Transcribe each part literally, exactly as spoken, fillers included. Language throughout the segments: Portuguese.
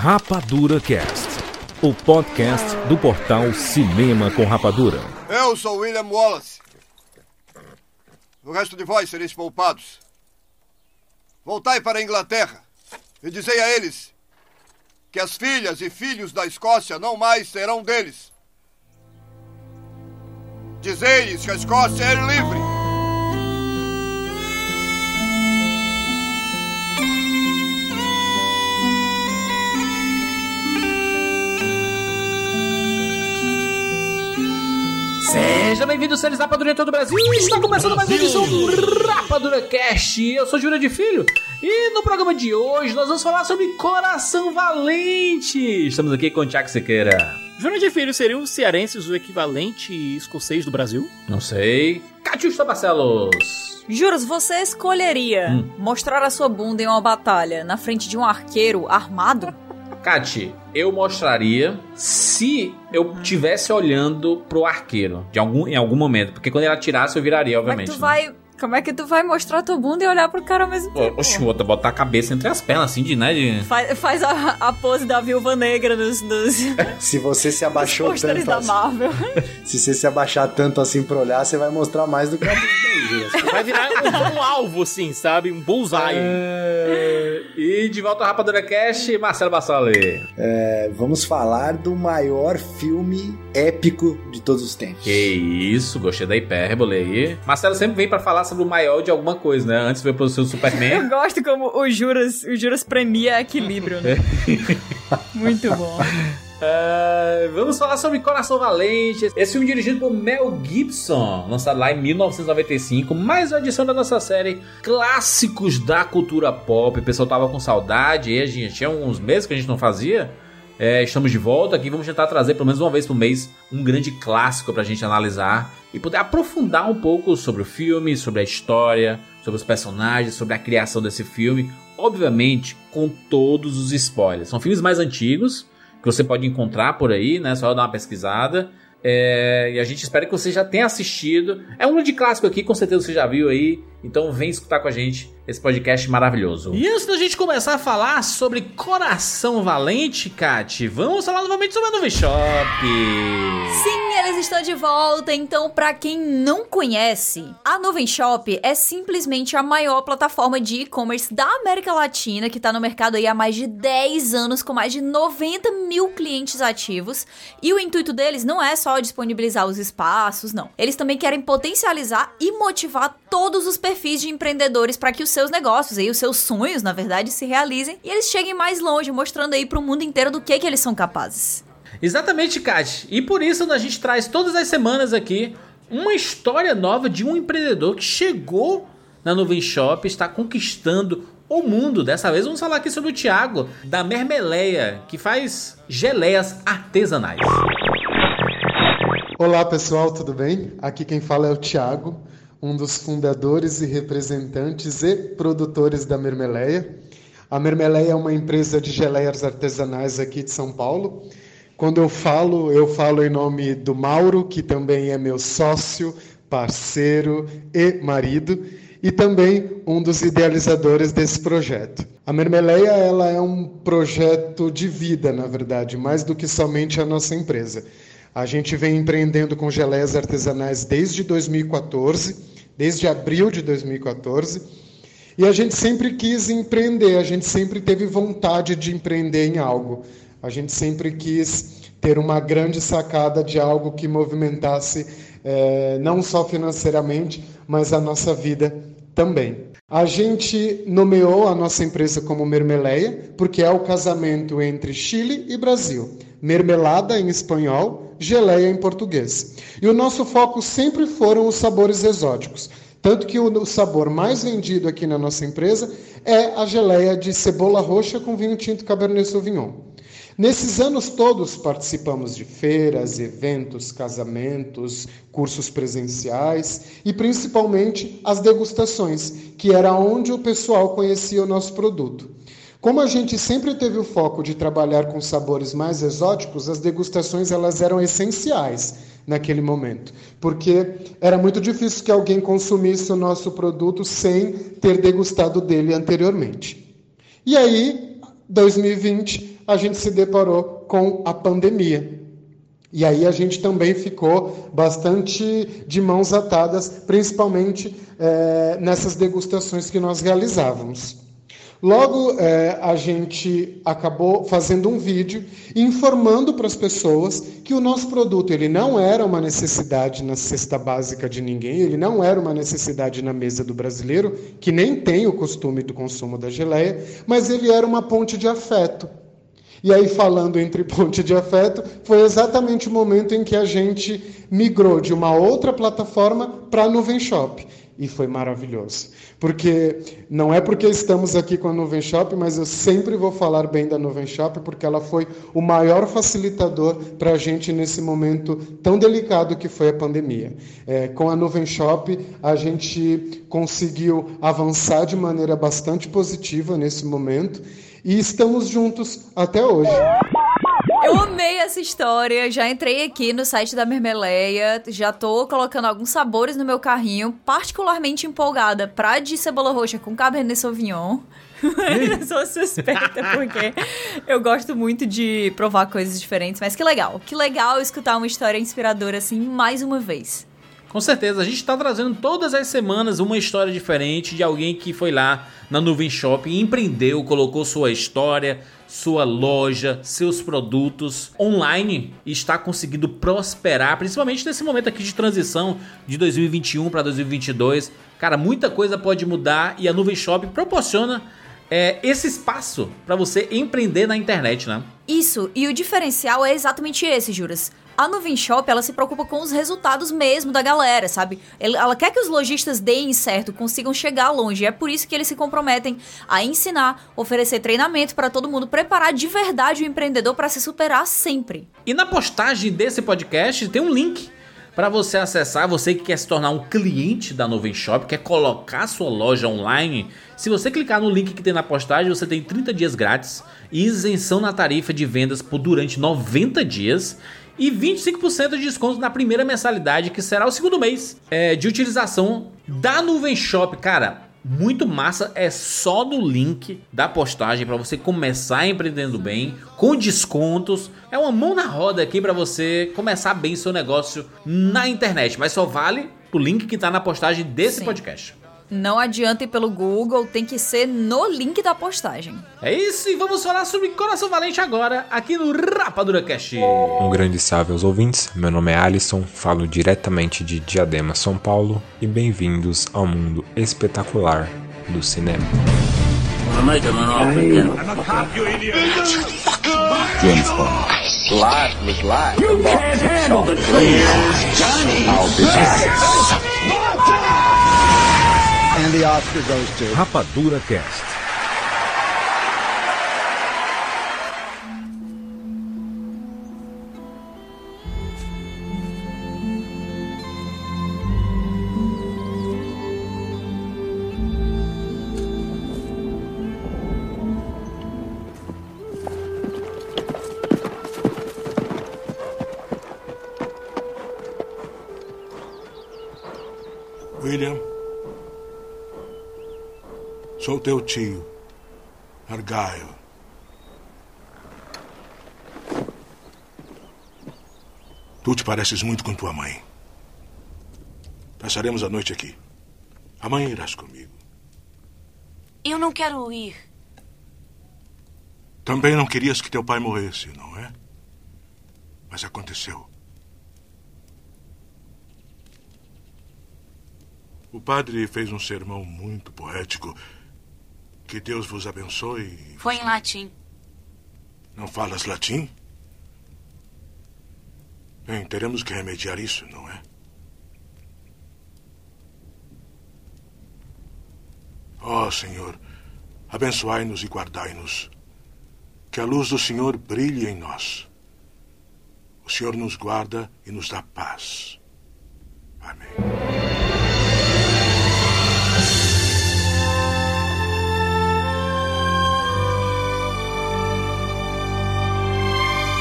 Rapadura Cast, o podcast do portal Cinema com Rapadura. Eu sou William Wallace. O resto de vós sereis poupados. Voltai para a Inglaterra e dizei a eles que as filhas e filhos da Escócia não mais serão deles. Dizei-lhes que a Escócia é livre. Seja bem-vindo, seres Rapadura em todo o Brasil. Está começando mais uma edição do Rapadura Cast. Eu sou Júlia de Filho e no programa de hoje nós vamos falar sobre Coração Valente. Estamos aqui com o Thiago Sequeira. Júlia de Filho, seriam os cearenses o equivalente escocês do Brasil? Não sei. Catiusta Barcelos. Juros, você escolheria hum. mostrar a sua bunda em uma batalha na frente de um arqueiro armado? Cati, eu mostraria se eu estivesse olhando pro arqueiro de algum, em algum momento. Porque quando ele atirasse, eu viraria, obviamente. Como é que tu, né? vai, como é que tu vai mostrar tua bunda e olhar pro cara ao mesmo tempo? Oxe, botar, botar a cabeça entre as pernas, assim, de, né? De... Faz, faz a, a pose da Viúva Negra nos... nos se você se abaixou tanto da assim, Marvel. Se você se abaixar tanto assim pra olhar, você vai mostrar mais do que a bunda aí, vai virar um, um alvo, assim, sabe? Um bullseye. É... E de volta ao Rapadura Cast, Marcelo Bassoli. É, vamos falar do maior filme épico de todos os tempos. Que isso, gostei da hipérbole aí. Marcelo sempre vem pra falar sobre o maior de alguma coisa, né? Antes veio pro seu Superman. Eu gosto como o Juras, o Juras premia equilíbrio, né? Muito bom. Uh, vamos falar sobre Coração Valente. Esse filme dirigido por Mel Gibson, lançado lá em mil novecentos e noventa e cinco. Mais uma edição da nossa série Clássicos da Cultura Pop. O pessoal tava com saudade e a gente tinha uns meses que a gente não fazia. É, estamos de volta aqui. Vamos tentar trazer pelo menos uma vez por mês um grande clássico pra gente analisar e poder aprofundar um pouco sobre o filme, sobre a história, sobre os personagens, sobre a criação desse filme. Obviamente com todos os spoilers. São filmes mais antigos que você pode encontrar por aí, né? Só dar uma pesquisada. É, e a gente espera que você já tenha assistido. É um grande clássico aqui, com certeza você já viu aí. Então vem escutar com a gente esse podcast maravilhoso. E antes da gente começar a falar sobre Coração Valente, Kati, vamos falar novamente sobre a Nuvem Shop. Sim, eles estão de volta. Então, pra quem não conhece, a Nuvem Shop é simplesmente a maior plataforma de e-commerce da América Latina, que tá no mercado aí há mais de dez anos, com mais de noventa mil clientes ativos. E o intuito deles não é só disponibilizar os espaços, não. Eles também querem potencializar e motivar todos os perfis de empreendedores para que os seus negócios e os seus sonhos, na verdade, se realizem e eles cheguem mais longe, mostrando aí pro mundo inteiro do que, que eles são capazes. Exatamente, Kat. E por isso a gente traz todas as semanas aqui uma história nova de um empreendedor que chegou na Nuvem Shop, está conquistando o mundo. Dessa vez vamos falar aqui sobre o Thiago, da Mermeleia, que faz geleias artesanais. Olá pessoal, tudo bem? Aqui quem fala é o Thiago, um dos fundadores e representantes e produtores da Mermeleia. A Mermeleia é uma empresa de geleias artesanais aqui de São Paulo. Quando eu falo, eu falo em nome do Mauro, que também é meu sócio, parceiro e marido, e também um dos idealizadores desse projeto. A Mermeleia ela é um projeto de vida, na verdade, mais do que somente a nossa empresa. A gente vem empreendendo com geleias artesanais desde dois mil e quatorze, desde abril de dois mil e quatorze, e a gente sempre quis empreender, a gente sempre teve vontade de empreender em algo. A gente sempre quis ter uma grande sacada de algo que movimentasse é, não só financeiramente, mas a nossa vida também. A gente nomeou a nossa empresa como Mermeleia, porque é o casamento entre Chile e Brasil. Mermelada em espanhol, geleia em português. E o nosso foco sempre foram os sabores exóticos. Tanto que o sabor mais vendido aqui na nossa empresa é a geleia de cebola roxa com vinho tinto Cabernet Sauvignon. Nesses anos todos participamos de feiras, eventos, casamentos, cursos presenciais e principalmente as degustações, que era onde o pessoal conhecia o nosso produto. Como a gente sempre teve o foco de trabalhar com sabores mais exóticos, as degustações elas eram essenciais naquele momento, porque era muito difícil que alguém consumisse o nosso produto sem ter degustado dele anteriormente. E aí dois mil e vinte, a gente se deparou com a pandemia. E aí a gente também ficou bastante de mãos atadas, principalmente é, nessas degustações que nós realizávamos. Logo, é, a gente acabou fazendo um vídeo informando para as pessoas que o nosso produto ele não era uma necessidade na cesta básica de ninguém, ele não era uma necessidade na mesa do brasileiro, que nem tem o costume do consumo da geleia, mas ele era uma ponte de afeto. E aí, falando entre ponte de afeto, foi exatamente o momento em que a gente migrou de uma outra plataforma para a Nuvem Shop. E foi maravilhoso. Porque não é porque estamos aqui com a Nuvem Shop, mas eu sempre vou falar bem da Nuvem Shop, porque ela foi o maior facilitador para a gente nesse momento tão delicado que foi a pandemia. É, com a Nuvem Shop, a gente conseguiu avançar de maneira bastante positiva nesse momento. E estamos juntos até hoje. Eu amei essa história, já entrei aqui no site da Mermeleia, já tô colocando alguns sabores no meu carrinho, particularmente empolgada pra de cebola roxa com Cabernet Sauvignon. Eu sou suspeita porque eu gosto muito de provar coisas diferentes, mas que legal, que legal escutar uma história inspiradora assim mais uma vez. Com certeza, a gente está trazendo todas as semanas uma história diferente de alguém que foi lá na Nuvem Shop e empreendeu, colocou sua história, sua loja, seus produtos online e está conseguindo prosperar, principalmente nesse momento aqui de transição de dois mil e vinte e um para dois mil e vinte e dois. Cara, muita coisa pode mudar e a Nuvem Shop proporciona é, esse espaço para você empreender na internet, né? Isso, e o diferencial é exatamente esse, Juras. A Nuvem Shop, ela se preocupa com os resultados mesmo da galera, sabe? Ela quer que os lojistas deem certo, consigam chegar longe. É por isso que eles se comprometem a ensinar, oferecer treinamento para todo mundo, preparar de verdade o empreendedor para se superar sempre. E na postagem desse podcast tem um link para você acessar, você que quer se tornar um cliente da Nuvem Shop, quer colocar sua loja online. Se você clicar no link que tem na postagem, você tem trinta dias grátis e isenção na tarifa de vendas por durante noventa dias. E vinte e cinco por cento de desconto na primeira mensalidade, que será o segundo mês é, de utilização da Nuvem Shop. Cara, muito massa, é só no link da postagem para você começar empreendendo bem, com descontos. É uma mão na roda aqui para você começar bem seu negócio na internet, mas só vale o link que tá na postagem desse Sim. podcast. Não adianta ir pelo Google, tem que ser no link da postagem. É isso, e vamos falar sobre Coração Valente agora, aqui no Rapadura Cast. Um grande salve aos ouvintes, meu nome é Alisson, falo diretamente de Diadema, São Paulo, e bem-vindos ao mundo espetacular do cinema. James Bond. Live was live. You can't handle the truth. Johnny. I'll be back. And the Oscar goes to Rapadura Cast. William, sou teu tio, Argyle. Tu te pareces muito com tua mãe. Passaremos a noite aqui. Amanhã irás comigo. Eu não quero ir. Também não querias que teu pai morresse, não é? Mas aconteceu. O padre fez um sermão muito poético. Que Deus vos abençoe. Foi em latim. Não falas latim? Bem, teremos que remediar isso, não é? Ó Senhor, abençoai-nos e guardai-nos. Que a luz do Senhor brilhe em nós. O Senhor nos guarda e nos dá paz. Amém.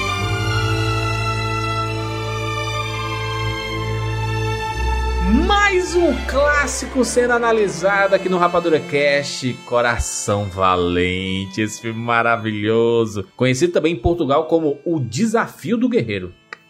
Mais Mais um clássico sendo analisado aqui no Rapadura Cast, Coração Valente, esse filme maravilhoso, conhecido também em Portugal como O Desafio do Guerreiro.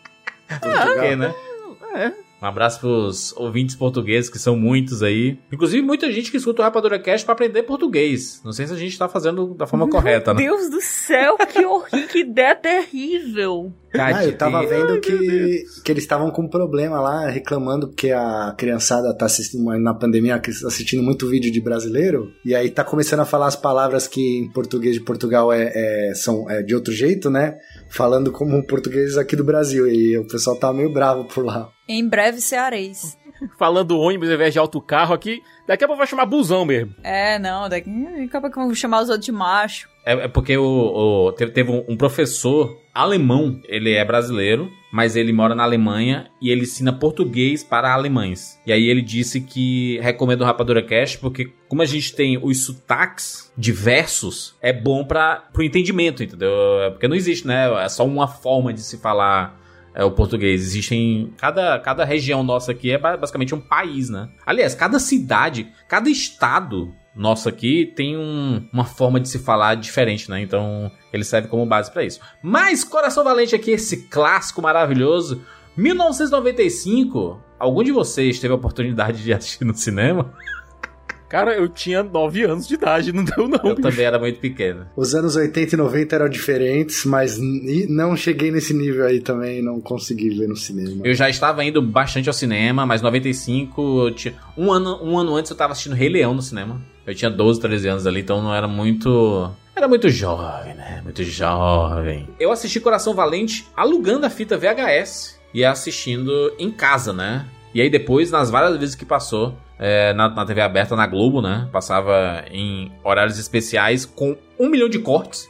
Por quê, né? É. Um abraço pros ouvintes portugueses, que são muitos aí. Inclusive, muita gente que escuta o Rapadura Cast pra aprender português. Não sei se a gente tá fazendo da forma Meu correta, né? Meu Deus do céu, que horrível, que ideia terrível. Ah, eu tava vendo que, que eles estavam com um problema lá, reclamando porque a criançada tá assistindo na pandemia, assistindo muito vídeo de brasileiro, e aí tá começando a falar as palavras que em português de Portugal é, é, são é, de outro jeito, né? Falando como português aqui do Brasil, e o pessoal tá meio bravo por lá. Em breve, cearês. Falando ônibus ao invés de autocarro aqui, daqui a pouco vai chamar busão mesmo. É, não, daqui a pouco vão chamar os outros de macho. É, é porque o, o, teve, teve um, um professor alemão, ele é brasileiro, mas ele mora na Alemanha e ele ensina português para alemães. E aí ele disse que recomenda o Rapadura Cast porque como a gente tem os sotaques diversos, é bom para o entendimento, entendeu? Porque não existe, né? É só uma forma de se falar é, o português. Existem... Cada, cada região nossa aqui é basicamente um país, né? Aliás, cada cidade, cada estado nosso aqui tem um, uma forma de se falar diferente, né? Então, ele serve como base pra isso. Mas, Coração Valente aqui, esse clássico maravilhoso. mil novecentos e noventa e cinco, algum de vocês teve a oportunidade de assistir no cinema? Cara, eu tinha nove anos de idade, não deu não. Eu bicho. Também era muito pequeno. Os anos oitenta e noventa eram diferentes, mas não cheguei nesse nível aí também, não consegui ver no cinema. Eu já estava indo bastante ao cinema, mas em noventa e cinco, eu tinha... um, ano, um ano antes eu estava assistindo Rei Leão no cinema. Eu tinha doze, treze anos ali, então não era muito... Era muito jovem, né? Muito jovem. Eu assisti Coração Valente alugando a fita V H S e assistindo em casa, né? E aí depois, nas várias vezes que passou é, na, na T V aberta, na Globo, né? Passava em horários especiais com um milhão de cortes.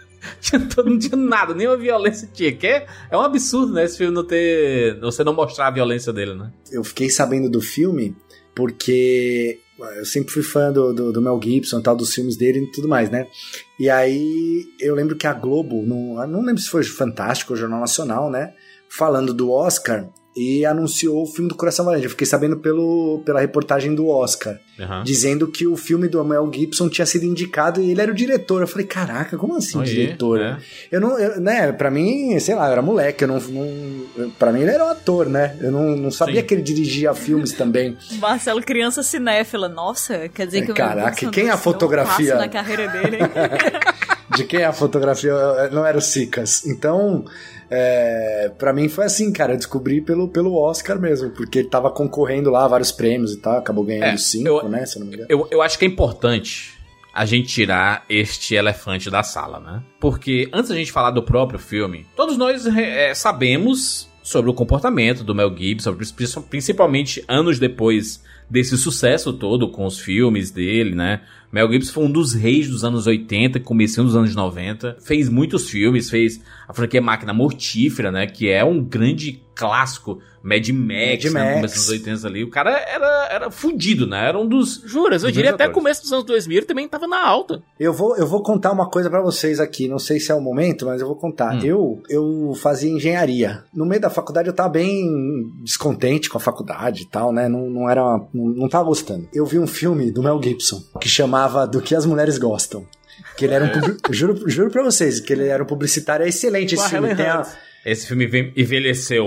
Não tinha nada, nenhuma violência tinha. Que é, é um absurdo, né? Esse filme não ter... Você não mostrar a violência dele, né? Eu fiquei sabendo do filme porque... Eu sempre fui fã do, do, do Mel Gibson, tal, dos filmes dele e tudo mais, né? E aí eu lembro que a Globo, não, não lembro se foi Fantástico ou Jornal Nacional, né? Falando do Oscar e anunciou o filme do Coração Valente. Eu fiquei sabendo pelo, pela reportagem do Oscar, uhum. dizendo que o filme do Mel Gibson tinha sido indicado e ele era o diretor. Eu falei, caraca, como assim Oi, diretor? É. Eu não, eu, né, pra mim, sei lá, eu era moleque, eu não, não, pra mim ele era um ator, né? Eu não, não sabia Sim. que ele dirigia filmes também. Marcelo, criança cinéfila, nossa, quer dizer que o Caraca, Mel Gibson quem é a fotografia? Um na carreira dele. De quem é a fotografia? Não era o Sicas. Então... É, pra mim foi assim, cara, eu descobri pelo, pelo Oscar mesmo, porque ele tava concorrendo lá a vários prêmios e tal, acabou ganhando é, cinco, eu, né, se eu não me engano. Eu, eu acho que é importante a gente tirar este elefante da sala, né? Porque antes da gente falar do próprio filme, todos nós é, sabemos sobre o comportamento do Mel Gibson, principalmente anos depois desse sucesso todo com os filmes dele, né? Mel Gibson foi um dos reis dos anos oitenta, comecinho dos anos noventa. Fez muitos filmes, fez a franquia Máquina Mortífera, né? Que é um grande clássico. Mad Max, Mad né? Max. No começo dos oitenta ali. O cara era, era fudido, né? Era um dos... Juras, eu diria até começo dos anos dois mil ele também tava na alta. Eu vou, eu vou contar uma coisa pra vocês aqui. Não sei se é o momento, mas eu vou contar. Hum. Eu, eu fazia engenharia. No meio da faculdade eu tava bem descontente com a faculdade e tal, né? Não, não era... Não, não tava gostando. Eu vi um filme do Mel Gibson que chamava Do Que as Mulheres Gostam. Que ele era um... Publi... juro, juro pra vocês, que ele era um publicitário. É excelente esse filme. Tem a... Esse filme envelheceu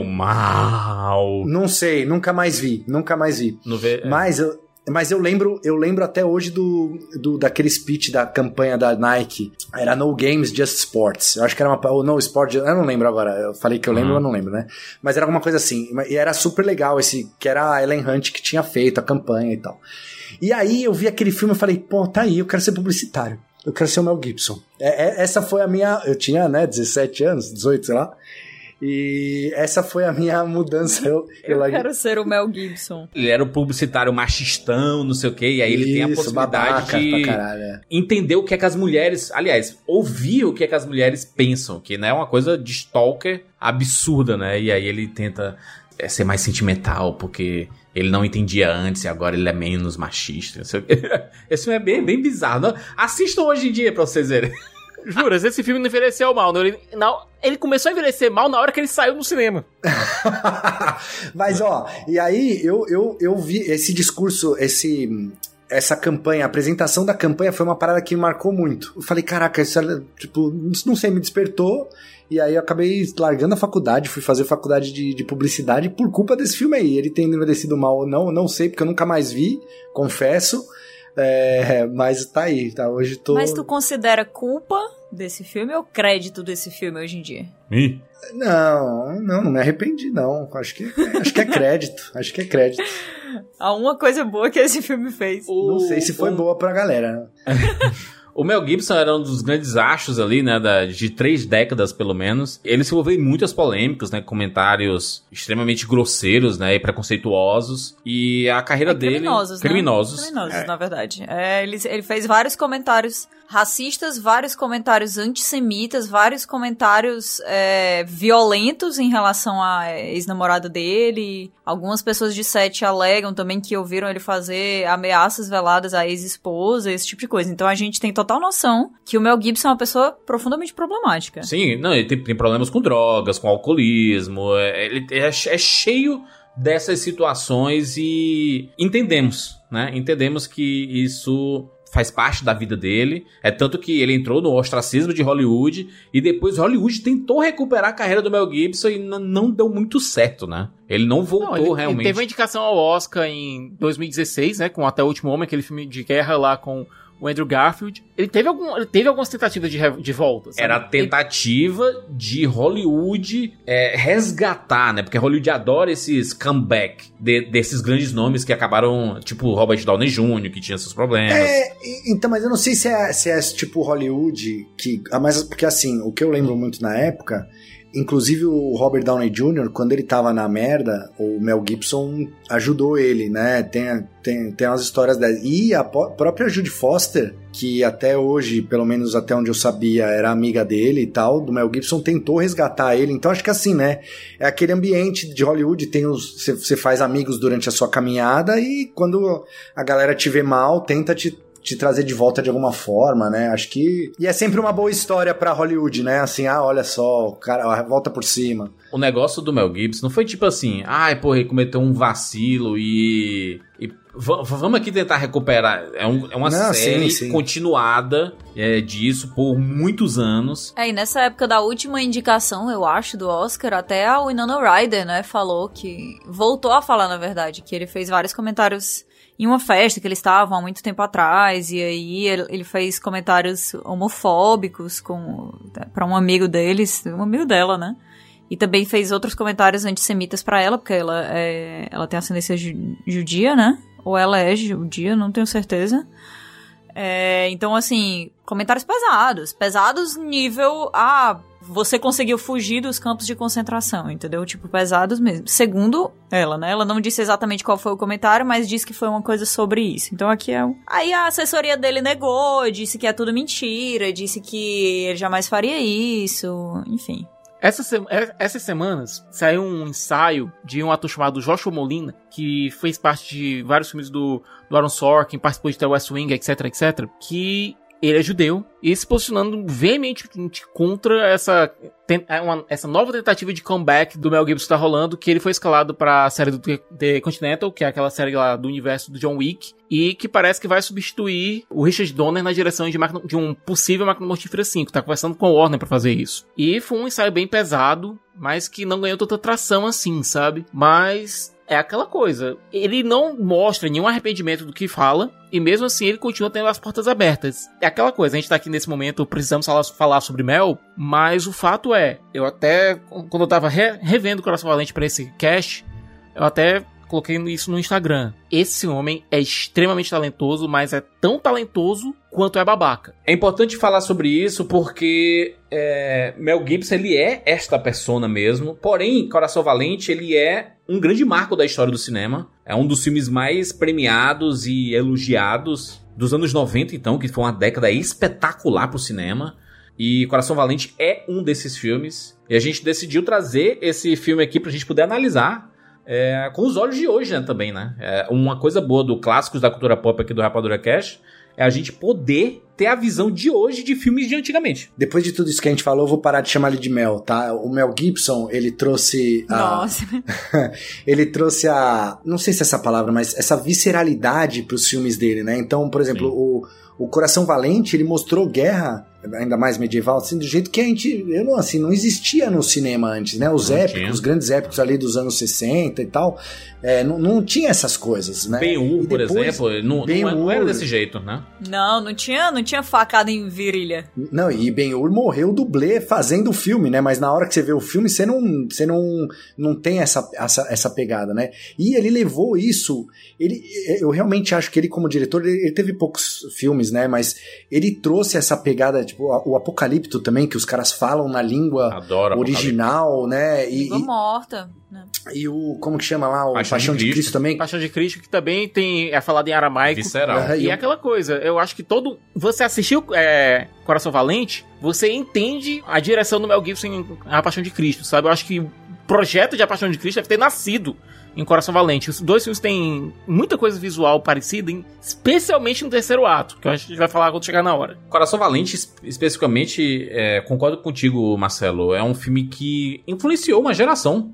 mal. Não sei, nunca mais vi, nunca mais vi. Ve... Mas, eu, mas eu lembro, eu lembro até hoje do, do daquele speech da campanha da Nike. Era No Games, Just Sports. Eu acho que era uma... Ou No Sport, eu não lembro agora. Eu falei que eu lembro, uhum. mas não lembro, né? Mas era alguma coisa assim. E era super legal esse... Que era a Ellen Hunt que tinha feito a campanha e tal. E aí eu vi aquele filme e falei, pô, tá aí, eu quero ser publicitário. Eu quero ser o Mel Gibson. É, é, essa foi a minha... Eu tinha, né, dezessete anos, dezoito, sei lá. E essa foi a minha mudança. Eu, eu, eu quero ser o Mel Gibson. Ele era o publicitário machistão, não sei o quê, e aí Isso, ele tem a possibilidade de caralho, é. entender o que é que as mulheres... Aliás, ouvir o que é que as mulheres pensam, que né, é uma coisa de stalker absurda, né? E aí ele tenta é, ser mais sentimental, porque ele não entendia antes e agora ele é menos machista. Não sei o quê. Esse filme é bem, bem bizarro. Não? Assistam hoje em dia pra vocês verem. Juras, esse filme não envelheceu mal. Não. Ele, não, ele começou a envelhecer mal na hora que ele saiu no cinema. Mas, ó, e aí eu, eu, eu vi esse discurso, esse... essa campanha, a apresentação da campanha foi uma parada que me marcou muito. Eu falei, caraca, isso, tipo, não sei, me despertou, e aí eu acabei largando a faculdade, fui fazer faculdade de, de publicidade por culpa desse filme aí. Ele tem envelhecido mal ou não, não sei, porque eu nunca mais vi, confesso, é, mas tá aí, tá, hoje tô... Mas tu considera culpa desse filme ou crédito desse filme hoje em dia? Ih. Não, não, não me arrependi, não. Acho que, acho que é crédito. Acho que é crédito. Há uma coisa boa que esse filme fez. O, não sei se foi o... boa pra galera. O Mel Gibson era um dos grandes achos ali, né, da, de três décadas, pelo menos. Ele se envolveu em muitas polêmicas, né, comentários extremamente grosseiros, né, e preconceituosos. E a carreira é, dele... Criminosos, né? Criminosos. Criminosos, é. na verdade. É, ele, ele fez vários comentários racistas, vários comentários antissemitas, vários comentários é, violentos em relação à ex-namorada dele. Algumas pessoas de set alegam também que ouviram ele fazer ameaças veladas à ex-esposa, esse tipo de coisa. Então a gente tem total noção que o Mel Gibson é uma pessoa profundamente problemática. Sim, não, ele tem, tem problemas com drogas, com alcoolismo, ele é, é cheio dessas situações e entendemos, né? Entendemos que isso faz parte da vida dele, é tanto que ele entrou no ostracismo de Hollywood e depois Hollywood tentou recuperar a carreira do Mel Gibson e n- não deu muito certo, né? Ele não voltou não, ele, realmente. Ele teve uma indicação ao Oscar em dois mil e dezesseis, né, com Até o Último Homem, aquele filme de guerra lá com o Andrew Garfield. Ele teve, algum, ele teve algumas tentativas de, de volta, sabe? Era a tentativa ele... de Hollywood é, resgatar, né? Porque Hollywood adora esses comeback de, desses grandes nomes que acabaram, tipo Robert Downey Júnior, que tinha seus problemas. É, então, mas eu não sei se é, se é tipo Hollywood, que, mas porque assim, o que eu lembro muito na época... Inclusive o Robert Downey Júnior, quando ele tava na merda, o Mel Gibson ajudou ele, né? Tem, tem, tem umas histórias dessas. E a própria Judy Foster, que até hoje, pelo menos até onde eu sabia, era amiga dele e tal, do Mel Gibson, tentou resgatar ele. Então acho que assim, né? É aquele ambiente de Hollywood, tem os, você faz amigos durante a sua caminhada e quando a galera te vê mal, tenta te... te trazer de volta de alguma forma, né? Acho que... E é sempre uma boa história pra Hollywood, né? Assim, ah, olha só, o cara volta por cima. O negócio do Mel Gibson não foi tipo assim, ai, pô, ele cometeu um vacilo e... e v- vamos aqui tentar recuperar. É, um, é uma não, série sim, sim. continuada é, disso por muitos anos. É, e nessa época da última indicação, eu acho, do Oscar, até a Winona Ryder, né, falou que... Voltou a falar, na verdade, que ele fez vários comentários... em uma festa que eles estavam há muito tempo atrás, e aí ele fez comentários homofóbicos com, pra um amigo deles, um amigo dela, né? E também fez outros comentários antissemitas pra ela, porque ela, é, ela tem ascendência ju- judia, né? Ou ela é judia, não tenho certeza. É, então, assim, comentários pesados. Pesados nível... Ah, você conseguiu fugir dos campos de concentração, entendeu? Tipo, pesados mesmo. Segundo ela, né? Ela não disse exatamente qual foi o comentário, mas disse que foi uma coisa sobre isso. Então aqui é um... Aí a assessoria dele negou, disse que é tudo mentira, disse que ele jamais faria isso, enfim. Essa se... Essas semanas saiu um ensaio de um ator chamado Joshua Molina, que fez parte de vários filmes do, do Aaron Sorkin, participou de The West Wing, etc, etc, que... Ele é judeu e se posicionando veementemente contra essa, uma, essa nova tentativa de comeback do Mel Gibson que tá rolando, que ele foi escalado pra série do The Continental, que é aquela série lá do universo do John Wick, e que parece que vai substituir o Richard Donner na direção de, máquina, de um possível Máquina Mortífera cinco. Tá conversando com a Warner pra fazer isso. E foi um ensaio bem pesado, mas que não ganhou tanta tração assim, sabe? Mas... é aquela coisa, ele não mostra nenhum arrependimento do que fala, e mesmo assim ele continua tendo as portas abertas. É aquela coisa, a gente tá aqui nesse momento, precisamos falar, falar sobre Mel, mas o fato é, eu até, quando eu tava re, revendo o Coração Valente pra esse cast, eu até coloquei isso no Instagram. Esse homem é extremamente talentoso, mas é tão talentoso quanto é babaca. É importante falar sobre isso porque é, Mel Gibson, ele é esta persona mesmo, porém, Coração Valente, ele é um grande marco da história do cinema. É um dos filmes mais premiados e elogiados dos anos noventa, então, que foi uma década espetacular pro cinema. E Coração Valente é um desses filmes. E a gente decidiu trazer esse filme aqui pra gente poder analisar é, com os olhos de hoje, né, também, né? É uma coisa boa do Clássicos da Cultura Pop aqui do Rapadura Cast é a gente poder ter a visão de hoje de filmes de antigamente. Depois de tudo isso que a gente falou, eu vou parar de chamar ele de Mel, tá? O Mel Gibson, ele trouxe a... Nossa. ele trouxe a... Não sei se é essa palavra, mas essa visceralidade pros filmes dele, né? Então, por exemplo, o, o Coração Valente, ele mostrou guerra, ainda mais medieval, assim, do jeito que a gente... Eu não, assim, não existia no cinema antes, né? Os não épicos, tinha. Os grandes épicos ali dos anos sessenta e tal, é, não, não tinha essas coisas, né? Ben-Hur, por exemplo, não, não, não era desse jeito, né? Não, não tinha, não tinha facada em virilha. Não, e Ben-Hur morreu dublê fazendo o filme, né? Mas na hora que você vê o filme, você não, você não, não tem essa, essa, essa pegada, né? E ele levou isso... Ele, eu realmente acho que ele, como diretor, ele, ele teve poucos filmes, né? Mas ele trouxe essa pegada, tipo, o Apocalipto também, que os caras falam na língua Adoro original, né? E, língua morta, né? E o, como que chama lá? O Paixão, Paixão de, Cristo. de Cristo também. Paixão de Cristo, que também tem, é falado em aramaico. Visceral. E, e é aquela coisa, eu acho que todo... Você assistiu é, Coração Valente, você entende a direção do Mel Gibson em A Paixão de Cristo, sabe? Eu acho que o projeto de A Paixão de Cristo deve ter nascido em Coração Valente. Os dois filmes têm muita coisa visual parecida, especialmente no terceiro ato, que a gente vai falar quando chegar na hora. Coração Valente, especificamente, é, concordo contigo, Marcelo, é um filme que influenciou uma geração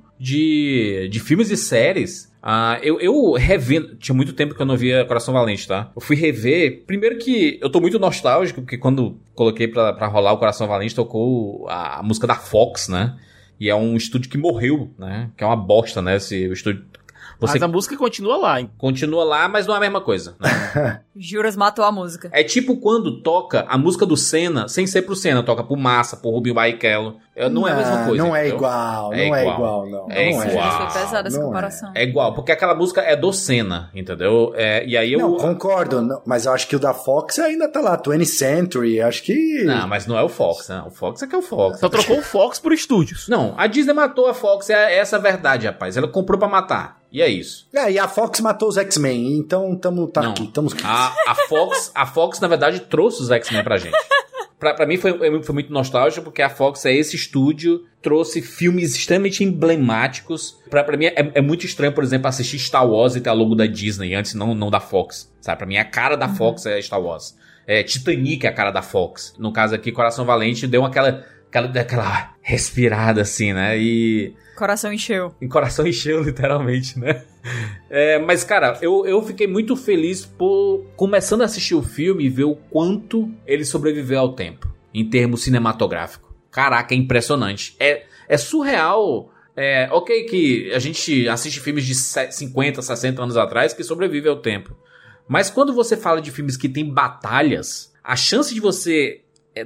de, de filmes e séries. Uh, eu, eu revendo... Tinha muito tempo que eu não via Coração Valente, tá? Eu fui rever... Primeiro que eu tô muito nostálgico, porque quando coloquei pra, pra rolar o Coração Valente, tocou a, a música da Fox, né? E é um estúdio que morreu, né? Que é uma bosta, né? Esse, o estúdio... Você... Mas a música continua lá, hein? Continua lá, mas não é a mesma coisa, né? Juras matou a música. É tipo quando toca a música do Senna, sem ser pro Senna, toca pro Massa, pro Rubinho Barrichello. Não, não é a mesma coisa. Não é igual, é não é igual, igual, não. É não igual. É. Foi pesada essa comparação. É. é igual, porque aquela música é do Senna, entendeu? É, e aí eu... Não, concordo, não, mas eu acho que o da Fox ainda tá lá, twentieth Century, acho que... Não, mas não é o Fox, né? O Fox é que é o Fox. Só trocou o Fox por estúdios. Não, a Disney matou a Fox, é essa a verdade, rapaz. Ela comprou pra matar. E é isso. É, e a Fox matou os X-Men, então tamo tá não, aqui, tamo a, a Fox, a Fox, na verdade, trouxe os X-Men pra gente. Pra, pra mim foi, foi muito nostálgico, porque a Fox é esse estúdio, trouxe filmes extremamente emblemáticos. Pra, pra mim é, é muito estranho, por exemplo, assistir Star Wars e ter a logo da Disney, antes não, não da Fox, sabe? Pra mim a cara da Fox é Star Wars. É, Titanic é a cara da Fox. No caso aqui, Coração Valente deu aquela, aquela, aquela respirada assim, né? E... Coração encheu. E coração encheu, literalmente, né? É, mas, cara, eu, eu fiquei muito feliz por começando a assistir o filme e ver o quanto ele sobreviveu ao tempo, em termos cinematográficos. Caraca, é impressionante. É, é surreal. É, ok que a gente assiste filmes de cinquenta, sessenta anos atrás que sobrevivem ao tempo. Mas quando você fala de filmes que tem batalhas, a chance de você...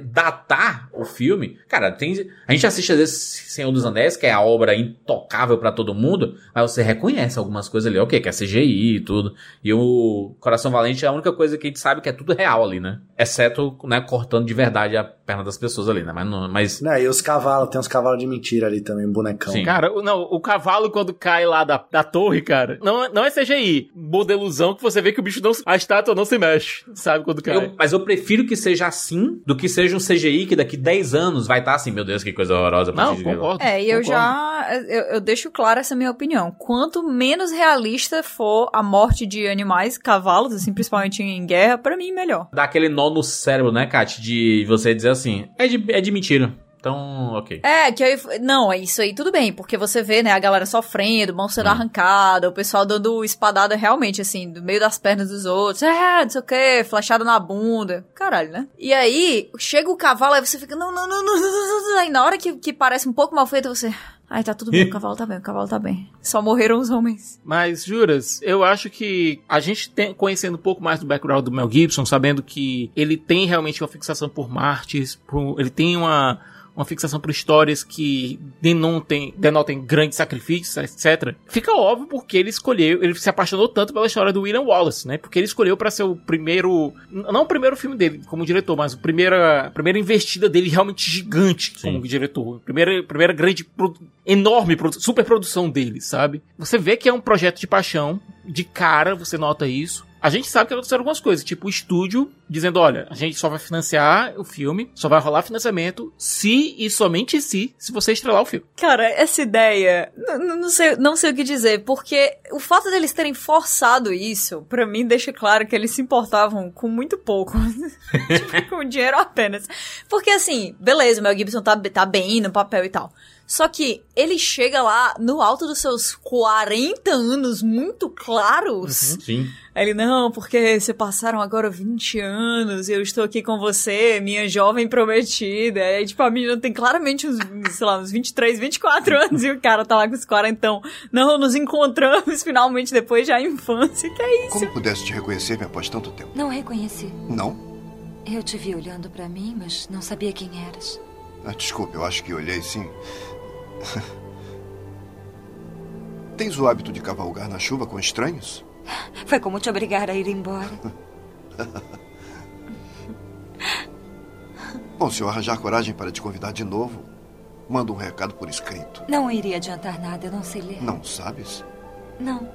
datar o filme, cara, tem, a gente assiste às vezes Senhor dos Anéis, que é a obra intocável pra todo mundo, mas você reconhece algumas coisas ali, ok, que é C G I e tudo, e o Coração Valente é a única coisa que a gente sabe que é tudo real ali, né, exceto, né, cortando de verdade a perna das pessoas ali, né, mas... Não, mas... não, e os cavalos, tem uns cavalos de mentira ali também, um bonecão. Sim. Cara, não, o cavalo quando cai lá da, da torre, cara, não, não é C G I, modeluzão que você vê que o bicho não, a estátua não se mexe, sabe, quando cai. Eu, mas eu prefiro que seja assim, do que seja um C G I que daqui dez anos vai estar assim, meu Deus, que coisa horrorosa. Não, concordo. É, e eu concordo. já, eu, eu deixo clara essa minha opinião. Quanto menos realista for a morte de animais, cavalos, assim, principalmente em guerra, pra mim, melhor. Dá aquele nó no cérebro, né, Kat, de você dizer assim, é de, é de mentira. Então, ok. É, que aí... Não, é isso aí, tudo bem. Porque você vê, né, a galera sofrendo, mão sendo hum. arrancada, o pessoal dando espadada realmente, assim, do meio das pernas dos outros. É, não sei o que, flechada na bunda. Caralho, né? E aí, chega o cavalo, aí você fica... Não, não, não, não, não. Aí na hora que, que parece um pouco mal feito, você... Ai, tá tudo bem, o cavalo tá bem, o cavalo tá bem. Só morreram os homens. Mas, Juras, eu acho que a gente tem, conhecendo um pouco mais do background do Mel Gibson, sabendo que ele tem realmente uma fixação por mártires, por, ele tem uma... uma fixação por histórias que denotem, denotem grandes sacrifícios, etcétera. Fica óbvio porque ele escolheu, ele se apaixonou tanto pela história do William Wallace, né? Porque ele escolheu pra ser o primeiro, não o primeiro filme dele como diretor, mas a primeira, a primeira investida dele realmente gigante Sim. como diretor. Primeira, primeira grande, enorme, super produção dele, sabe? Você vê que é um projeto de paixão, de cara, você nota isso. A gente sabe que aconteceram algumas coisas, tipo o estúdio dizendo, olha, a gente só vai financiar o filme, só vai rolar financiamento se e somente se, se você estrelar o filme. Cara, essa ideia, n- não sei, não sei o que dizer, porque o fato deles terem forçado isso, pra mim, deixa claro que eles se importavam com muito pouco. Tipo, com dinheiro apenas. Porque assim, beleza, o Mel Gibson tá, tá bem no papel e tal. Só que ele chega lá no alto dos seus quarenta anos muito claros. Uhum, sim. Aí ele, não, porque se passaram agora vinte anos e eu estou aqui com você, minha jovem prometida. Aí, tipo, a menina tem claramente uns, sei lá, uns vinte e três, vinte e quatro anos e o cara tá lá com os quarentão. Não, nos encontramos finalmente depois da infância. Que é isso? Como pudesse te reconhecer-me após tanto tempo? Não reconheci. Não? Eu te vi olhando pra mim, mas não sabia quem eras. Ah, desculpe, eu acho que olhei sim. Tens o hábito de cavalgar na chuva com estranhos? Foi como te obrigar a ir embora. Bom, se eu arranjar coragem para te convidar de novo, manda um recado por escrito. Não iria adiantar nada, eu não sei ler. Não sabes? Não.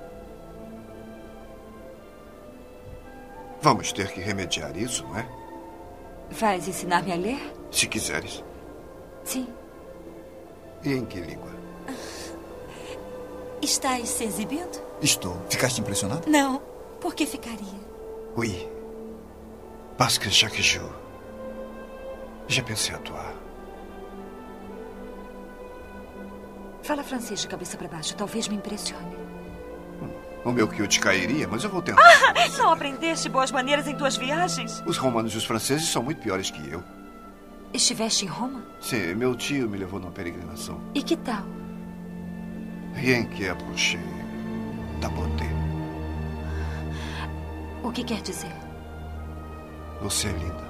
Vamos ter que remediar isso, não é? Vais ensinar-me a ler? Se quiseres. Sim. E em que língua? Estás se exibindo? Estou. Ficaste impressionado? Não. Por que ficaria? Oui. Parce que chaque jour, je pensais à toi. Fala francês de cabeça para baixo. Talvez me impressione. O meu que eu te cairia, mas eu vou tentar. Ah, não aprendeste boas maneiras em tuas viagens? Os romanos e os franceses são muito piores que eu. Estiveste em Roma? Sim, meu tio me levou numa peregrinação. E que tal? Rien que approcher da beauté. O que quer dizer? Você é linda.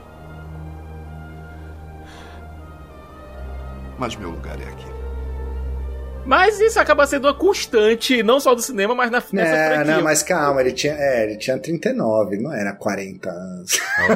Mas meu lugar é aqui. Mas isso acaba sendo uma constante, não só do cinema, mas na, nessa É, franquia. não, mas calma, ele tinha, é, ele tinha trinta e nove, não era quarenta anos.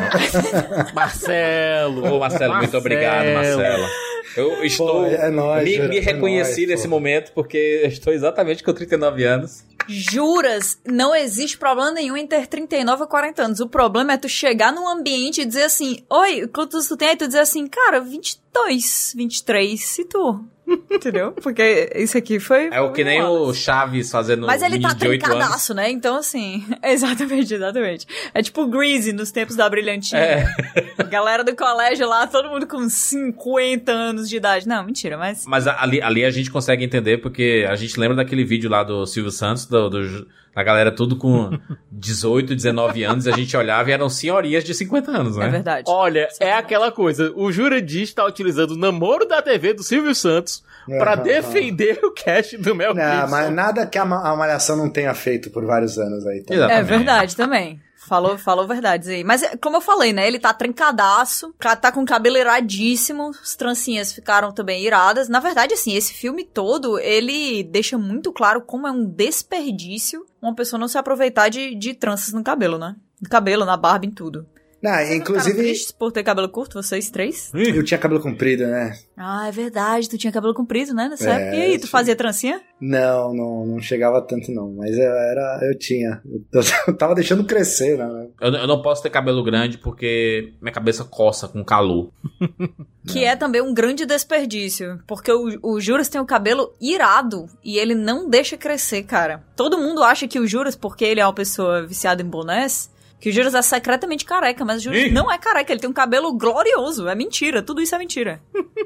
Marcelo. Ô, Marcelo, muito obrigado, Marcelo. Eu estou. Pô, é nóis, me, Jura, me é reconheci nóis, nesse pô. momento porque eu estou exatamente com trinta e nove anos. Juras, não existe problema nenhum em ter trinta e nove a quarenta anos. O problema é tu chegar num ambiente e dizer assim, oi, quantos tu tem? Aí tu dizer assim, cara, vinte e dois, vinte e três, e tu? Entendeu? Porque isso aqui foi... É o que nem o Chaves fazendo Mas ele menino tá de oito anos. trincadaço, né? Então, assim... Exatamente, exatamente. É tipo o Greasy nos tempos da Brilhantina. É. A galera do colégio lá, todo mundo com cinquenta anos de idade. Não, mentira, mas... Mas ali, ali a gente consegue entender, porque a gente lembra daquele vídeo lá do Silvio Santos, do, do, da galera tudo com dezoito, dezenove anos, e a gente olhava e eram senhorias de cinquenta anos, né? É verdade. Olha, é aquela coisa, o Jurandir está utilizando o namoro da T V do Silvio Santos pra Uhum. defender o cast do Mel Gibson. Não, mas nada que a, Ma- a Malhação não tenha feito por vários anos aí. Tá? É verdade também. Falou, falou verdades aí. Mas, como eu falei, né? Ele tá trincadaço, tá com o cabelo iradíssimo, as trancinhas ficaram também iradas. Na verdade, assim, esse filme todo, ele deixa muito claro como é um desperdício uma pessoa não se aproveitar de, de tranças no cabelo, né? No cabelo, na barba, em tudo. Não, Vocês não inclusive... ficaram tristes por ter cabelo curto, vocês três? Eu tinha cabelo comprido, né? Ah, é verdade, tu tinha cabelo comprido, né? Nessa É, época. E aí, tu sim. fazia trancinha? Não, não, não chegava tanto não, mas eu, era, eu tinha. Eu, eu tava deixando crescer, né? Eu, eu não posso ter cabelo grande porque minha cabeça coça com calor. Que é também um grande desperdício. Porque o, o Juras tem o cabelo irado e ele não deixa crescer, cara. Todo mundo acha que o Juras, porque ele é uma pessoa viciada em bonés, que o Juras é secretamente careca, mas o Juras Ih. não é careca, ele tem um cabelo glorioso. É mentira, tudo isso é mentira.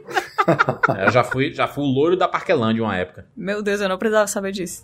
Eu já fui, já fui o loiro da Parquelândia uma época. Meu Deus, eu não precisava saber disso.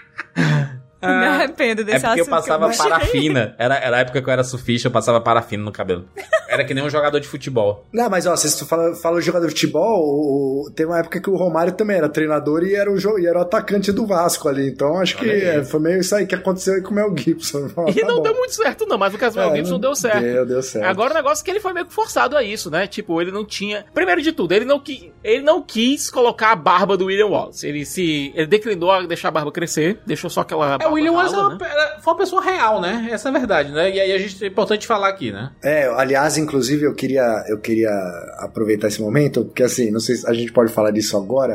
Me arrependo É desse porque eu assunto. passava que eu não parafina. Era, era a época que eu era surfista, eu passava parafina no cabelo. Era que nem um jogador de futebol. Não, mas ó, se tu fala, fala de jogador de futebol, o, o, tem uma época que o Romário também era treinador e era o, jo, e era o atacante do Vasco ali. Então acho que é, foi meio isso aí que aconteceu aí com o Mel Gibson. E não deu muito certo, não, mas o caso do Mel É, Gibson não deu certo. deu, deu certo. Agora o negócio é que ele foi meio que forçado a isso, né? Tipo, ele não tinha. Primeiro de tudo, ele não, qui... ele não quis colocar a barba do William Wallace. Ele se. Ele declinou a deixar a barba crescer, deixou só aquela. É, o William Wallace rala, é uma, né? era- foi uma pessoa real, né? Essa é a verdade, né? E aí a gente, é importante falar aqui, né? É, aliás, inclusive eu queria, eu queria aproveitar esse momento, porque assim, não sei se a gente pode falar disso agora,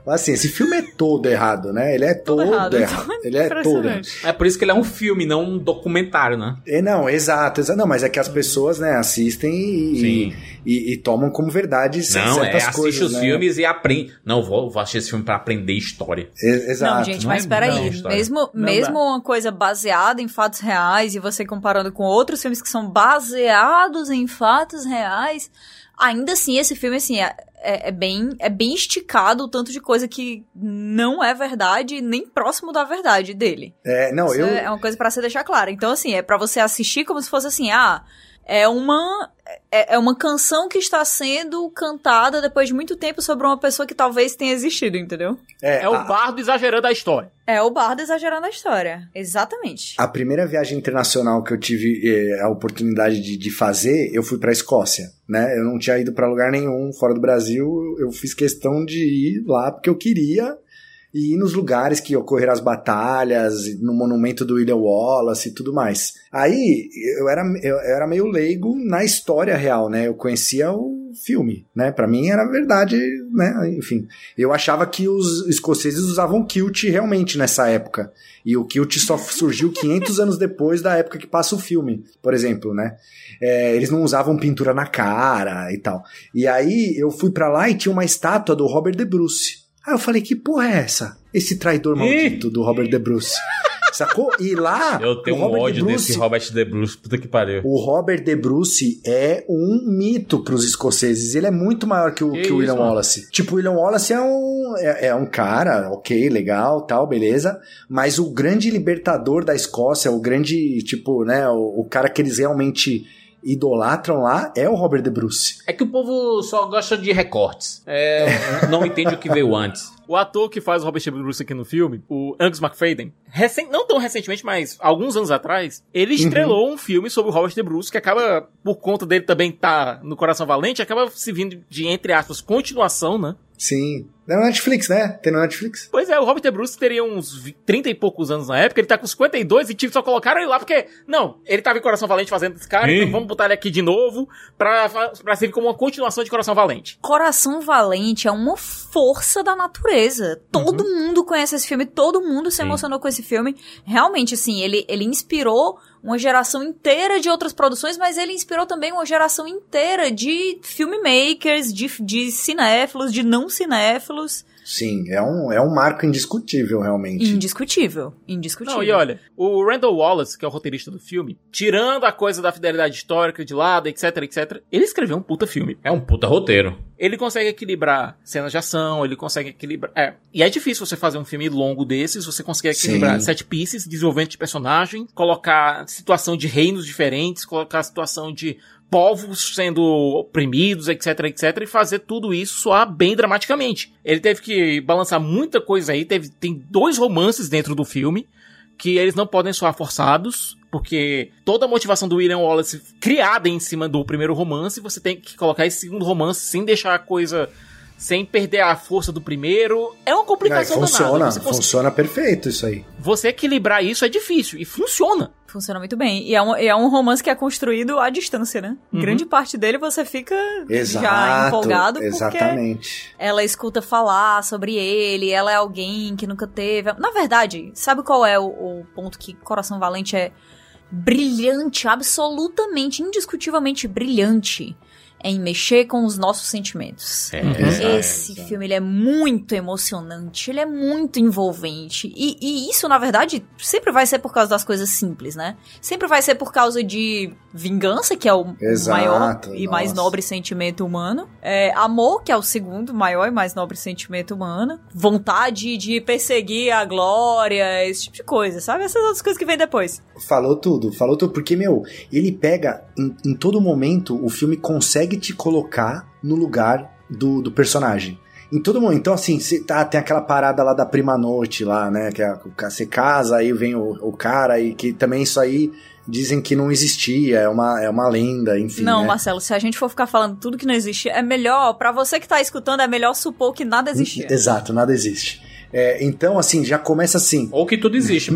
Assim, esse filme é todo errado, né? Ele é todo, todo errado. errado. Ele é todo errado. É por isso que ele é um filme, não um documentário, né? É, não, exato, exato. Não, mas é que as pessoas, né, assistem e, e, e tomam como verdade não, certas é, coisas, assiste os né? filmes e aprende. Não, vou, vou assistir esse filme pra aprender história. É, exato. Não, gente, não mas é, peraí. Mesmo, mesmo uma coisa baseada em fatos reais e você comparando com outros filmes que são baseados em fatos reais, ainda assim, esse filme, assim, é, é, é, bem, é bem esticado o tanto de coisa que não é verdade, nem próximo da verdade dele. É, não, Isso eu... é uma coisa pra se deixar clara. Então, assim, é pra você assistir como se fosse assim, ah... É uma, é, é uma canção que está sendo cantada depois de muito tempo sobre uma pessoa que talvez tenha existido, entendeu? É, é o a... bardo exagerando a história. É o bardo exagerando a história, exatamente. A primeira viagem internacional que eu tive eh, a oportunidade de, de fazer, eu fui pra Escócia, né? Eu não tinha ido pra lugar nenhum fora do Brasil, eu fiz questão de ir lá porque eu queria... E ir nos lugares que ocorreram as batalhas, no monumento do William Wallace e tudo mais. Aí, eu era, eu era meio leigo na história real, né? Eu conhecia o filme, né? Pra mim era verdade, né? Enfim, eu achava que os escoceses usavam kilt realmente nessa época. E o kilt só surgiu quinhentos anos depois da época que passa o filme, por exemplo, né? É, eles não usavam pintura na cara e tal. E aí, eu fui pra lá e tinha uma estátua do Robert De Bruce. Aí eu falei, que porra é essa? Esse traidor maldito do Robert De Bruce. Sacou? E lá... Eu tenho um ódio Bruce, desse Robert De Bruce, puta que pariu. O Robert De Bruce é um mito pros escoceses. Ele é muito maior que o, que que o William isso, Wallace. Mano? Tipo, o William Wallace é um, é, é um cara, ok, legal, tal, beleza. Mas o grande libertador da Escócia, o grande, tipo, né, o, o cara que eles realmente... idolatram lá é o Robert De Bruce. É que o povo só gosta de recortes. É, não entende o que veio antes. O ator que faz o Robert De Bruce aqui no filme, o Angus MacFadyen, recém, não tão recentemente, mas alguns anos atrás, ele estrelou uhum. um filme sobre o Robert De Bruce, que acaba, por conta dele também estar tá no Coração Valente, acaba se vindo de, entre aspas, continuação, né? Sim. É na Netflix, né? Tem na Netflix. Pois é, o Robert De Bruce teria uns trinta e poucos anos na época, ele tá com cinquenta e dois e tipo, só colocaram ele lá porque, não, ele tava em Coração Valente fazendo esse cara, então vamos botar ele aqui de novo pra, pra servir como uma continuação de Coração Valente. Coração Valente é uma força da natureza. Todo uhum. mundo conhece esse filme, todo mundo se Sim. emocionou com esse filme. Realmente, assim, ele, ele inspirou uma geração inteira de outras produções, mas ele inspirou também uma geração inteira de filmmakers, de, de cinéfilos, de não cinéfilos. Sim, é um, é um marco indiscutível, realmente. Indiscutível, indiscutível. Não, e olha, o Randall Wallace, que é o roteirista do filme, tirando a coisa da fidelidade histórica de lado, etc, etc, ele escreveu um puta filme. É um puta roteiro. Ele consegue equilibrar cenas de ação, ele consegue equilibrar... É, e é difícil você fazer um filme longo desses, você conseguir equilibrar Sim. set pieces, desenvolvimento de personagem, colocar situação de reinos diferentes, colocar a situação de povos sendo oprimidos, etc, etc, e fazer tudo isso soar bem dramaticamente. Ele teve que balançar muita coisa aí, teve, tem dois romances dentro do filme, que eles não podem soar forçados, porque toda a motivação do William Wallace criada em cima do primeiro romance, você tem que colocar esse segundo romance sem deixar a coisa... sem perder a força do primeiro. É uma complicação Não, funciona, danada. Você funciona cons... perfeito isso aí. Você equilibrar isso é difícil, e funciona. Funciona muito bem. E é um, é um romance que é construído à distância, né? Uhum. Grande parte dele você fica Exato, já empolgado exatamente. Porque ela escuta falar sobre ele, ela é alguém que nunca teve... Na verdade, sabe qual é o, o ponto que Coração Valente é brilhante, absolutamente, indiscutivelmente brilhante? É em mexer com os nossos sentimentos. É, Esse é, filme, ele é muito emocionante, ele é muito envolvente. E, e isso, na verdade, sempre vai ser por causa das coisas simples, né? Sempre vai ser por causa de vingança, que é o Exato, maior e nossa. mais nobre sentimento humano. É, amor, que é o segundo maior e mais nobre sentimento humano. Vontade de perseguir a glória, esse tipo de coisa, sabe? Essas outras coisas que vêm depois. Falou tudo, falou tudo. Porque, meu, ele pega, em, em todo momento, o filme consegue te colocar no lugar do, do personagem. Em todo momento. Então, assim, cê, tá, tem aquela parada lá da prima noite lá, né? Que você casa, aí vem o, o cara, e que também isso aí dizem que não existia, é uma, é uma lenda, enfim. Não, né? Marcelo, se a gente for ficar falando tudo que não existe, é melhor, pra você que tá escutando, é melhor supor que nada existia. Exato, nada existe. É, então, assim, já começa assim. Ou que tudo existe mesmo.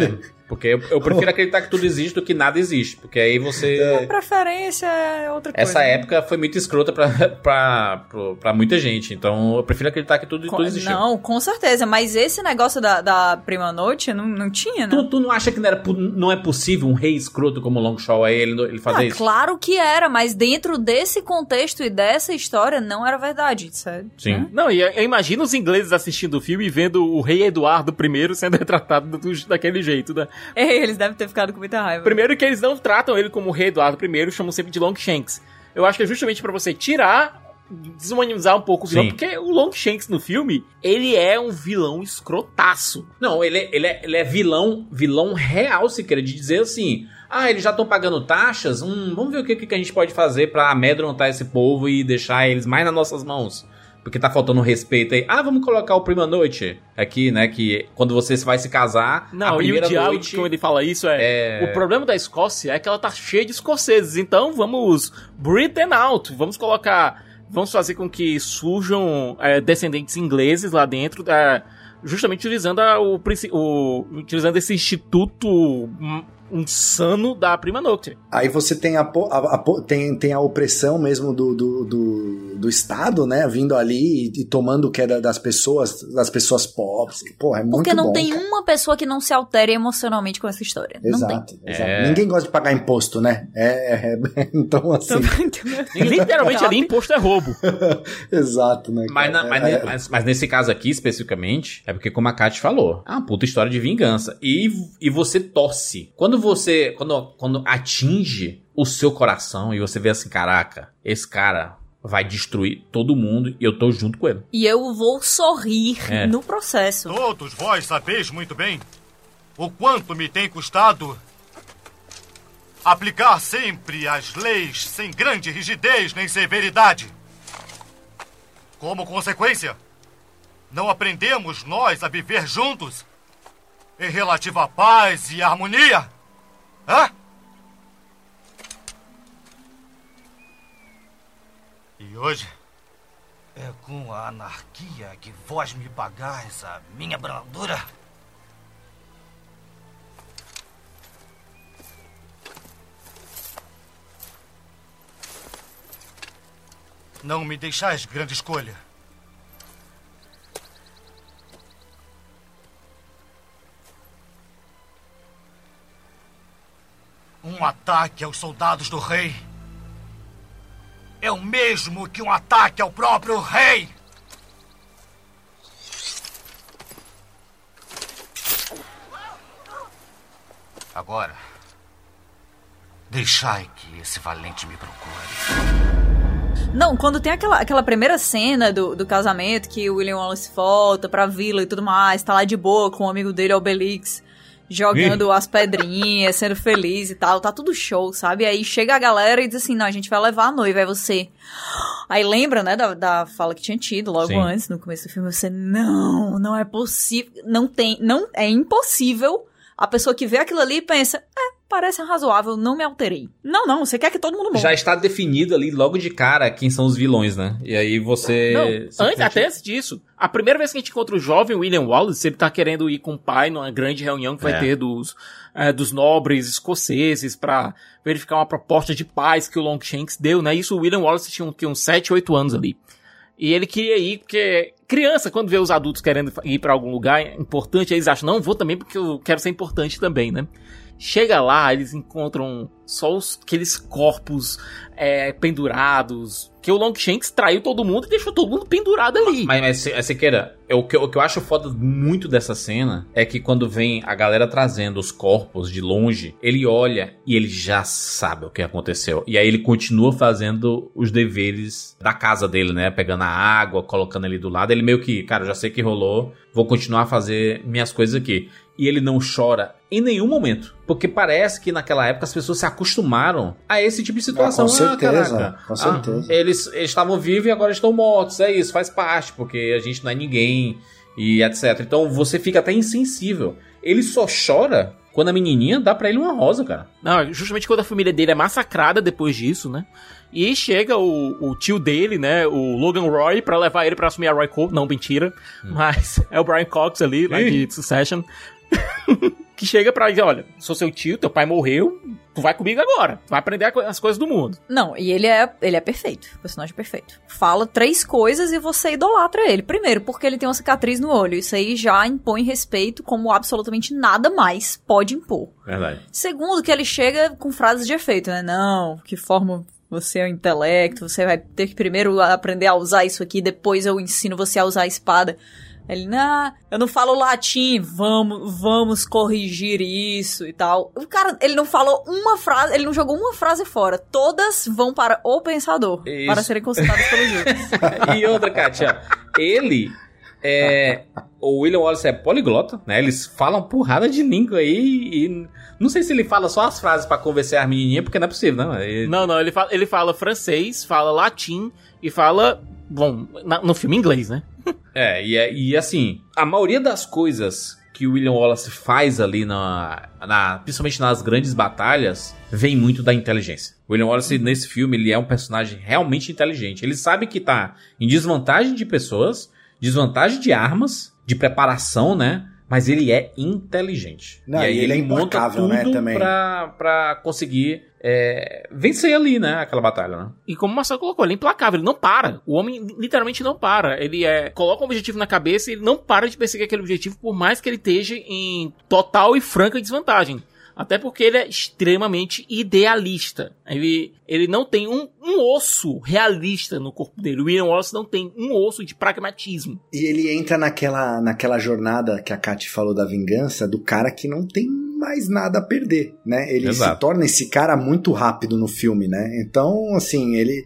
Porque eu, eu prefiro acreditar que tudo existe do que nada existe. Porque aí você... A preferência é outra coisa. Essa época foi muito escrota pra, pra, pra, pra muita gente. Então eu prefiro acreditar que tudo, com, tudo existiu. Não, com certeza. Mas esse negócio da, da Prima Noite não, não tinha, né? Tu, tu não acha que não, era, não é possível um rei escroto como o Longshaw aí ele, ele fazer ah, isso? Claro que era, mas dentro desse contexto e dessa história não era verdade, sério. Sim. Né? Não, e eu imagino os ingleses assistindo o filme e vendo o rei Eduardo I sendo retratado do, daquele jeito, né? Eles devem ter ficado com muita raiva. Primeiro que eles não tratam ele como o rei Eduardo I, chamam sempre de Longshanks. Eu acho que é justamente pra você tirar, desumanizar um pouco o vilão, Sim. porque o Longshanks no filme, ele é um vilão escrotaço. Não, ele, é- ele, é, ele é vilão, vilão real, se quer, de dizer assim... Ah, eles já estão pagando taxas? Hum, vamos ver o que, que a gente pode fazer pra amedrontar esse povo e deixar eles mais nas nossas mãos. Porque tá faltando respeito aí. Ah, vamos colocar o Prima Noite aqui, né? Que quando você vai se casar, Não, a e primeira o diálogo noite... quando ele fala isso é, é... O problema da Escócia é que ela tá cheia de escoceses. Então vamos breed them out. Vamos colocar... Vamos fazer com que surjam é, descendentes ingleses lá dentro, é, justamente utilizando, a, o, o, utilizando esse instituto... Hum, insano da Prima Nocte. Aí você tem a, a, a, tem, tem a opressão mesmo do, do, do, do Estado, né? Vindo ali e, e tomando o que é da, das pessoas, das pessoas pobres. Porra, é muito bom. Porque não bom, tem cara. uma pessoa que não se altere emocionalmente com essa história. Exato, não tem. exato. É. Ninguém gosta de pagar imposto, né? É, é, então assim. Literalmente ali, imposto é roubo. Exato, né? Mas, na- mas, É, ne- é. mas- mas nesse caso aqui, especificamente, é porque, como a Kat falou, é uma puta história de vingança. E, e você torce. Quando você... Quando, quando atinge o seu coração e você vê assim, caraca, esse cara vai destruir todo mundo e eu tô junto com ele. E eu vou sorrir É. no processo. Todos vós sabeis muito bem o quanto me tem custado aplicar sempre as leis sem grande rigidez nem severidade. Como consequência, não aprendemos nós a viver juntos em relativa paz e harmonia? Hã? E hoje é com a anarquia que vós me pagais a minha brandura? Não me deixais grande escolha. Um ataque aos soldados do rei é o mesmo que um ataque ao próprio rei. Agora, deixai que esse valente me procure. Não, quando tem aquela, aquela primeira cena do, do casamento, que o William Wallace volta pra vila e tudo mais, tá lá de boa com o amigo dele, Obelix, jogando as pedrinhas, sendo feliz e tal, tá tudo show, sabe? Aí chega a galera e diz assim, não, a gente vai levar a noiva, aí você... Aí lembra, né, da, da fala que tinha tido logo Sim. antes, no começo do filme, você, não, não é possível, não tem, não, é impossível a pessoa que vê aquilo ali e pensa, é, parece razoável, não me alterei. Não, não, você quer que todo mundo morra. Já está definido ali logo de cara quem são os vilões, né? E aí você... Não, simplesmente- antes, até antes disso, a primeira vez que a gente encontra o jovem William Wallace, ele tá querendo ir com o pai numa grande reunião que vai É. ter dos, é, dos nobres escoceses pra verificar uma proposta de paz que o Longshanks deu, né? Isso o William Wallace tinha um, que, uns sete, oito anos ali. E ele queria ir porque criança, quando vê os adultos querendo ir pra algum lugar importante, eles acham, não, vou também porque eu quero ser importante também, né? Chega lá, eles encontram só os, aqueles corpos é, pendurados, que o Longshanks traiu todo mundo e deixou todo mundo pendurado ali. Mas, mas é, Sequeira, é, o, que, eu- o que eu acho foda muito dessa cena é que quando vem a galera trazendo os corpos de longe, ele olha e ele já sabe o que aconteceu. E aí ele continua fazendo os deveres da casa dele, né? Pegando a água, colocando ali do lado. Ele meio que, cara, eu já sei que rolou, vou continuar a fazer minhas coisas aqui. E ele não chora em nenhum momento. Porque parece que naquela época as pessoas se acostumaram a esse tipo de situação. Ah, com certeza, caraca. com certeza. Ah, eles eles estavam vivos e agora estão mortos. É isso, faz parte, porque a gente não é ninguém e etcétera. Então você fica até insensível. Ele só chora quando a menininha dá pra ele uma rosa, cara. Não, justamente quando a família dele é massacrada depois disso, né? E chega o, o tio dele, né? O Logan Roy, pra levar ele pra assumir a Roy Cole. Não, mentira. Hum. Mas é o Brian Cox ali, lá de Succession. que chega pra dizer, olha, sou seu tio, teu pai morreu, tu vai comigo agora, tu vai aprender as coisas do mundo. Não, e ele é, ele é perfeito, personagem perfeito. Fala três coisas e você idolatra ele. Primeiro, porque ele tem uma cicatriz no olho, isso aí já impõe respeito como absolutamente nada mais pode impor. Verdade. Segundo, que ele chega com frases de efeito, né? Não, que forma... Você é o intelecto, você vai ter que primeiro aprender a usar isso aqui, depois eu ensino você a usar a espada. Ele, não, eu não falo latim, vamos, vamos corrigir isso e tal. O cara, ele não falou uma frase, ele não jogou uma frase fora. Todas vão para o pensador, isso. Para serem consultadas pelos juros. E outra, Kátia, ele... É, o William Wallace é poliglota, né? Eles falam porrada de língua aí e... Não sei se ele fala só as frases pra convencer as menininhas, porque não é possível, não. Ele... Não, não, ele fala, ele fala francês, fala latim e fala... Bom, na, no filme inglês, né? É, e, e assim, a maioria das coisas que o William Wallace faz ali, na, na, principalmente nas grandes batalhas, vem muito da inteligência. O William Wallace, nesse filme, ele é um personagem realmente inteligente. Ele sabe que tá em desvantagem de pessoas, desvantagem de armas, de preparação, né? Mas ele é inteligente. Não, e aí e ele, ele é monta tudo, né, também. Pra, pra conseguir é, vencer ali, né? Aquela batalha, né? E como o Marcelo colocou, ele é implacável, ele não para. O homem literalmente não para. Ele é, coloca um objetivo na cabeça e ele não para de perseguir aquele objetivo, por mais que ele esteja em total e franca desvantagem. Até porque ele é extremamente idealista. Ele, ele não tem um, um osso realista no corpo dele. O William Wallace não tem um osso de pragmatismo. E ele entra naquela, naquela jornada que a Katy falou da vingança, do cara que não tem mais nada a perder, né? Ele Exato. se torna esse cara muito rápido no filme, né? Então, assim, ele...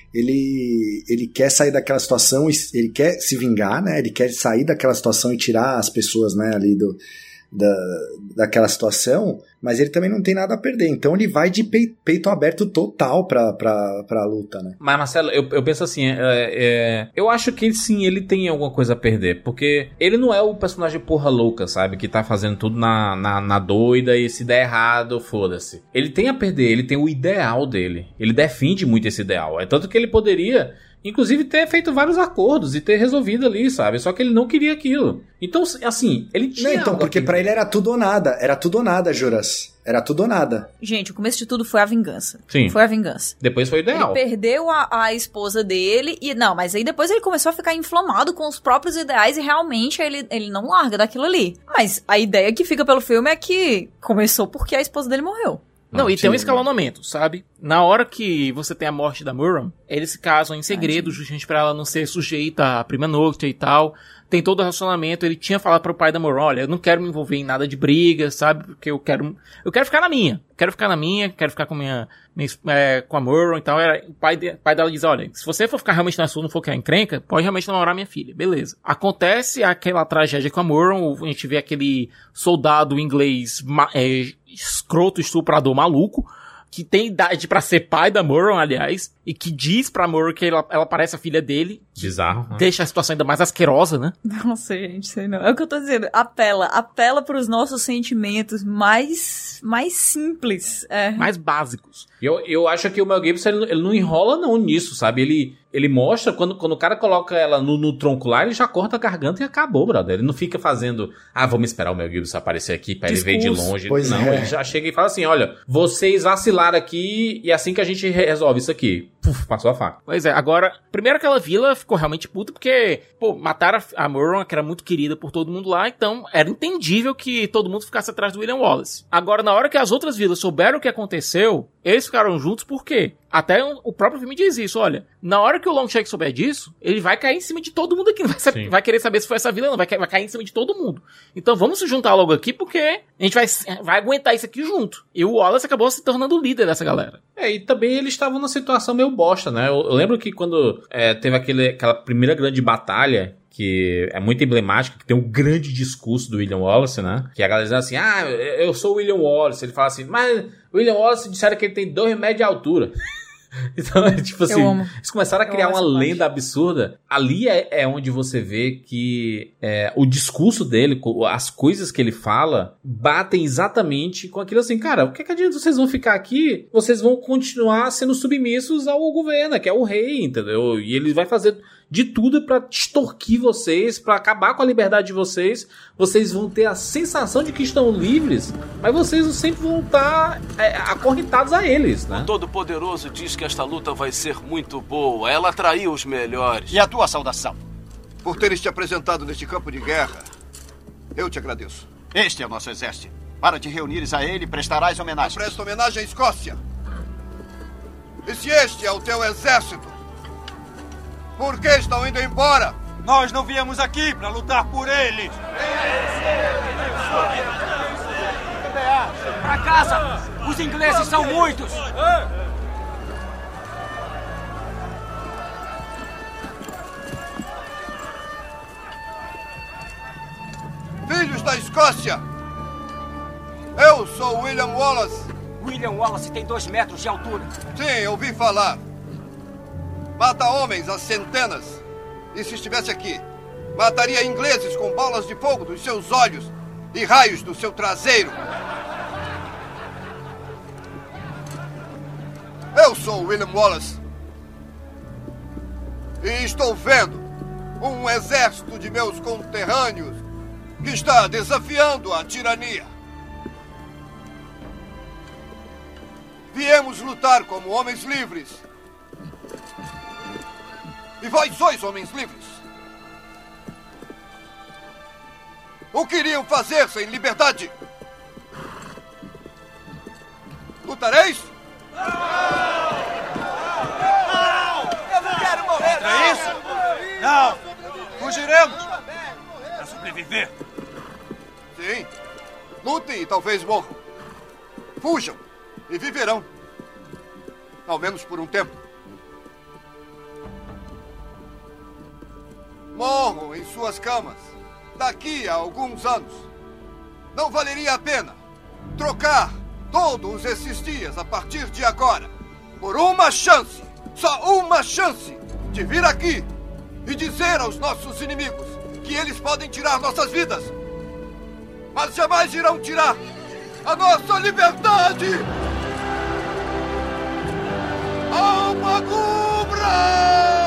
Ele, ele quer sair daquela situação, ele quer se vingar, né? Ele quer sair daquela situação e tirar as pessoas, né, ali do... Da, daquela situação, mas ele também não tem nada a perder, então ele vai de peito, peito aberto total pra, pra, pra luta, né? Mas Marcelo, eu, eu penso assim, é, é, eu acho que sim, ele tem alguma coisa a perder, porque ele não é o personagem porra louca, sabe, que tá fazendo tudo na, na, na doida e se der errado, foda-se. Ele tem a perder, ele tem o ideal dele, ele defende muito esse ideal, é tanto que ele poderia... Inclusive ter feito vários acordos e ter resolvido ali, sabe? Só que ele não queria aquilo. Então, assim, ele tinha... Não, então, porque pra ele era tudo ou nada. Era tudo ou nada, Juras. Era tudo ou nada. Gente, o começo de tudo foi a vingança. Sim. Foi a vingança. Depois foi o ideal. Ele perdeu a, a esposa dele e... Não, mas aí depois ele começou a ficar inflamado com os próprios ideais e realmente ele, ele não larga daquilo ali. Mas a ideia que fica pelo filme é que começou porque a esposa dele morreu. Não, não, e tem um escalonamento, sabe? Na hora que você tem a morte da Miriam, eles se casam em segredo, justamente pra ela não ser sujeita à prima nocte e tal. Tem todo o relacionamento, ele tinha falado pro pai da Miriam, olha, eu não quero me envolver em nada de briga, sabe? Porque eu quero eu quero ficar na minha. Quero ficar na minha, quero ficar com, minha, minha é, com a Miriam e tal. Era, o pai, de, pai dela diz, olha, se você for ficar realmente na sua, não for criar encrenca, pode realmente namorar minha filha. Beleza. Acontece aquela tragédia com a Miriam, a gente vê aquele soldado inglês é, escroto, estuprador, maluco, que tem idade pra ser pai da Miriam, aliás, e que diz pra Miriam que ela, ela parece a filha dele. Bizarro. Né? Deixa a situação ainda mais asquerosa, né? Não sei, gente, sei não. É o que eu tô dizendo, apela, apela pros nossos sentimentos mais, mais simples. É. Mais básicos. Eu, eu acho que o Mel Gibson, ele, ele não enrola não nisso, sabe? Ele, ele mostra, quando, quando o cara coloca ela no, no tronco lá, ele já corta a garganta e acabou, brother. Ele não fica fazendo, ah, vamos esperar o Mel Gibson aparecer aqui pra Discurso. ele ver de longe. Pois não, é. Ele já chega e fala assim, olha, vocês vacilaram aqui e assim que a gente resolve isso aqui. Puf, passou a faca. Pois é, agora, primeiro aquela vila ficou realmente puta, porque, pô, mataram a Miriam, que era muito querida por todo mundo lá, então era entendível que todo mundo ficasse atrás do William Wallace. Agora, na hora que as outras vilas souberam o que aconteceu, eles ficaram juntos por quê? Até o próprio filme diz isso, olha, na hora que o Longshake souber disso, ele vai cair em cima de todo mundo aqui, não vai, saber, vai querer saber se foi essa vila, não, vai, vai cair em cima de todo mundo. Então vamos se juntar logo aqui, porque a gente vai, vai aguentar isso aqui junto. E o Wallace acabou se tornando o líder dessa galera. É, e também eles estavam numa situação meio bosta, né? Eu, eu lembro que quando é, teve aquele, aquela primeira grande batalha, que é muito emblemática, que tem um grande discurso do William Wallace, né? Que a galera diz assim, ah, eu sou o William Wallace. Ele fala assim, mas o William Wallace disseram que ele tem dois metros de altura. Então, tipo assim, eles começaram a criar uma lenda parte. absurda. Ali é, é onde você vê que é, o discurso dele, as coisas que ele fala, batem exatamente com aquilo assim, cara, o que, que adianta vocês vão ficar aqui? Vocês vão continuar sendo submissos ao governo, que é o rei, entendeu? E ele vai fazer... de tudo pra extorquir vocês, pra acabar com a liberdade de vocês. Vocês vão ter a sensação de que estão livres, mas vocês sempre vão estar é, acorrentados a eles, né? O Todo-Poderoso diz que esta luta vai ser muito boa. Ela atraiu os melhores. E a tua saudação? Por teres te apresentado neste campo de guerra, eu te agradeço. Este é o nosso exército. Para te reunires a ele, prestarás homenagem. Eu presto homenagem à Escócia. E se este é o teu exército, por que estão indo embora? Nós não viemos aqui para lutar por eles. Para casa! Os ingleses são muitos! Filhos da Escócia! Eu sou William Wallace. William Wallace tem dois metros de altura. Sim, ouvi falar. Mata homens a centenas. E se estivesse aqui, mataria ingleses com bolas de fogo dos seus olhos e raios do seu traseiro. Eu sou William Wallace. E estou vendo um exército de meus conterrâneos que está desafiando a tirania. Viemos lutar como homens livres. E vós sois homens livres. O que iriam fazer sem liberdade? Lutareis? Não! Eu não quero morrer, não! É isso? Não! Fugiremos! Para sobreviver. Sim. Lutem e talvez morram. Fujam e viverão. Ao menos por um tempo. Morram em suas camas daqui a alguns anos. Não valeria a pena trocar todos esses dias a partir de agora por uma chance, só uma chance, de vir aqui e dizer aos nossos inimigos que eles podem tirar nossas vidas, mas jamais irão tirar a nossa liberdade! Alma Cubra!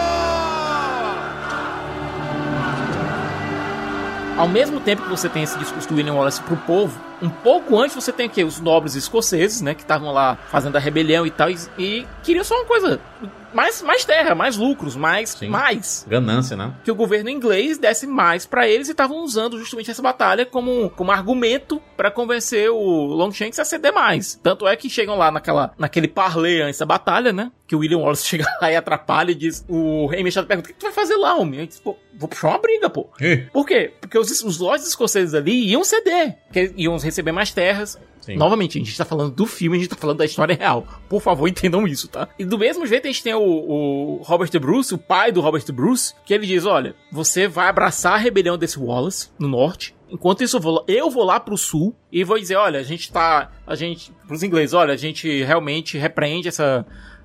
Ao mesmo tempo que você tem esse discurso do William Wallace pro povo, um pouco antes você tem aqui os nobres escoceses, né, que estavam lá fazendo a rebelião e tal, e, e queriam só uma coisa, mais, mais terra, mais lucros, mais, Sim. mais. Ganância, né? Que o governo inglês desse mais pra eles e estavam usando justamente essa batalha como, como argumento pra convencer o Longshanks a ceder mais. Tanto é que chegam lá naquela, naquele parley antes da batalha, né, que o William Wallace chega lá e atrapalha e diz, o rei Machado pergunta, o que tu vai fazer lá, homem? Ele diz, pô, vou puxar uma briga, pô. E? Por quê? Porque os, os lords escoceses ali iam ceder, que iam receber mais terras. Sim. Novamente, a gente tá falando do filme, a gente tá falando da história real. Por favor, entendam isso, tá? E do mesmo jeito a gente tem o, o Robert the Bruce, o pai do Robert the Bruce, que ele diz, olha, você vai abraçar a rebelião desse Wallace, no norte. Enquanto isso, eu vou, eu vou lá pro sul e vou dizer, olha, a gente tá... A gente... Pros ingleses, olha, a gente realmente repreende essa...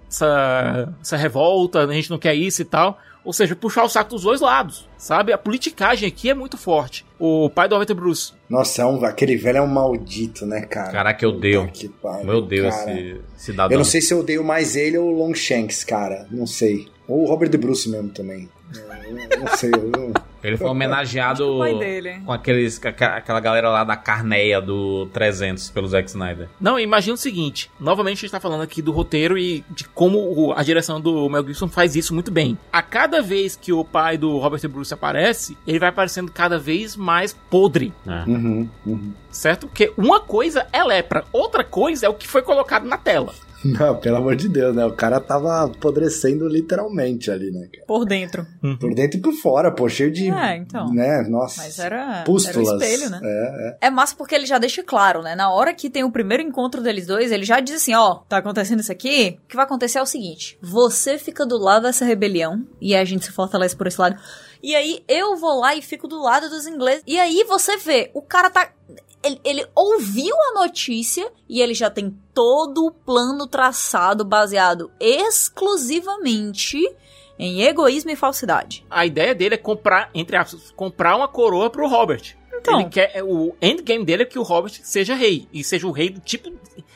Essa, essa revolta, a gente não quer isso e tal. Ou seja, puxar o saco dos dois lados, sabe? A politicagem aqui é muito forte. O pai do Robert Bruce. Nossa, é um, aquele velho é um maldito, né, cara? Caraca, eu odeio. Que pariu, eu odeio cara. esse cidadão. Eu não sei se eu odeio mais ele ou o Longshanks, cara. Não sei. Ou o Robert The Bruce mesmo também. Eu não sei. Eu... Ele foi homenageado com aqueles, aquela galera lá da Carneia do trezentos pelo Zack Snyder. Não, imagina o seguinte. Novamente a gente tá falando aqui do roteiro e de como a direção do Mel Gibson faz isso muito bem. A cada vez que o pai do Robert Bruce aparece, ele vai aparecendo cada vez mais podre. É. Uhum, uhum. Certo? Porque uma coisa é lepra, outra coisa é o que foi colocado na tela. Não, pelo amor de Deus, né? O cara tava apodrecendo literalmente ali, né? Por dentro. Uhum. Por dentro e por fora, pô, cheio de... É, então. Né? Nossa. Mas era, pústulas. era o espelho, né? É, é. É massa porque ele já deixa claro, né? Na hora que tem o primeiro encontro deles dois, ele já diz assim, ó, tá acontecendo isso aqui, o que vai acontecer é o seguinte, você fica do lado dessa rebelião, e a gente se fortalece por esse lado, e aí eu vou lá e fico do lado dos ingleses, e aí você vê, o cara tá... Ele, ele ouviu a notícia e ele já tem todo o plano traçado baseado exclusivamente em egoísmo e falsidade. A ideia dele é comprar, entre aspas, comprar uma coroa pro Robert. Então. Ele quer, o endgame dele é que o Robert seja rei. E seja o rei do tipo...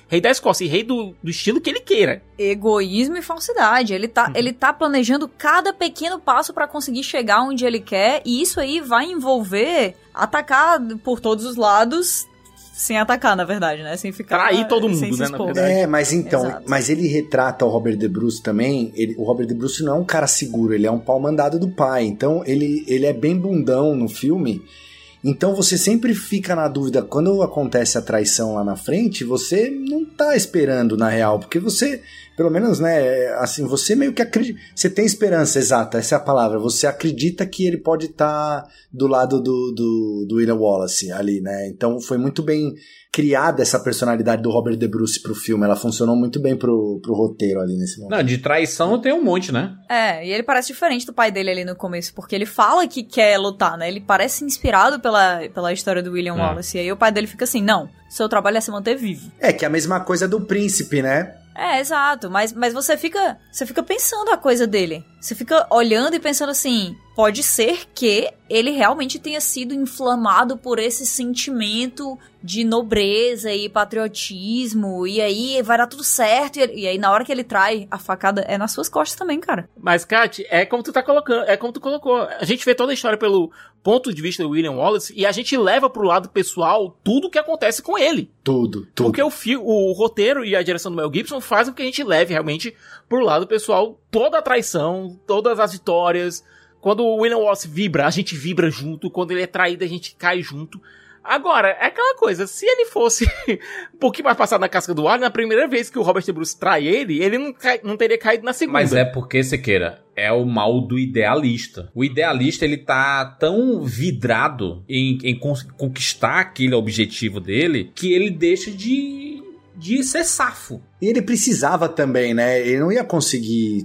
rei da Escócia e rei do, do estilo que ele queira. Egoísmo e falsidade. Ele tá, uhum. ele tá planejando cada pequeno passo pra conseguir chegar onde ele quer, e isso aí vai envolver atacar por todos os lados, sem atacar, na verdade, né? Sem ficar... Trair todo mundo, né, na verdade. É, mas então... Exato. Mas ele retrata o Robert De Bruce também... Ele, o Robert De Bruce não é um cara seguro, ele é um pau mandado do pai. Então, ele, ele é bem bundão no filme. Então, você sempre fica na dúvida. Quando acontece a traição lá na frente, você não tá esperando, na real. Porque você... Pelo menos, né, assim, você meio que acredita... Você tem esperança, exata, essa é a palavra. Você acredita que ele pode estar tá do lado do, do, do William Wallace ali, né? Então foi muito bem criada essa personalidade do Robert De Bruce pro filme. Ela funcionou muito bem pro, pro roteiro ali nesse momento. Não, de traição tem um monte, né? É, e ele parece diferente do pai dele ali no começo, porque ele fala que quer lutar, né? Ele parece inspirado pela, pela história do William é. Wallace. E aí o pai dele fica assim, não, seu trabalho é se manter vivo. É, que é a mesma coisa do príncipe, né? É, exato, mas, mas você fica você fica pensando a coisa dele. Você fica olhando e pensando assim, pode ser que ele realmente tenha sido inflamado por esse sentimento de nobreza e patriotismo, e aí vai dar tudo certo, e, e aí na hora que ele trai, a facada é nas suas costas também, cara. Mas, Kat, é como tu tá colocando, é como tu colocou. A gente vê toda a história pelo ponto de vista do William Wallace, e a gente leva pro lado pessoal tudo o que acontece com ele. Tudo, tudo. Porque o, fi- o roteiro e a direção do Mel Gibson fazem com que a gente leve realmente pro lado pessoal toda a traição, todas as vitórias. Quando o William Wallace vibra, a gente vibra junto. Quando ele é traído, a gente cai junto. Agora, é aquela coisa, se ele fosse um pouquinho mais passado na casca do alho, na primeira vez que o Robert De Bruce trai ele, ele não, cai, não teria caído na segunda. Mas é porque, Sequeira, é o mal do idealista. O idealista, ele tá tão vidrado em, em conquistar aquele objetivo dele, que ele deixa de... de ser safo. E ele precisava também, né? Ele não ia conseguir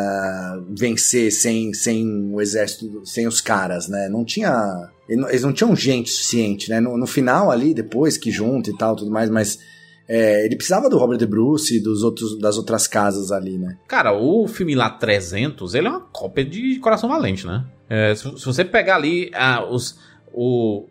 uh, vencer sem, sem o exército, sem os caras, né? Não tinha... Eles não tinham gente suficiente, né? No, no final ali, depois que junta e tal, tudo mais, mas... É, ele precisava do Robert De Bruce e dos outros, das outras casas ali, né? Cara, o filme lá trezentos, ele é uma cópia de Coração Valente, né? É, se, se você pegar ali ah, os... O,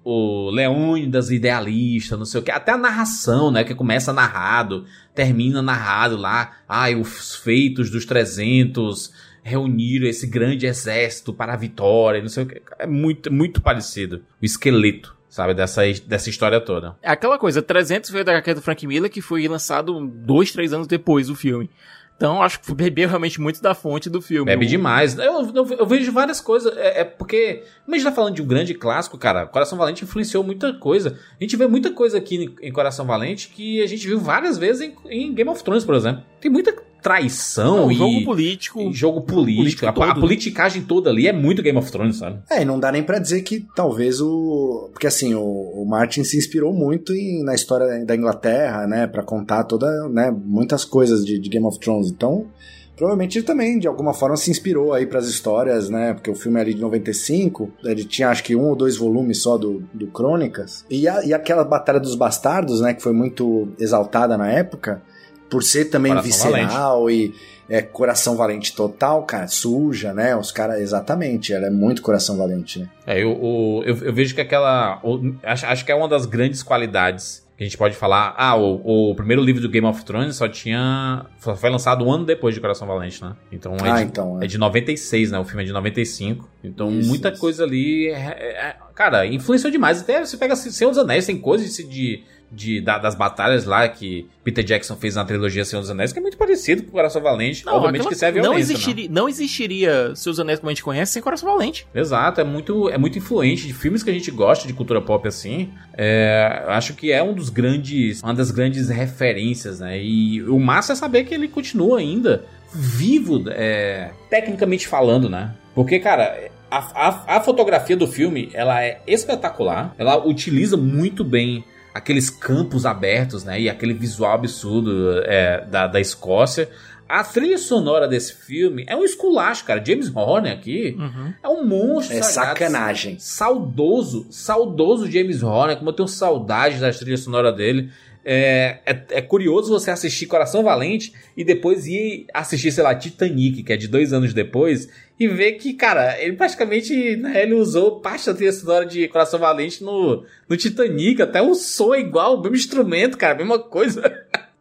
o Leônidas idealista, não sei o que, até a narração, né, que começa narrado, termina narrado lá, ai, ah, os feitos dos trezentos reuniram esse grande exército para a vitória, não sei o que, é muito, muito parecido, o esqueleto, sabe, dessa, dessa história toda. É aquela coisa, trezentos veio da H Q do Frank Miller, que foi lançado dois, três anos depois do filme. Então, acho que bebeu realmente muito da fonte do filme. Bebe demais. Eu, eu, eu vejo várias coisas. É, é porque, como a gente tá falando de um grande clássico, cara, Coração Valente influenciou muita coisa. A gente vê muita coisa aqui em Coração Valente que a gente viu várias vezes em, em Game of Thrones, por exemplo. Tem muita traição Não, e... jogo político. E jogo político. A, a politicagem toda ali é muito Game of Thrones, sabe? É, e não dá nem pra dizer que talvez o... Porque assim, o, o Martin se inspirou muito em, na história da Inglaterra, né? Pra contar toda, né? Muitas coisas de, de Game of Thrones. Então, provavelmente ele também, de alguma forma, se inspirou aí pras histórias, né? Porque o filme é ali de noventa e cinco, ele tinha acho que um ou dois volumes só do, do Crônicas. E, a, e aquela Batalha dos Bastardos, né? Que foi muito exaltada na época, por ser também Coração visceral Valente. E é, Coração Valente total, cara, suja, né? Os caras, exatamente, ela é muito Coração Valente, né? É, eu, eu, eu, eu vejo que aquela... Eu, acho, acho que é uma das grandes qualidades que a gente pode falar. Ah, o, o primeiro livro do Game of Thrones só tinha... Foi lançado um ano depois de Coração Valente, né? Então, é, ah, de, então é. é de noventa e seis, né? O filme é de noventa e cinco. Então, isso, muita isso. coisa ali... É, é, cara, influenciou demais. Até você pega Senhor dos Anéis, tem coisas de... de De, da, das batalhas lá que Peter Jackson fez na trilogia Senhor dos Anéis, que é muito parecido com o Coração Valente. Não, obviamente que serve não violência, existiria, não. não existiria Senhor dos Anéis como a gente conhece sem Coração Valente. Exato, é muito, é muito influente de filmes que a gente gosta de cultura pop assim. É, acho que é um dos grandes, uma das grandes referências, né? E o massa é saber que ele continua ainda vivo, é, tecnicamente falando, né? Porque, cara, a, a, a fotografia do filme, ela é espetacular, ela utiliza muito bem aqueles campos abertos, né? E aquele visual absurdo é, da, da Escócia. A trilha sonora desse filme é um esculacho, cara. James Horner aqui uhum. é um monstro. É sagrado, sacanagem. Saudoso, saudoso James Horner, como eu tenho saudade da trilha sonora dele. É, é, é curioso você assistir Coração Valente e depois ir assistir, sei lá, Titanic, que é de dois anos depois, e ver que, cara, ele praticamente, né, ele usou parte da trilha sonora de Coração Valente no, no Titanic, até o som é igual, o mesmo instrumento, cara, a mesma coisa.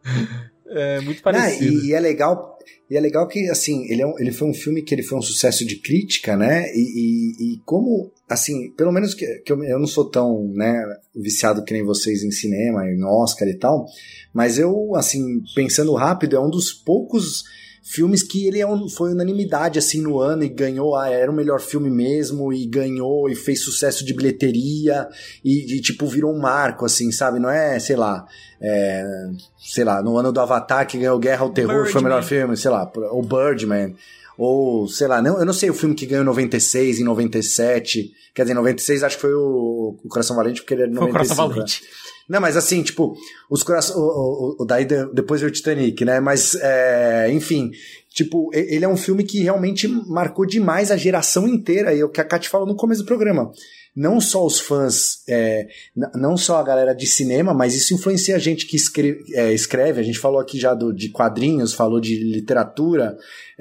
É muito parecido. Não, e, e é legal, e é legal que, assim, ele, é um, ele foi um filme que ele foi um sucesso de crítica, né? E, e, e como, assim, pelo menos que, que eu, eu não sou tão, né, viciado que nem vocês em cinema, em Oscar e tal, mas eu, assim, pensando rápido, é um dos poucos filmes que ele é um, foi unanimidade, assim, no ano e ganhou, ah, era o melhor filme mesmo, e ganhou, e fez sucesso de bilheteria, e, e tipo, virou um marco, assim, sabe? Não é, sei lá, é, sei lá, no ano do Avatar que ganhou Guerra ao Terror, Birdman. Foi o melhor filme, sei lá, ou Birdman, ou, sei lá, não, eu não sei o filme que ganhou em noventa e seis, em noventa e sete, quer dizer, em noventa e seis acho que foi o, o Coração Valente, porque ele era de noventa e cinco. Foi o Coração Valente. Né? Não, mas assim, tipo, os corações. O, o, o, daí depois veio o Titanic, né? Mas, é, enfim, tipo, ele é um filme que realmente marcou demais a geração inteira. E é o que a Kate falou no começo do programa. Não só os fãs, é, não só a galera de cinema, mas isso influencia a gente que escreve. É, escreve. A gente falou aqui já do, de quadrinhos, falou de literatura.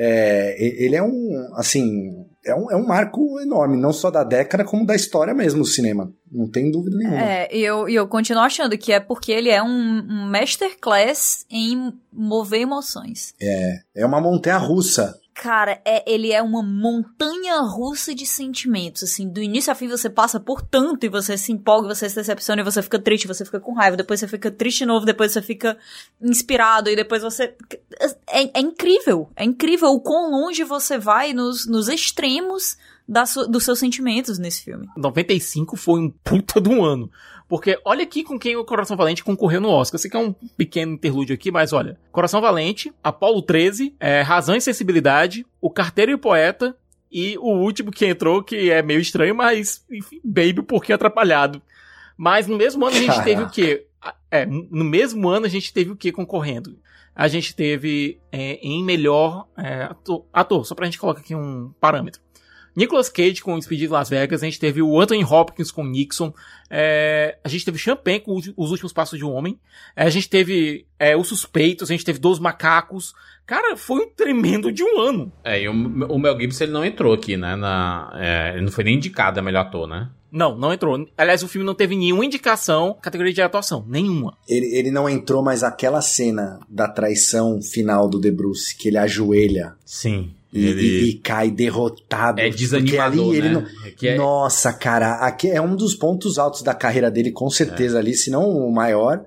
É, ele é um, assim. É um, é um marco enorme, não só da década, como da história mesmo do cinema. Não tem dúvida nenhuma. É, e eu, eu continuo achando que é porque ele é um, um masterclass em mover emoções. É, é uma montanha-russa. Cara, é, ele é uma montanha-russa de sentimentos, assim, do início ao fim você passa por tanto e você se empolga, você se decepciona e você fica triste, você fica com raiva, depois você fica triste de novo, depois você fica inspirado e depois você... É, é incrível, é incrível o quão longe você vai nos, nos extremos da su, dos seus sentimentos nesse filme. noventa e cinco foi um puta de um ano. Porque olha aqui com quem o Coração Valente concorreu no Oscar. Sei que é um pequeno interlúdio aqui, mas olha. Coração Valente, Apollo treze, é, Razão e Sensibilidade, O Carteiro e o Poeta e o último que entrou, que é meio estranho, mas, enfim, Baby, porque atrapalhado. Mas no mesmo ano a gente Caraca. teve o quê? É, no mesmo ano a gente teve o quê concorrendo? A gente teve é, em melhor é, ator, ator, só pra gente colocar aqui um parâmetro. Nicolas Cage com o Despedido de Las Vegas, a gente teve o Anthony Hopkins com Nixon, é, a gente teve Champagne com Os Últimos Passos de um Homem, é, a gente teve é, Os Suspeitos, a gente teve Dos Macacos. Cara, foi um tremendo de um ano. É, e o, o Mel Gibson ele não entrou aqui, né? Na, é, ele não foi nem indicado a melhor ator, né? Não, não entrou. Aliás, o filme não teve nenhuma indicação categoria de atuação, nenhuma. Ele, ele não entrou, mas aquela cena da traição final do The Bruce, que ele ajoelha. Sim. E, ele... e, e cai derrotado. É desanimador, ali, né? Ele não... é que é... Nossa, cara, aqui é um dos pontos altos da carreira dele, com certeza, é. ali, se não o maior.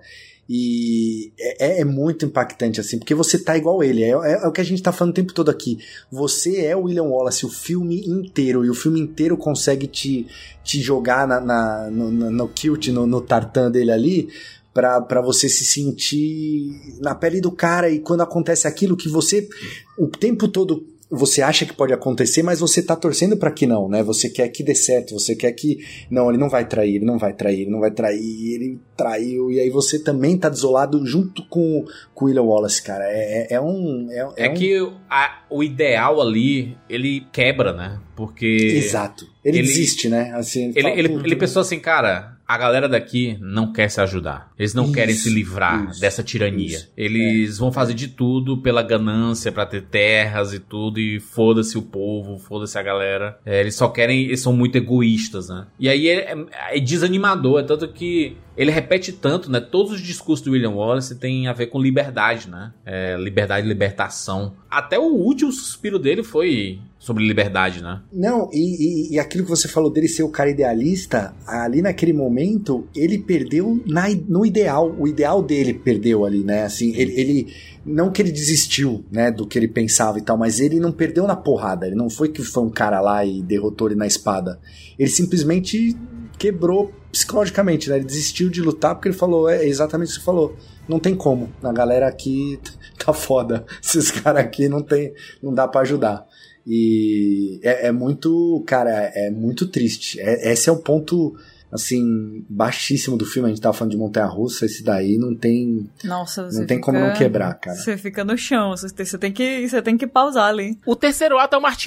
E é, é muito impactante, assim, porque você tá igual ele. É, é, é o que a gente tá falando o tempo todo aqui. Você é o William Wallace o filme inteiro, e o filme inteiro consegue te, te jogar na, na, no, no, no kilt, no, no tartan dele ali, pra, pra você se sentir na pele do cara. E quando acontece aquilo que você o tempo todo você acha que pode acontecer, mas você tá torcendo pra que não, né? Você quer que dê certo, você quer que... Não, ele não vai trair, ele não vai trair, ele não vai trair, ele traiu, e aí você também tá desolado junto com o William Wallace, cara. É, é, é um... É, é, é um... que a, o ideal ali, ele quebra, né? Porque... Exato. Ele, ele desiste, né? Assim, ele, ele, ele, ele pensou assim, cara... A galera daqui não quer se ajudar. Eles não isso, querem se livrar isso, dessa tirania. Isso. Eles é, vão fazer de tudo pela ganância, pra ter terras e tudo, e foda-se o povo, foda-se a galera. É, eles só querem... Eles são muito egoístas, né? E aí é, é, é desanimador, é tanto que ele repete tanto, né? Todos os discursos do William Wallace têm a ver com liberdade, né? É, liberdade e libertação. Até o último suspiro dele foi... sobre liberdade, né? Não, e, e, e aquilo que você falou dele ser o cara idealista, ali naquele momento, ele perdeu na, no ideal. O ideal dele perdeu ali, né? Assim, ele, ele... Não que ele desistiu, né, do que ele pensava e tal, mas ele não perdeu na porrada. Ele não foi que foi um cara lá e derrotou ele na espada. Ele simplesmente quebrou psicologicamente, né? Ele desistiu de lutar porque ele falou, é exatamente o que você falou. Não tem como. A galera aqui tá foda. Esses caras aqui não tem, não dá pra ajudar. E é, é muito, cara, é muito triste. É, esse é o ponto, assim, baixíssimo do filme. A gente tava falando de montanha-russa, esse daí não tem... Nossa, você não tem fica, como não quebrar, cara. Você fica no chão, você tem, você tem, que, você tem que pausar ali. O terceiro ato é o martírio.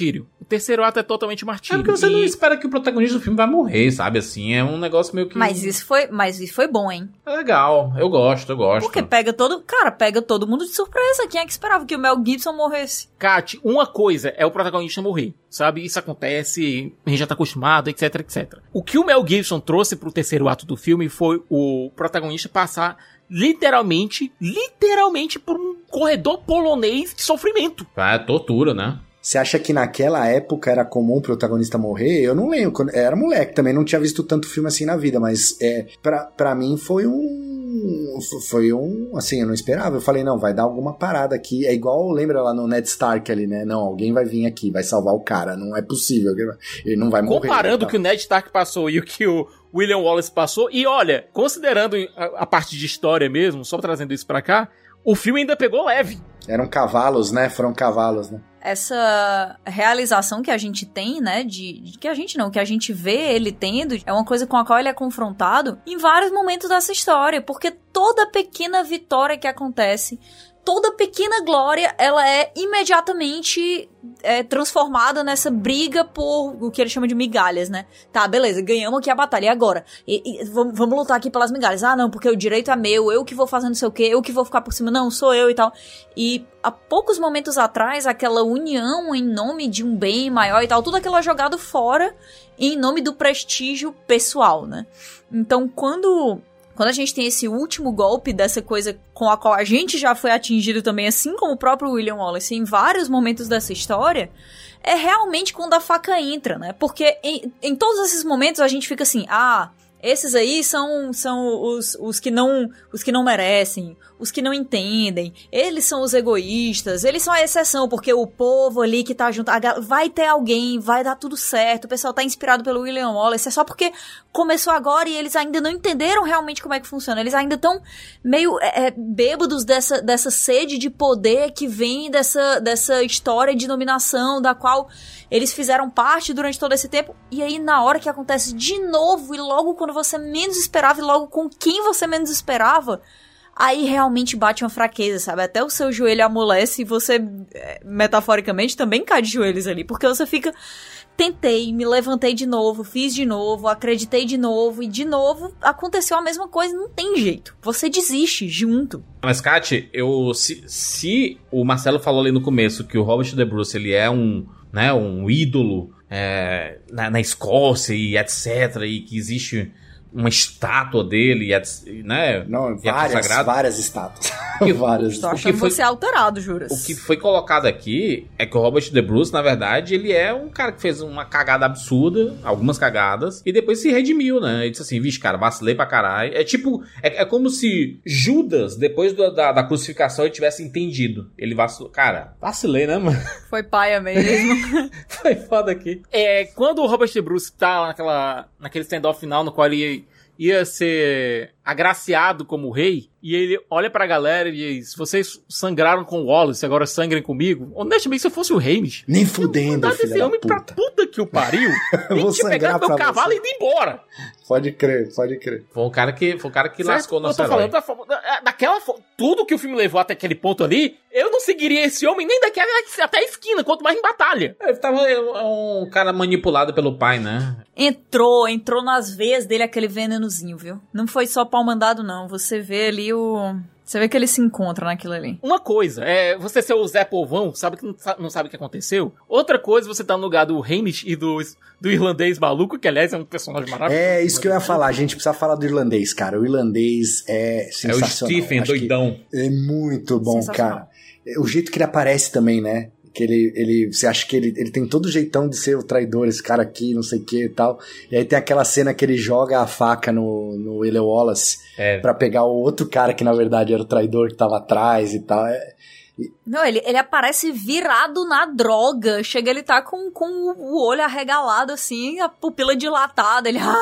terceiro ato é totalmente martírio. É porque você e... não espera que o protagonista do filme vai morrer, sabe? Assim, é um negócio meio que... Mas isso foi, mas isso foi bom, hein? É legal, eu gosto, eu gosto. Porque pega todo... Cara, pega todo mundo de surpresa. Quem é que esperava que o Mel Gibson morresse? Kat, uma coisa é o protagonista morrer, sabe? Isso acontece, a gente já tá acostumado, etc, etcétera. O que o Mel Gibson trouxe pro terceiro ato do filme foi o protagonista passar literalmente, literalmente por um corredor polonês de sofrimento. É tortura, né? Você acha que naquela época era comum o protagonista morrer? Eu não lembro, quando era moleque também, não tinha visto tanto filme assim na vida, mas é, pra, pra mim foi um... Foi um... Assim, eu não esperava, eu falei, não, vai dar alguma parada aqui, é igual, lembra lá no Ned Stark ali, né? Não, alguém vai vir aqui, vai salvar o cara, não é possível, ele não vai morrer. Comparando o que o Ned Stark passou e o que o William Wallace passou, e olha, considerando a, a parte de história mesmo, só trazendo isso pra cá, o filme ainda pegou leve. Eram cavalos, né? Foram cavalos, né? Essa realização que a gente tem, né, de, de que a gente não, que a gente vê ele tendo, é uma coisa com a qual ele é confrontado em vários momentos dessa história, porque toda pequena vitória que acontece, toda pequena glória, ela é imediatamente é, transformada nessa briga por o que ele chama de migalhas, né? Tá, beleza, ganhamos aqui a batalha, e agora? E, e, vamos, vamos lutar aqui pelas migalhas. Ah, não, porque o direito é meu, eu que vou fazer não sei o quê, eu que vou ficar por cima. Não, sou eu e tal. E há poucos momentos atrás, aquela união em nome de um bem maior e tal, tudo aquilo é jogado fora em nome do prestígio pessoal, né? Então, quando... Quando a gente tem esse último golpe dessa coisa com a qual a gente já foi atingido também, assim como o próprio William Wallace, em vários momentos dessa história, é realmente quando a faca entra, né? Porque em, em todos esses momentos a gente fica assim, ah, esses aí são, são os, os, que não, os que não merecem, os que não entendem, eles são os egoístas, eles são a exceção, porque o povo ali que tá junto, a, vai ter alguém, vai dar tudo certo, o pessoal tá inspirado pelo William Wallace, é só porque começou agora e eles ainda não entenderam realmente como é que funciona, eles ainda estão meio é, é, bêbados dessa, dessa sede de poder que vem dessa, dessa história de dominação, da qual eles fizeram parte durante todo esse tempo, e aí na hora que acontece de novo, e logo quando você menos esperava, e logo com quem você menos esperava, aí realmente bate uma fraqueza, sabe? Até o seu joelho amolece e você, metaforicamente, também cai de joelhos ali, porque você fica... Tentei, me levantei de novo, fiz de novo, acreditei de novo, e de novo aconteceu a mesma coisa, não tem jeito. Você desiste junto. Mas, Kat, eu, se, se o Marcelo falou ali no começo que o Robert De Bruce, ele é um, né, um ídolo é, na, na Escócia e etcétera, e que existe uma estátua dele, e, né? Não, e várias, é várias estátuas. várias. Tô achando foi, você alterado, Juras. O que foi colocado aqui é que o Robert De Bruce, na verdade, ele é um cara que fez uma cagada absurda, algumas cagadas, e depois se redimiu, né? Ele disse assim, vixe, cara, vacilei pra caralho. É tipo, é, é como se Judas, depois do, da, da crucificação, ele tivesse entendido. Ele vacilou. Cara, vacilei, né, mano? Foi paia mesmo. Foi foda aqui. É, quando o Robert De Bruce tá naquela, naquele stand-off final no qual ele ia ser agraciado como rei, e ele olha pra galera e diz, vocês sangraram com o Wallace, agora sangrem comigo. Honestamente, se eu fosse o rei, bicho, nem fudendo, eu filho esse homem puta. pra puta que o pariu. Eu vou pegar meu cavalo você. e ir embora. Pode crer, pode crer. Foi o cara que, foi o cara que certo? lascou o nosso eu tô herói. falando da, daquela tudo que o filme levou até aquele ponto ali, eu não seguiria esse homem nem daqui até a esquina, quanto mais em batalha. Ele tava um cara manipulado pelo pai, né? Entrou, entrou nas veias dele aquele venenozinho, viu? Não foi só pau mandado, não. Você vê ali o... Você vê que ele se encontra naquilo ali. Uma coisa, é você ser o Zé Povão, sabe que não sabe, não sabe o que aconteceu. Outra coisa, você tá no lugar do Hamish e do, do irlandês maluco, que aliás é um personagem maravilhoso. É, isso que eu ia falar. A gente precisa falar do irlandês, cara. O irlandês é sensacional. É o Stephen, doidão. É muito bom, cara. O jeito que ele aparece também, né? Que ele, ele, você acha que ele, ele tem todo o jeitão de ser o traidor, esse cara aqui, não sei o que e tal. E aí tem aquela cena que ele joga a faca no, no William Wallace é. pra pegar o outro cara que na verdade era o traidor que tava atrás e tal. É, e... Não, ele, ele aparece virado na droga. Chega, ele tá com, com o olho arregalado assim, a pupila dilatada. Ele, ah,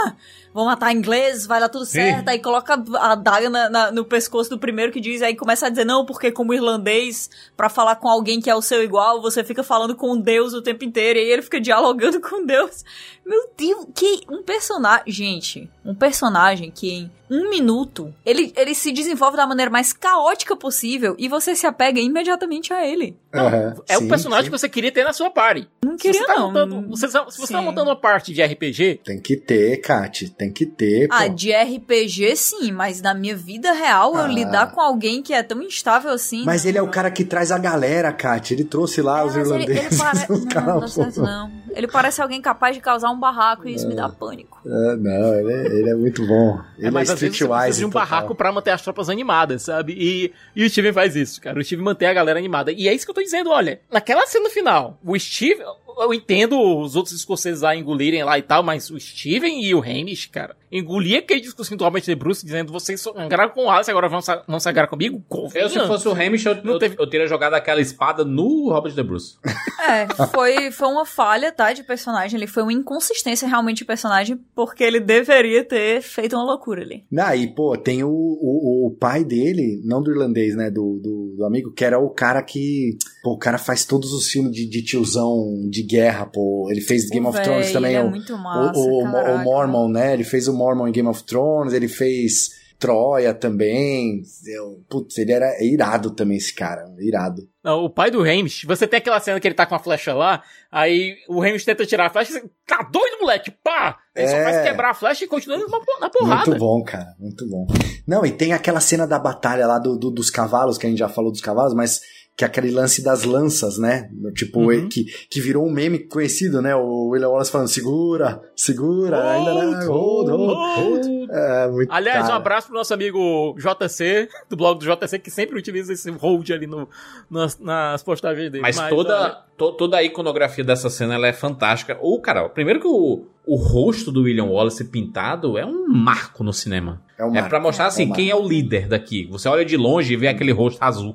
vão matar inglês, vai dar tudo certo, Sim. aí coloca a adaga na, na, no pescoço do primeiro que diz, aí começa a dizer, não, porque como irlandês, pra falar com alguém que é o seu igual, você fica falando com Deus o tempo inteiro, e aí ele fica dialogando com Deus. Meu Deus, que um personagem, gente, um personagem que em um minuto, ele, ele se desenvolve da maneira mais caótica possível e você se apega imediatamente a ele. Não, uhum, é sim, o personagem sim. que você queria ter na sua party. Não queria, se você tá não. Montando, você, se você sim. tá montando uma party de R P G... Tem que ter, Kat, tem que ter, pô. Ah, de R P G sim, mas na minha vida real, ah. eu lidar com alguém que é tão instável assim... Mas não, ele é não. o cara que traz a galera, Kat. Ele trouxe lá é, os irlandeses. Ele, ele pare... não, não dá certo, não. Ele parece alguém capaz de causar um barraco e isso é. me dá pânico. É, não, ele é, ele é muito bom. Ele é, mas é às vezes você precisa de um total. barraco pra manter as tropas animadas, sabe? E, e o Steven faz isso, cara. O Steven mantém a galera animada. E é isso que eu tô dizendo, olha. Naquela cena final, o Steven... Eu entendo os outros escoceses lá engolirem lá e tal, mas o Steven e o Hamish, cara, engolir aquele discurso do Robert De Bruce dizendo vocês sangraram com o Alice, agora vão, vão sangrar comigo? Eu, se fosse o Hamish, eu, eu, teve... eu teria jogado aquela espada no Robert De Bruce. É, foi, foi uma falha, tá, de personagem. Ele foi uma inconsistência realmente de personagem, porque ele deveria ter feito uma loucura ali. Ah, e pô, tem o, o, o pai dele, não do irlandês, né, do, do, do amigo, que era o cara que... Pô, o cara faz todos os filmes de, de tiozão, de guerra, pô. Ele fez Game o of véi, Thrones também. É o, muito massa, o, o, o Mormon, né? Ele fez o Mormon em Game of Thrones, ele fez Troia também. Eu, putz, ele era irado também, esse cara. Irado. Não, o pai do Hamish, você tem aquela cena que ele tá com a flecha lá, aí o Hamish tenta tirar a flecha e você, tá doido, moleque? Pá! Ele é... só faz quebrar a flecha e continua na porrada. Muito bom, cara. Muito bom. Não, e tem aquela cena da batalha lá do, do, dos cavalos, que a gente já falou dos cavalos, mas... que é aquele lance das lanças, né? Tipo, uhum. que, que virou um meme conhecido, né? O William Wallace falando, segura, segura, hold, ainda não, hold, hold, hold. É, muito Aliás, cara. Um abraço pro nosso amigo J C, do blog do J C, que sempre utiliza esse hold ali no, nas, nas postagens dele. Mas, Mas toda, to, toda a iconografia dessa cena, ela é fantástica. Ou, cara, primeiro que o, o rosto do William Wallace pintado é um marco no cinema. É, um marco. É pra mostrar, assim, é um quem é o líder daqui. Você olha de longe e vê aquele rosto azul.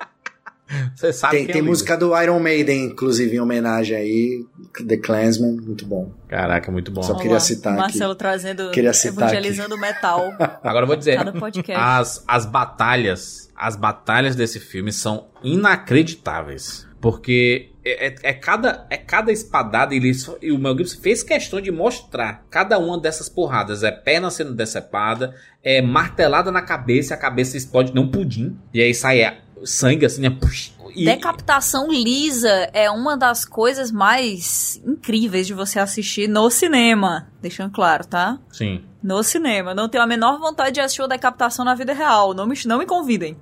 Você sabe tem, tem é música do Iron Maiden, inclusive, em homenagem aí, The Klansman, muito bom. Caraca, muito bom. Só Olá, queria citar Marcelo aqui. trazendo, queria citar evangelizando o metal. Agora eu vou dizer, Cada podcast. as, as batalhas, as batalhas desse filme são inacreditáveis, porque é, é, é, cada, é cada espadada, e, ele, e o Mel Gibson fez questão de mostrar cada uma dessas porradas, é perna sendo decepada, é martelada na cabeça, a cabeça explode, não pudim, e aí sai é, sangue assim, né? Puxa, e... Decapitação lisa é uma das coisas mais incríveis de você assistir no cinema. Deixando claro, tá? Sim. No cinema. Não tenho a menor vontade de assistir uma decapitação na vida real. Não me, não me convidem.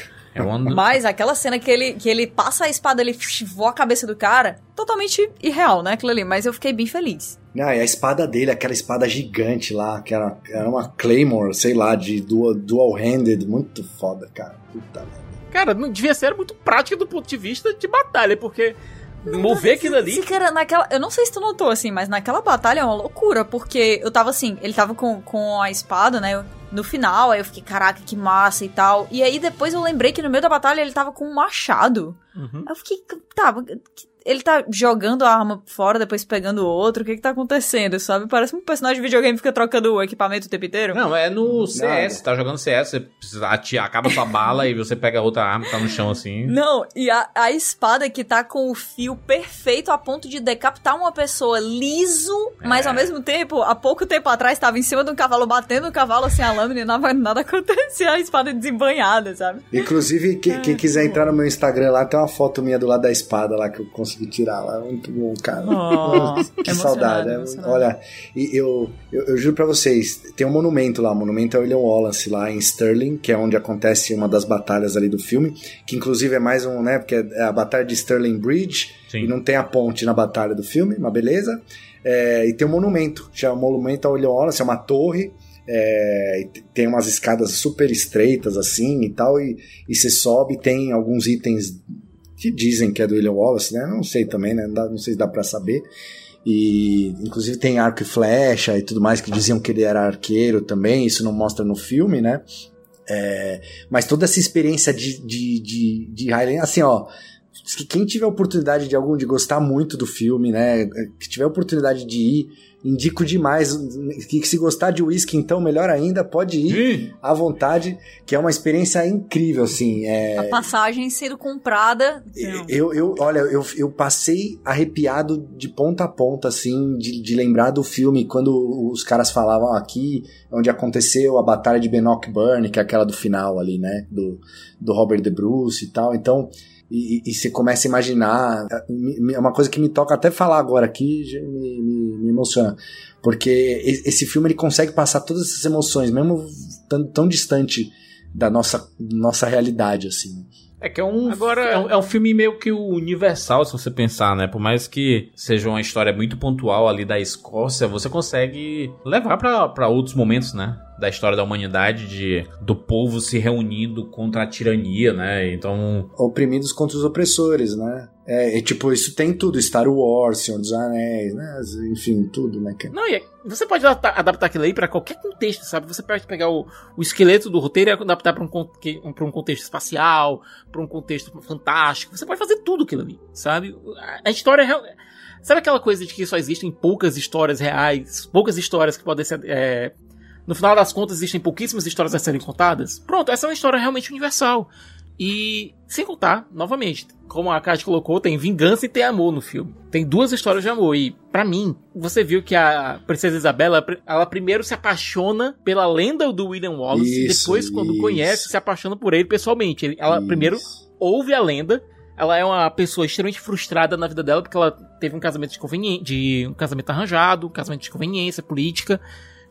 É uma... Mas aquela cena que ele, que ele passa a espada, ele voa a cabeça do cara, totalmente irreal, né? Aquilo ali. Mas eu fiquei bem feliz. Não, e a espada dele, aquela espada gigante lá, que era, era uma Claymore, sei lá, de dual, dual-handed. Muito foda, cara. Puta merda. Cara, não devia ser muito prática do ponto de vista de batalha, porque mover aquilo ali... Sim, cara, naquela... Eu não sei se tu notou, assim, mas naquela batalha é uma loucura, porque eu tava assim, ele tava com, com a espada, né, no final, aí eu fiquei, caraca, que massa e tal, e aí depois eu lembrei que no meio da batalha ele tava com um machado. Uhum. Aí eu fiquei, tá... Ele tá jogando a arma fora, depois pegando o outro. O que que tá acontecendo, sabe? Parece um personagem de videogame que fica trocando o equipamento o tempo inteiro. Não, é no C S. Nada. Tá jogando C S, você precisa atirar, acaba sua bala e você pega outra arma que tá no chão assim. Não, e a, a espada que tá com o fio perfeito a ponto de decapitar uma pessoa liso, é. Mas ao mesmo tempo, há pouco tempo atrás, tava em cima de um cavalo, batendo o cavalo assim a lâmina e nada, nada acontecia, a espada desembanhada, sabe? Inclusive, que, é, quem quiser entrar no meu Instagram lá, tem uma foto minha do lado da espada lá que eu consegui tirar lá, muito bom, cara. Oh, que saudade, né? Olha, e eu, eu, eu juro pra vocês, tem um monumento lá, o monumento é o William Wallace lá em Stirling, que é onde acontece uma das batalhas ali do filme, que inclusive é mais um, né, porque é a batalha de Stirling Bridge. Sim. E não tem a ponte na batalha do filme, mas beleza. É, e tem um monumento, chama monumento ao William Wallace, é uma torre. É, tem umas escadas super estreitas assim e tal, e, e você sobe, tem alguns itens que dizem que é do William Wallace, né? Não sei também, né? Não, dá, não sei se dá pra saber. E inclusive tem arco e flecha e tudo mais, que diziam que ele era arqueiro também, isso não mostra no filme, né? É, mas toda essa experiência de, de, de, de Highland, assim, ó, que quem tiver oportunidade de algum de gostar muito do filme, né, que tiver oportunidade de ir, indico demais, que se gostar de uísque, então, melhor ainda, pode ir Sim. à vontade, que é uma experiência incrível, assim. É... A passagem sendo comprada... Eu, eu, olha, eu, eu passei arrepiado de ponta a ponta, assim, de, de lembrar do filme, quando os caras falavam aqui, onde aconteceu a batalha de Bannockburn, que é aquela do final ali, né, do, do Robert De Bruce e tal, então... E, e você começa a imaginar, é uma coisa que me toca até falar agora aqui, me, me, me emociona, porque esse filme ele consegue passar todas essas emoções, mesmo tão, tão distante da nossa, nossa realidade, assim. É que é um, Agora, é, um, é um filme meio que universal, se você pensar, né? Por mais que seja uma história muito pontual ali da Escócia, você consegue levar pra, pra outros momentos, né? Da história da humanidade, de, do povo se reunindo contra a tirania, né? Então... Oprimidos contra os opressores, né? É, é tipo, isso tem tudo. Star Wars, Senhor dos Anéis, né? Enfim, tudo, né? Não, e você pode adaptar, adaptar aquilo aí pra qualquer contexto, sabe? Você pode pegar o, o esqueleto do roteiro e adaptar pra um, pra um contexto espacial, pra um contexto fantástico. Você pode fazer tudo aquilo ali, sabe? A história... Sabe aquela coisa de que só existem poucas histórias reais, poucas histórias que podem ser... É, no final das contas, existem pouquíssimas histórias a serem contadas? Pronto, essa é uma história realmente universal. E, sem contar, novamente, como a Kátia colocou, tem vingança e tem amor no filme. Tem duas histórias de amor. E, pra mim, você viu que a Princesa Isabela, ela primeiro se apaixona pela lenda do William Wallace, isso, e depois, quando isso. conhece, se apaixona por ele pessoalmente. Ela isso. primeiro ouve a lenda. Ela é uma pessoa extremamente frustrada na vida dela, porque ela teve um casamento de, conveni- de um casamento arranjado, um casamento de conveniência política.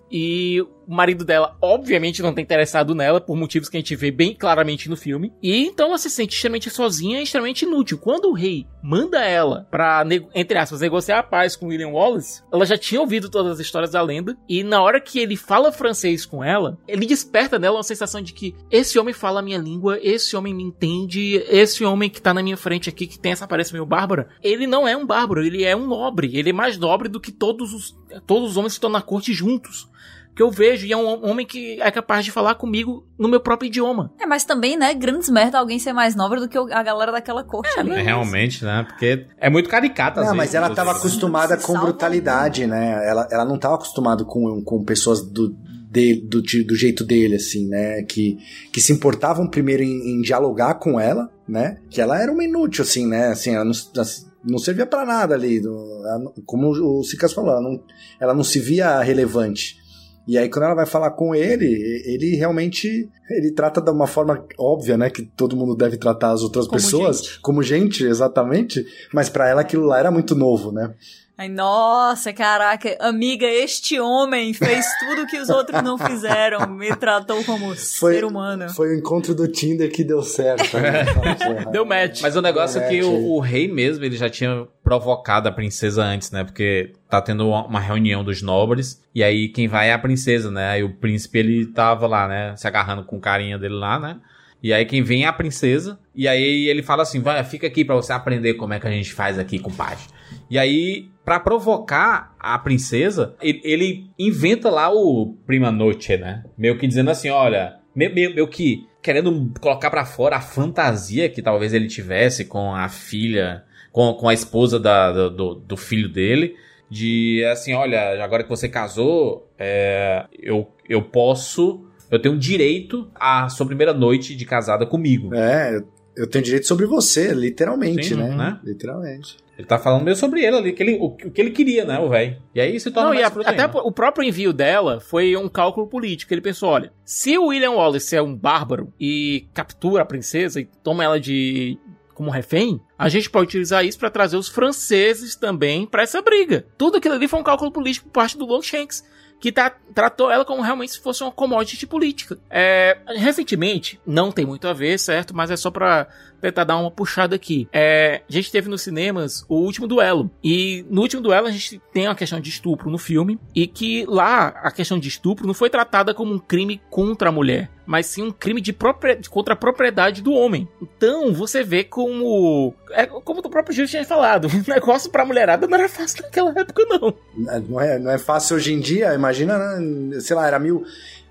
E o marido dela, obviamente, não tá interessado nela, por motivos que a gente vê bem claramente no filme. E então ela se sente extremamente sozinha e extremamente inútil. Quando o rei manda ela pra, entre aspas, negociar a paz com William Wallace, ela já tinha ouvido todas as histórias da lenda. E na hora que ele fala francês com ela, ele desperta nela uma sensação de que esse homem fala a minha língua, esse homem me entende, esse homem que tá na minha frente aqui, que tem essa aparência meio bárbara, ele não é um bárbaro, ele é um nobre. Ele é mais nobre do que todos os, todos os homens que estão na corte juntos. Que eu vejo, e é um homem que é capaz de falar comigo no meu próprio idioma. É, mas também, né, grandes merda alguém ser mais nobre do que a galera daquela corte. É, ali. É, realmente, né, porque é muito caricata. Não, às mas vezes, ela tava acostumada com brutalidade, né, ela, ela não tava acostumada com, com pessoas do, de, do, do jeito dele, assim, né, que, que se importavam primeiro em, em dialogar com ela, né, que ela era uma inútil, assim, né, assim, ela não... não servia pra nada ali, como o Cicas falou, ela não, ela não se via relevante. E aí quando ela vai falar com ele, ele realmente, ele trata de uma forma óbvia, né, que todo mundo deve tratar as outras como pessoas, gente. como gente, exatamente, mas pra ela aquilo lá era muito novo, né. Ai, nossa, caraca, amiga, este homem fez tudo que os outros não fizeram, me tratou como foi, ser humano. Foi o encontro do Tinder que deu certo. Né? Deu match. Mas o negócio deu é que match. o, o rei mesmo, ele já tinha provocado a princesa antes, né, porque tá tendo uma reunião dos nobres, e aí quem vai é a princesa, né, aí o príncipe, ele tava lá, né, se agarrando com o carinha dele lá, né, e aí quem vem é a princesa, e aí ele fala assim, vai, fica aqui pra você aprender como é que a gente faz aqui com paz. E aí, pra provocar a princesa, ele, ele inventa lá o prima noche, né? Meio que dizendo assim, olha, meio, meio, meio que querendo colocar pra fora a fantasia que talvez ele tivesse com a filha, com, com a esposa da, do, do filho dele, de assim, olha, agora que você casou, é, eu, eu posso, eu tenho direito à sua primeira noite de casada comigo. É, eu tenho direito sobre você, literalmente, Sim, né? né? Literalmente. Ele tá falando meio sobre ele ali, que ele, o, o que ele queria, né, o velho. E aí se torna Não, mais e a, até ainda. o próprio envio dela foi um cálculo político. Ele pensou, olha, se o William Wallace é um bárbaro e captura a princesa e toma ela de como refém, a gente pode utilizar isso pra trazer os franceses também pra essa briga. Tudo aquilo ali foi um cálculo político por parte do Longshanks, que tá, tratou ela como realmente se fosse uma commodity política. É, recentemente, não tem muito a ver, certo? Mas é só pra tentar dar uma puxada aqui. É, a gente teve nos cinemas o Último Duelo. E no Último Duelo a gente tem uma questão de estupro no filme. E que lá a questão de estupro não foi tratada como um crime contra a mulher, mas sim um crime de propria- contra a propriedade do homem. Então você vê como... É, como o próprio Gil tinha falado, o negócio pra mulherada não era fácil naquela época, não. Não é, não é fácil hoje em dia, imagina, sei lá, era mil...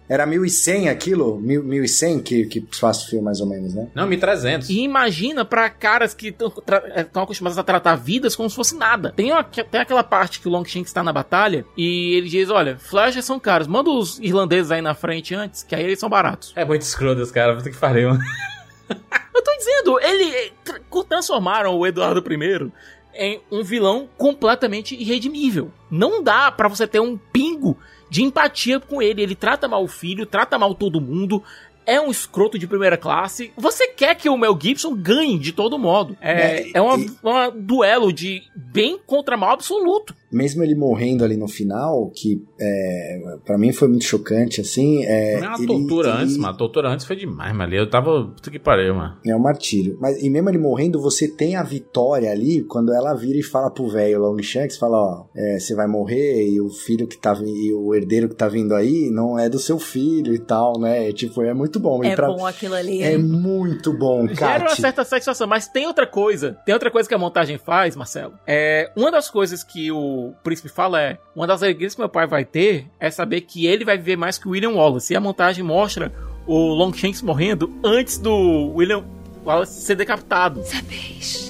Era mil e cem aquilo? mil e cem que, que faz o filme, mais ou menos, né? Não, mil e trezentos. E imagina pra caras que estão acostumados a tratar vidas como se fosse nada. Tem, uma, tem aquela parte que o Longshanks tá na batalha e ele diz, olha, flechas são caros, manda os irlandeses aí na frente antes, que aí eles são baratos. É muito escroto os caras, puta que pariu. Eu tô dizendo, ele transformaram o Eduardo I em um vilão completamente irredimível. Não dá pra você ter um pingo de empatia com ele. Ele trata mal o filho, trata mal todo mundo, é um escroto de primeira classe. Você quer que o Mel Gibson ganhe de todo modo. É, é, é um e... duelo de bem contra mal absoluto. Mesmo ele morrendo ali no final, que é, pra mim foi muito chocante, assim... É, não é uma ele, tortura ele... antes, mano. A tortura antes foi demais, mano. Eu tava... Puta que pariu, mano. É um martírio. Mas, e mesmo ele morrendo, você tem a vitória ali, quando ela vira e fala pro velho Longshanks, fala, ó, é, você vai morrer, e o filho que tá... E o herdeiro que tá vindo aí, não é do seu filho e tal, né? Tipo, é muito bom. É pra... bom aquilo ali. É muito bom, cara. Gera uma certa satisfação, mas tem outra coisa. Tem outra coisa que a montagem faz, Marcelo. É, uma das coisas que o o príncipe fala é, uma das alegrias que meu pai vai ter é saber que ele vai viver mais que o William Wallace. E a montagem mostra o Longshanks morrendo antes do William Wallace ser decapitado. Sabeis,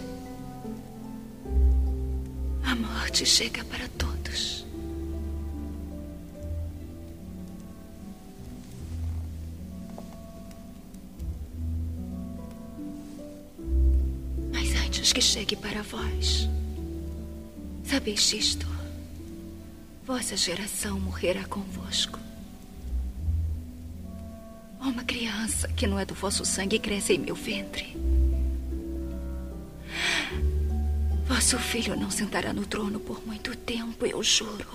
a morte chega para todos. Mas antes que chegue para vós, sabeis disto, vossa geração morrerá convosco. Uma criança que não é do vosso sangue cresce em meu ventre. Vosso filho não sentará no trono por muito tempo, eu juro.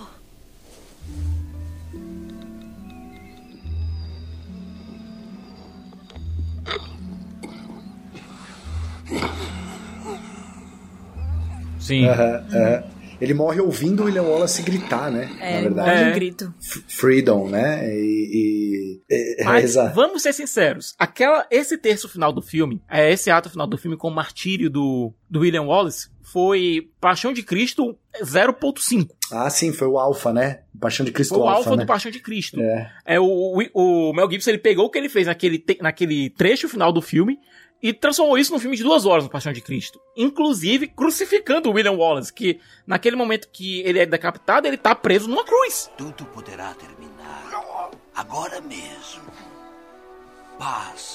Sim. Uh -huh, uh -huh. Ele morre ouvindo o William Wallace gritar, né? É, na verdade. É um grito. Freedom, né? E, e, Mas é, vamos ser sinceros. Aquela, esse terço final do filme, é, esse ato final do filme com o martírio do, do William Wallace, foi Paixão de Cristo zero ponto cinco. Ah, sim, foi o Alpha, né? Paixão de Cristo Foi o Alpha, Alpha né? do Paixão de Cristo. É. É, o, o, o Mel Gibson, ele pegou o que ele fez naquele, naquele trecho final do filme e transformou isso num filme de duas horas, no Paixão de Cristo. Inclusive, crucificando o William Wallace, que naquele momento que ele é decapitado, ele tá preso numa cruz. Tudo poderá terminar agora mesmo. Paz.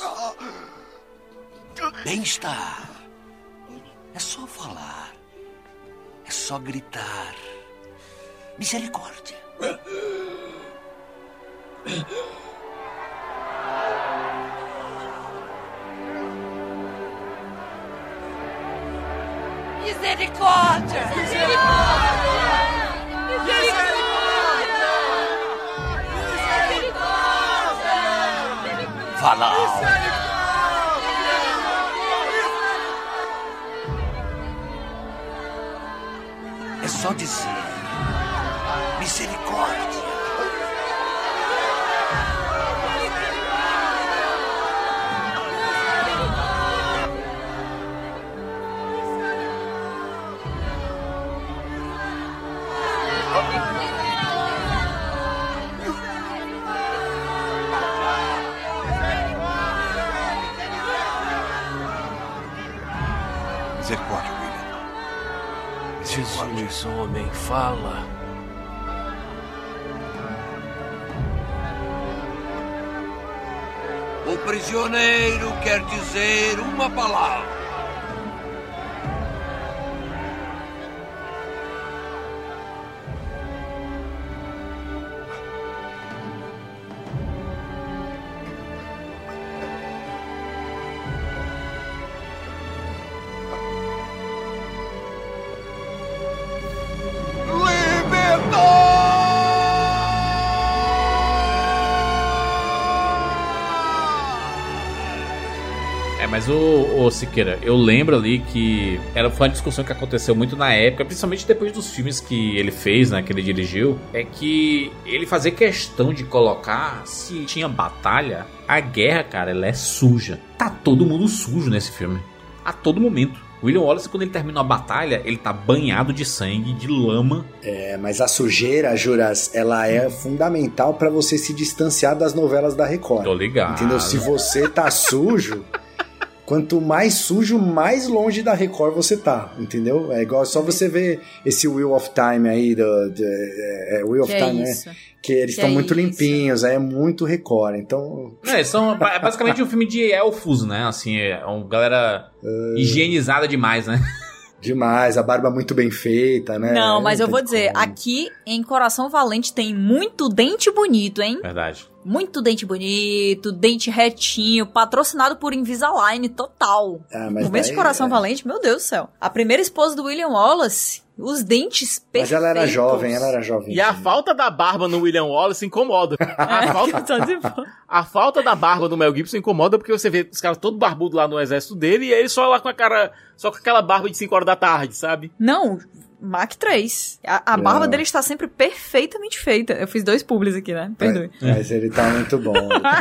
Bem-estar. É só falar. É só gritar. Misericórdia. Misericórdia! Misericórdia! Misericórdia! Fala alto. É só dizer misericórdia. Misericórdia, William. Jesus, homem, fala. O prisioneiro quer dizer uma palavra. Mas o, o Siqueira, eu lembro ali que ela foi uma discussão que aconteceu muito na época, principalmente depois dos filmes que ele fez, né, que ele dirigiu, é que ele fazia questão de colocar, se tinha batalha, a guerra, cara, ela é suja. Tá todo mundo sujo nesse filme, a todo momento. William Wallace, quando ele termina a batalha, ele tá banhado de sangue, de lama. É, mas a sujeira, Juras, ela é fundamental pra você se distanciar das novelas da Record. Tô ligado. Entendeu? Se você tá sujo, quanto mais sujo, mais longe da Record você tá, entendeu? É igual só você ver esse Wheel of Time aí, do, do, é, Wheel of que Time, é né? isso? Que eles estão é muito isso? limpinhos, aí é muito Record, então... É, são é basicamente um filme de elfos, né? Assim, é uma galera uh... higienizada demais, né? Demais, a barba muito bem feita, né? Não, mas é, eu vou dizer, como. Aqui em Coração Valente tem muito dente bonito, hein? Verdade. Muito dente bonito, dente retinho, patrocinado por Invisalign total. Ah, mas no mês de Coração é... Valente, meu Deus do céu. A primeira esposa do William Wallace, os dentes perfeitos. Mas ela era jovem, ela era jovem. E a falta da barba no William Wallace incomoda. A, falta, a falta da barba do Mel Gibson incomoda porque você vê os caras todo barbudo lá no exército dele e ele só lá com a cara, só com aquela barba de cinco horas da tarde, sabe? Não, Mach três. A, a barba dele está sempre perfeitamente feita. Eu fiz dois publis aqui, né? Perdoe. Mas, mas ele tá muito bom.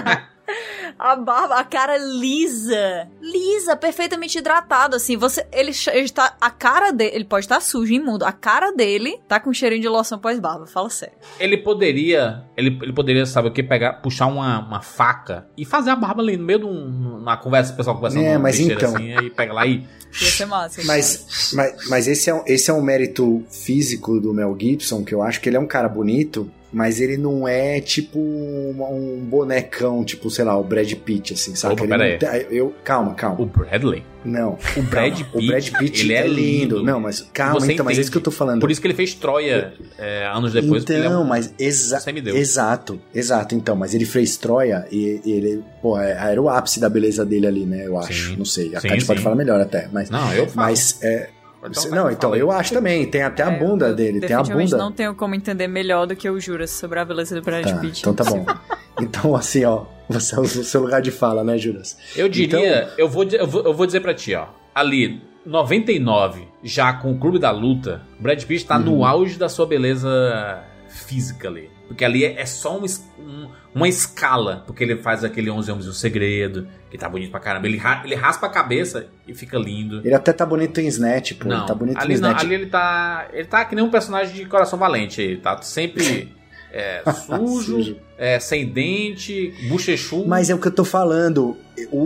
A barba, a cara lisa. Lisa, perfeitamente hidratado, assim. Você, ele, ele tá, a cara dele, ele pode estar sujo, imundo. A cara dele tá com cheirinho de loção pós-barba, fala sério. Ele poderia, ele, ele poderia, sabe o que, pegar, puxar uma, uma faca e fazer a barba ali no meio de um, uma conversa, o pessoal conversando é, mas então, assim, aí pega lá e... Ia ser massa. Mas, mas, mas esse, é, esse é um mérito físico do Mel Gibson, que eu acho que ele é um cara bonito, mas ele não é tipo um, um bonecão, tipo, sei lá, o Brad Pitt, assim, sabe? Opa, pera aí. Tem, eu, calma, calma. O Bradley? Não. O Brad calma, Pitt, o Brad Pitt ele é lindo. Não, mas calma, Você então, mas é isso que eu tô falando. Por isso que ele fez Troia é, anos depois. Então, ele é um, mas exa um exato, exato, então, mas ele fez Troia e, e ele, pô, era o ápice da beleza dele ali, né, eu acho, sim, não sei, a sim, Kátia sim. pode falar melhor até, mas... Não, eu falo. Mas, é... Então, não, então, eu acho também, tem até a bunda é, dele, tem a definitivamente bunda... não tenho como entender melhor do que o Juras sobre a beleza do Brad tá, Pitt. Então tá bom. Então, assim, ó, você é o seu lugar de fala, né, Juras? Eu diria, então... eu, vou, eu, vou, eu vou dizer pra ti, ó, ali, noventa e nove, já com o Clube da Luta, Brad Pitt tá uhum. no auge da sua beleza física ali. Porque ali é, é só um, um, uma escala, porque ele faz aquele onze Homens e um Segredo, que tá bonito pra caramba. Ele, ra, ele raspa a cabeça e fica lindo. Ele até tá bonito em Snatch, pô. Não, ele tá bonito ali, em não, Snatch. ali ele tá. Ele tá que nem um personagem de Coração Valente. Ele tá sempre é, sujo, sujo. É, sem dente, bochechudo. Mas é o que eu tô falando.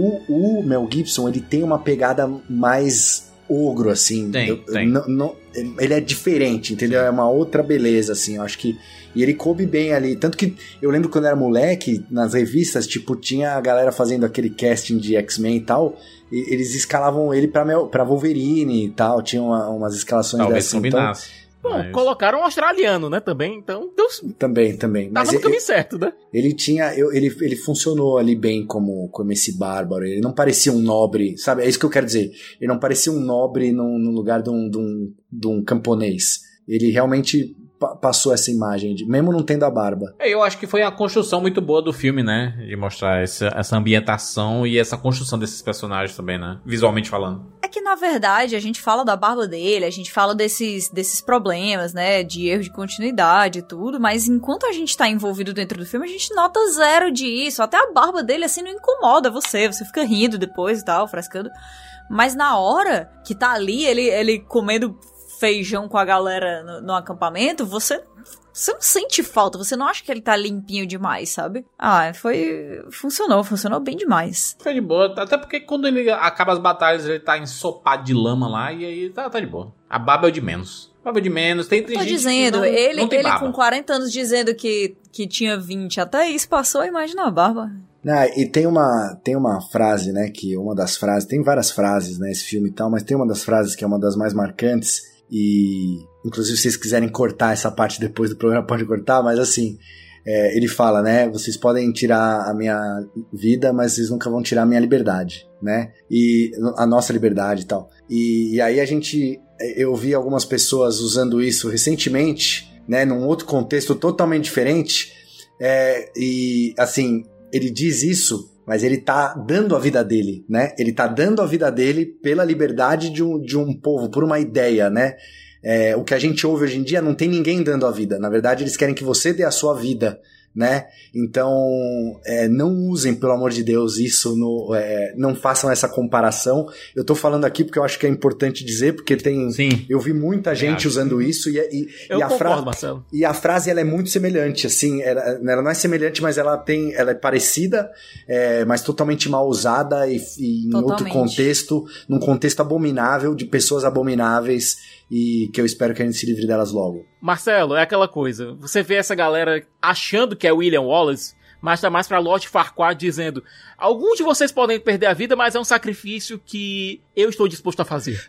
O, o Mel Gibson, ele tem uma pegada mais ogro, assim. Tem, eu, tem. Não, não, ele é diferente, entendeu? Sim. É uma outra beleza, assim. Eu acho que... E ele coube bem ali. Tanto que eu lembro quando eu era moleque, nas revistas, tipo, tinha a galera fazendo aquele casting de X-Men e tal, e eles escalavam ele pra, Mel, pra Wolverine e tal. Tinham uma, umas escalações Talvez dessas. combinasse. Então, Bom, mas... colocaram um australiano, né, também, então... Deus... Também, também. Tava Mas no caminho ele, certo, né? Ele tinha... Eu, ele, ele funcionou ali bem como, como esse bárbaro. Ele não parecia um nobre, sabe? É isso que eu quero dizer. Ele não parecia um nobre no, no lugar de um, de, um, de um camponês. Ele realmente... passou essa imagem, de, mesmo não tendo a barba. Eu acho que foi a construção muito boa do filme, né? De mostrar essa, essa ambientação e essa construção desses personagens também, né? Visualmente falando. É que, na verdade, a gente fala da barba dele, a gente fala desses, desses problemas, né? De erro de continuidade e tudo, mas enquanto a gente tá envolvido dentro do filme, a gente nota zero disso. Até a barba dele, assim, não incomoda você. Você fica rindo depois e tal, frescando. Mas na hora que tá ali, ele, ele comendo feijão com a galera no, no acampamento, você, você não sente falta, você não acha que ele tá limpinho demais, sabe? Ah, foi... funcionou, funcionou bem demais. Foi de boa, até porque quando ele acaba as batalhas, ele tá ensopado de lama lá, e aí tá, tá de boa. A barba é o de menos. A barba é de menos, tem, tem Tô gente dizendo, que não, ele, não tem ele barba. com quarenta anos dizendo que, que tinha vinte, até isso passou, imagina a barba. Ah, e tem uma, tem uma frase, né, que uma das frases, tem várias frases, né, esse filme e tal, mas tem uma das frases que é uma das mais marcantes. E, inclusive, se vocês quiserem cortar essa parte depois do programa, pode cortar, mas assim, é, ele fala, né, vocês podem tirar a minha vida, mas vocês nunca vão tirar a minha liberdade, né, e a nossa liberdade e tal. E, e aí a gente, eu vi algumas pessoas usando isso recentemente, né, num outro contexto totalmente diferente, é, e, assim, ele diz isso, mas ele tá dando a vida dele, né? Ele tá dando a vida dele pela liberdade de um, de um povo, por uma ideia, né? É, o que a gente ouve hoje em dia não tem ninguém dando a vida. Na verdade, eles querem que você dê a sua vida, né? Então, é, não usem, pelo amor de Deus, isso, no, é, não façam essa comparação. Eu tô falando aqui porque eu acho que é importante dizer, porque tem, Sim. eu vi muita gente acho. usando isso e, e, Eu e a concordo, frase, Marcelo. e a frase ela é muito semelhante, assim, ela, ela não é semelhante, mas ela tem, ela é parecida, é, mas totalmente mal usada e, e em Totalmente. outro contexto, num contexto abominável, de pessoas abomináveis, e que eu espero que a gente se livre delas logo. Marcelo, é aquela coisa. Você vê essa galera achando que é William Wallace, mas tá mais pra Lord Farquaad dizendo: alguns de vocês podem perder a vida, mas é um sacrifício que eu estou disposto a fazer.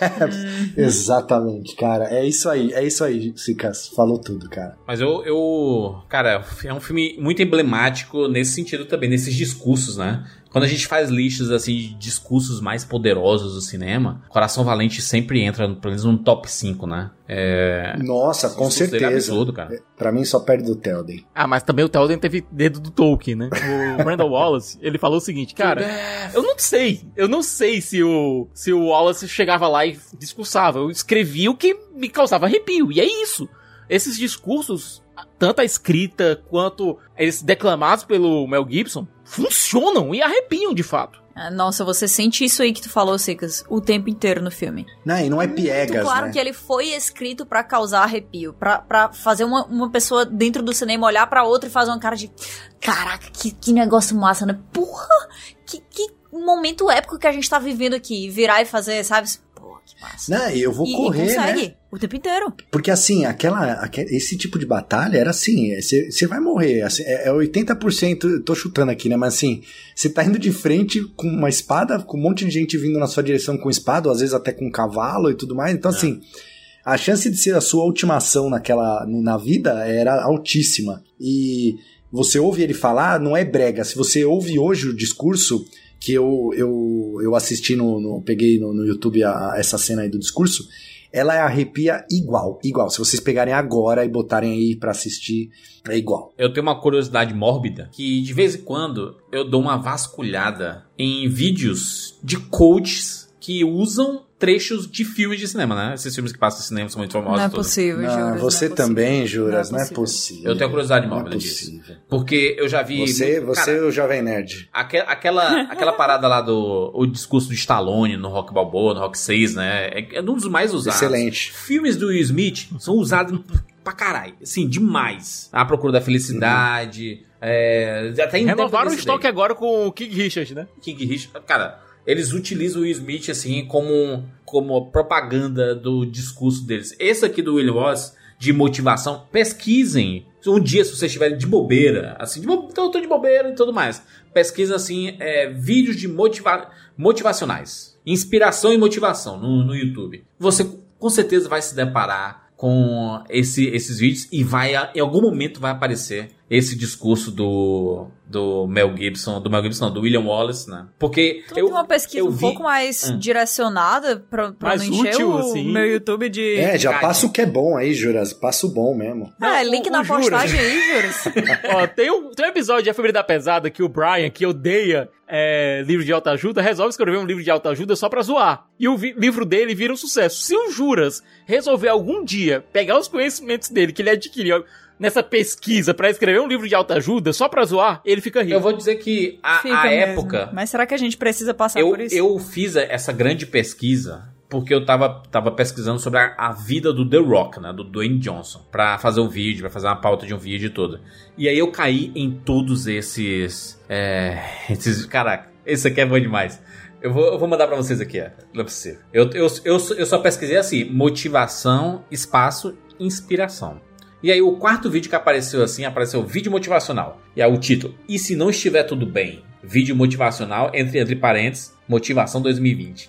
Exatamente, cara. É isso aí, é isso aí, Sicas. Falou tudo, cara. Mas eu, eu... Cara, é um filme muito emblemático nesse sentido também, nesses discursos, né? Quando a gente faz listas, assim, de discursos mais poderosos do cinema, Coração Valente sempre entra, pelo menos, no top cinco, né? É... Nossa, com certeza. É absurdo, cara. Pra mim, só perde do Telden. Ah, mas também o Telden teve dedo do Tolkien, né? O Brandon Wallace, ele falou o seguinte, cara, eu não sei, eu não sei se o, se o Wallace chegava lá e discursava. Eu escrevi o que me causava arrepio, e é isso. Esses discursos, tanto a escrita quanto eles declamados pelo Mel Gibson, funcionam e arrepiam de fato. Nossa, você sente isso aí que tu falou, Sicas, o tempo inteiro no filme. Não, e não é piegas, Muito claro né? que ele foi escrito pra causar arrepio, pra, pra fazer uma, uma pessoa dentro do cinema olhar pra outra e fazer uma cara de caraca, que, que negócio massa, né? Porra, que, que momento épico que a gente tá vivendo aqui. Virar e fazer, sabe? Porra, que massa. Não, eu vou e, correr, e consegue, né? o tempo inteiro. Porque assim, aquela, aquele, esse tipo de batalha era assim, você vai morrer, assim, é, é oitenta por cento, eu tô chutando aqui, né, mas assim, você tá indo de frente com uma espada, com um monte de gente vindo na sua direção com espada, ou às vezes até com um cavalo e tudo mais, então é. assim, a chance de ser a sua última ação naquela, na vida era altíssima, e você ouve ele falar, não é brega, se você ouve hoje o discurso, que eu, eu, eu assisti no, no peguei no, no YouTube a, a essa cena aí do discurso, ela arrepia igual, igual. Se vocês pegarem agora e botarem aí pra assistir, é igual. Eu tenho uma curiosidade mórbida, que de vez em quando eu dou uma vasculhada em vídeos de coaches que usam trechos de filmes de cinema, né? Esses filmes que passam no cinema são muito famosos. Não é todos. possível, não, Juras. Você não é também, Juras, não é, não é possível. Eu tenho curiosidade não mórbida é disso. Porque eu já vi... Você, muito, você cara, é o Jovem Nerd. Aquela, aquela, aquela parada lá do o discurso do Stallone no Rock Balboa, no Rock seis, né? É, é um dos mais usados. Excelente. Filmes do Will Smith são usados pra caralho. Assim, demais. A Procura da Felicidade... Uhum. É, até renovaram o estoque agora com o King Richard, né? King Richard... Cara... Eles utilizam o Will Smith, assim, como, como propaganda do discurso deles. Esse aqui do William Wallace, de motivação, pesquisem. Um dia, se vocês estiverem de bobeira, assim, de bo... então eu tô de bobeira e tudo mais. Pesquisem, assim, é, vídeos de motiva... motivacionais. Inspiração e motivação no, no YouTube. Você, com certeza, vai se deparar com esse, esses vídeos e vai, em algum momento vai aparecer esse discurso do, do Mel Gibson, do Mel Gibson não, do William Wallace, né? Porque tu eu tem uma pesquisa um vi... pouco mais hum. direcionada pra, pra mais não encher útil, o assim. meu YouTube de... É, já passa o que é bom aí, Juras. Passa o bom mesmo. Ah, Não, link o, na o postagem Juras. aí, Juras. Ó, tem um, tem um episódio de A Família da Pesada que o Brian, que odeia é, livro de autoajuda, resolve escrever um livro de autoajuda só pra zoar. E o vi- livro dele vira um sucesso. Se o Juras resolver algum dia pegar os conhecimentos dele que ele adquiriu nessa pesquisa pra escrever um livro de autoajuda só pra zoar, ele fica rico. Eu vou dizer que a, Fica a mesmo. época... Mas será que a gente precisa passar eu, por isso? Eu fiz essa grande pesquisa porque eu tava, tava pesquisando sobre a, a vida do The Rock, né? Do Dwayne Johnson. Pra fazer um vídeo, pra fazer uma pauta de um vídeo e tudo. E aí eu caí em todos esses... É, esses caraca, esse aqui é bom demais. Eu vou, eu vou mandar pra vocês aqui, ó. Não é possível. Eu, eu, eu, eu só pesquisei assim, motivação, espaço, inspiração. E aí o quarto vídeo que apareceu assim, apareceu vídeo motivacional. E aí o título, e se não estiver tudo bem? Vídeo motivacional, entre, entre parênteses, motivação dois mil e vinte.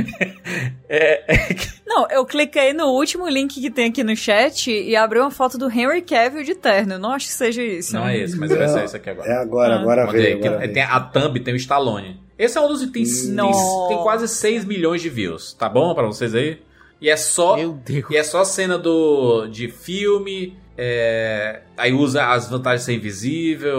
é, é... Não, eu cliquei no último link que tem aqui no chat e abriu uma foto do Henry Cavill de terno. Eu não acho que seja isso. Não né? é esse, mas vai ser esse aqui agora. É agora, Ah. agora Mandei, veio. Agora tem, veio. a thumb, tem o Stallone. Esse é um dos itens, tem, Não. tem quase seis milhões de views. Tá bom pra vocês aí? E é só, Meu Deus. e é só cena do, de filme, é, aí usa as vantagens de ser invisível,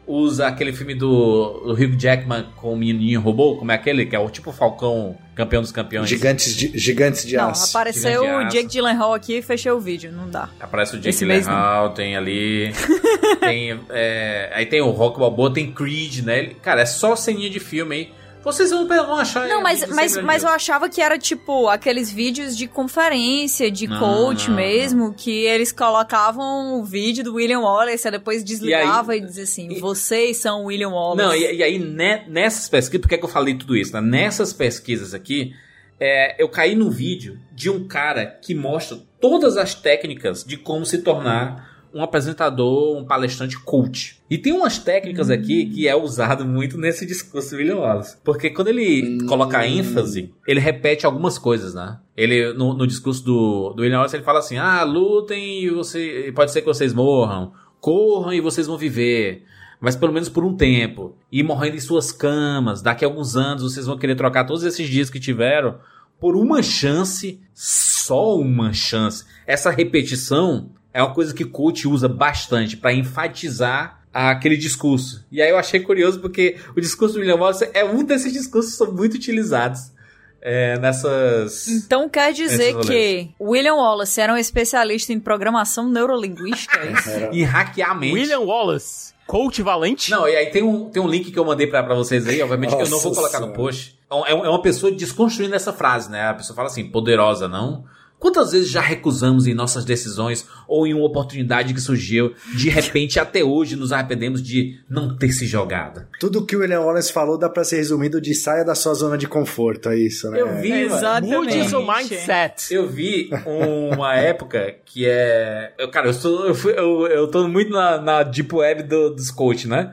usa aquele filme do, do Hugh Jackman com o menininho robô, como é aquele? Que é o tipo Falcão, campeão dos campeões. Gigantes de, gigantes de não, aço. Apareceu Gigante de o aço. Jake Gyllenhaal aqui e fechei o vídeo, não dá. Aparece o Jake Esse mês Gyllenhaal, tem ali... tem, é, aí tem o Rock Balboa, tem Creed, né? Ele- Cara, é só ceninha de filme aí. Vocês vão, vão achar... Não, mas, vídeo mas, sem mas eu grandioso. achava que era tipo aqueles vídeos de conferência, de Não, coach não, mesmo, que eles colocavam o vídeo do William Wallace, aí depois desligava e, E aí- dizia assim, vocês são o William Wallace. Não, e, e aí ne- nessas pesquisas, por que, é que eu falei tudo isso? Né? Nessas pesquisas aqui, é, eu caí num vídeo de um cara que mostra todas as técnicas de como se tornar um apresentador, um palestrante coach. E tem umas técnicas Hum. aqui que é usado muito nesse discurso do William Wallace. Porque quando ele Hum. coloca ênfase, ele repete algumas coisas, né? Ele, no, no discurso do, do William Wallace, ele fala assim, ah, lutem e você, pode ser que vocês morram. Corram e vocês vão viver. Mas pelo menos por um tempo. E morrendo em suas camas. Daqui a alguns anos vocês vão querer trocar todos esses dias que tiveram por uma chance, só uma chance. Essa repetição é uma coisa que coach usa bastante para enfatizar aquele discurso. E aí eu achei curioso porque o discurso do William Wallace é um desses discursos que são muito utilizados é, nessas... Então quer dizer Esses que William Wallace era um especialista em programação neurolinguística, é isso? em hackear a mente. William Wallace, coach valente? Não, e aí tem um, tem um link que eu mandei pra, pra vocês aí, obviamente que eu não vou Nossa colocar no Senhora. post. É, um- é uma pessoa desconstruindo essa frase, né? A pessoa fala assim, poderosa, não? Quantas vezes já recusamos em nossas decisões ou em uma oportunidade que surgiu, de repente até hoje nos arrependemos de não ter se jogado? Tudo que o William Wallace falou dá pra ser resumido de saia da sua zona de conforto, é isso, né? Eu vi, mano. Exatamente. Mude seu mindset. Eu vi uma época que é... Eu, cara, eu, sou, eu, fui- eu, eu tô muito na, na deep web do, dos coach, né?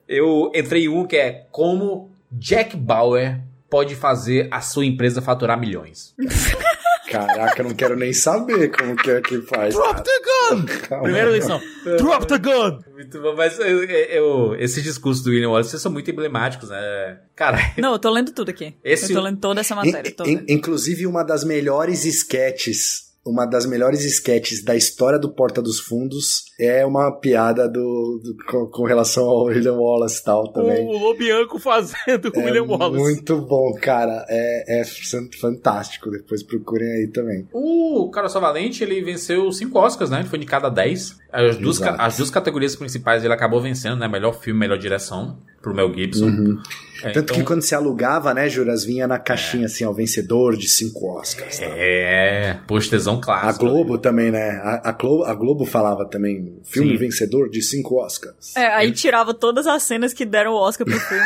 Eu entrei em um que é como Jack Bauer pode fazer a sua empresa faturar milhões. Caraca, eu não quero nem saber como que é que faz. Drop the gun! Calma. Primeira lição. Drop the gun! Muito bom, mas eu, eu, esse discurso do William Wallace são muito emblemáticos, né? Cara, Não, eu tô lendo tudo aqui. Esse- Eu tô lendo toda essa matéria In- toda. in- inclusive, uma das melhores sketches, uma das melhores sketches da história do Porta dos Fundos é uma piada do, do- com, com relação ao William Wallace e tal também. O Lobianco fazendo o É William Wallace. muito bom, cara. É, é fantástico. Depois procurem aí também. o Coração Valente, ele venceu cinco Oscars, né? Ele foi indicado a dez. As duas, Exato. ca- as duas categorias principais ele acabou vencendo, né? Melhor filme, melhor direção, pro Mel Gibson. Uhum. É, Tanto então- que quando se alugava, né, Juras, vinha na caixinha assim, ó, vencedor de cinco Oscars. Tá? É, postezão A clássico. Globo também, né? A, a, Globo, a Globo falava também, filme Sim. vencedor de cinco Oscars. É, aí tirava todas as cenas que deram o Oscar pro filme.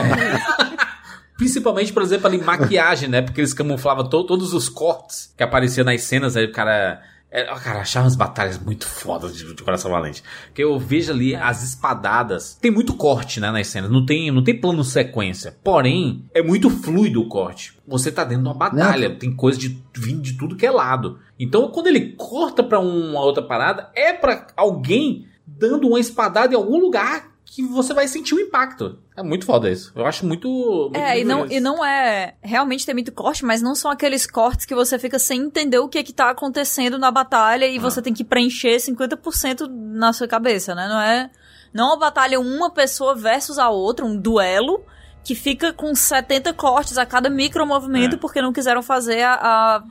Principalmente, por exemplo, ali maquiagem, né? Porque eles camuflavam to- todos os cortes que apareciam nas cenas, aí o cara... É, ó, cara, achava as batalhas muito fodas de, de Coração Valente. Porque eu vejo ali as espadadas. Tem muito corte, né, nas cenas. Não tem, não tem plano sequência. Porém, é muito fluido o corte. Você tá dentro de uma batalha. Não. Tem coisa de vindo de tudo que é lado. Então, quando ele corta pra uma outra parada, é pra alguém dando uma espadada em algum lugar que você vai sentir o impacto. É muito foda isso. Eu acho muito... muito É, e não, divertido. e não é... Realmente tem muito corte, mas não são aqueles cortes que você fica sem entender o que é que tá acontecendo na batalha e Ah. você tem que preencher cinquenta por cento na sua cabeça, né? Não é... Não é uma batalha uma pessoa versus a outra, um duelo, que fica com setenta cortes a cada micromovimento É. porque não quiseram fazer a... a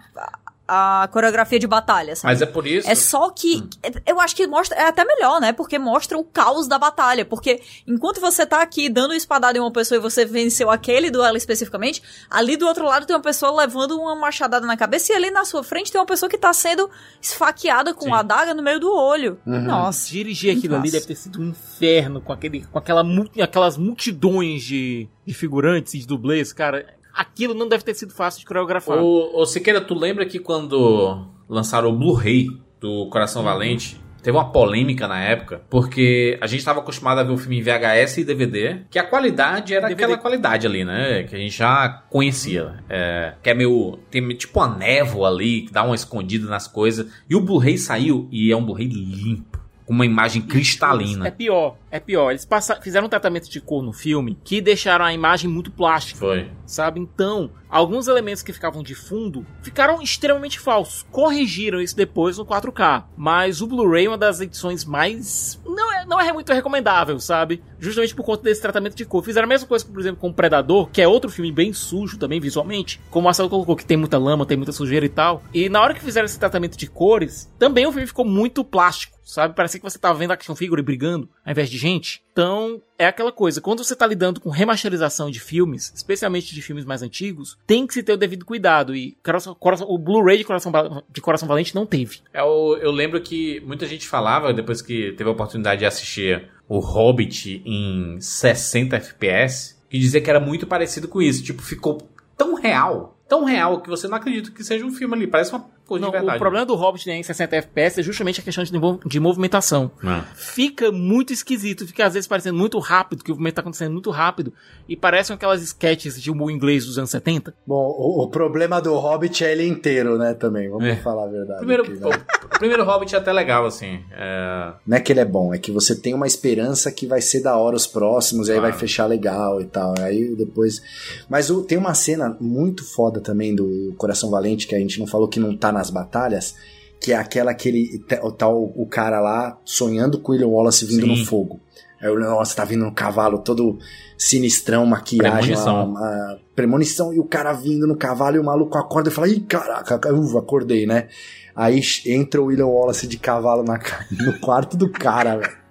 a coreografia de batalha, sabe? Mas é por isso... É só que, eu acho que mostra, é até melhor, né? Porque mostra o caos da batalha. Porque enquanto você tá aqui dando espadada em uma pessoa e você venceu aquele duelo especificamente, ali do outro lado tem uma pessoa levando uma machadada na cabeça e ali na sua frente tem uma pessoa que tá sendo esfaqueada com Sim. a adaga no meio do olho. Uhum. Nossa. Dirigir aquilo ali Nossa. deve ter sido um inferno com, aquele, com aquela, mu- aquelas multidões de, de figurantes e de dublês, cara. Aquilo não deve ter sido fácil de coreografar. Ô, ô Siqueira, tu lembra que quando lançaram o Blu-ray do Coração Valente, teve uma polêmica na época, porque a gente tava acostumado a ver o filme em V H S e D V D, que a qualidade era D V D. aquela qualidade ali, né? Que a gente já conhecia. É, que é meio... Tem tipo uma névoa ali, que dá uma escondida nas coisas. E o Blu-ray saiu e é um Blu-ray limpo, com uma imagem cristalina. É pior. é pior. Eles passa... fizeram um tratamento de cor no filme que deixaram a imagem muito plástica. Foi. Sabe? Então, alguns elementos que ficavam de fundo ficaram extremamente falsos. Corrigiram isso depois no quatro K. Mas o Blu-ray é uma das edições mais... Não é, não é muito recomendável, sabe? Justamente por conta desse tratamento de cor. Fizeram a mesma coisa, por exemplo, com o Predador, que é outro filme bem sujo também, visualmente. Como o Marcelo colocou, que tem muita lama, tem muita sujeira e tal. E na hora que fizeram esse tratamento de cores, também o filme ficou muito plástico, sabe? Parecia que você tava vendo action figure brigando, ao invés de gente. Então, é aquela coisa. Quando você tá lidando com remasterização de filmes, especialmente de filmes mais antigos, tem que se ter o devido cuidado. E coração, coração, o Blu-ray de Coração, de Coração Valente não teve. Eu, eu lembro que muita gente falava, depois que teve a oportunidade de assistir o Hobbit em sessenta F P S, que dizia que era muito parecido com isso. Tipo, ficou tão real, tão real, que você não acredita que seja um filme ali. Parece uma coisa não, de verdade. O problema do Hobbit em sessenta F P S é justamente a questão de, de movimentação. Ah. Fica muito esquisito, fica às vezes parecendo muito rápido, que o movimento tá acontecendo muito rápido, e parecem aquelas sketches de humor inglês dos anos setenta. Bom, o, o problema do Hobbit é ele inteiro, né, também, vamos é. falar a verdade. Primeiro, aqui, né? o, o primeiro Hobbit é até legal, assim. É... Não é que ele é bom, é que você tem uma esperança que vai ser da hora os próximos, e aí claro. vai fechar legal e tal, aí depois... Mas o, tem uma cena muito foda também do Coração Valente, que a gente não falou que não tá nas batalhas, que é aquela que ele, o tal o cara lá sonhando com o William Wallace vindo Sim. no fogo. Aí o William Wallace tá vindo no cavalo todo sinistrão, maquiagem, premonição. Uma, uma premonição, e o cara vindo no cavalo e o maluco acorda e fala, ih, caraca, uva, acordei, né? Aí entra o William Wallace de cavalo na, no quarto do cara, velho.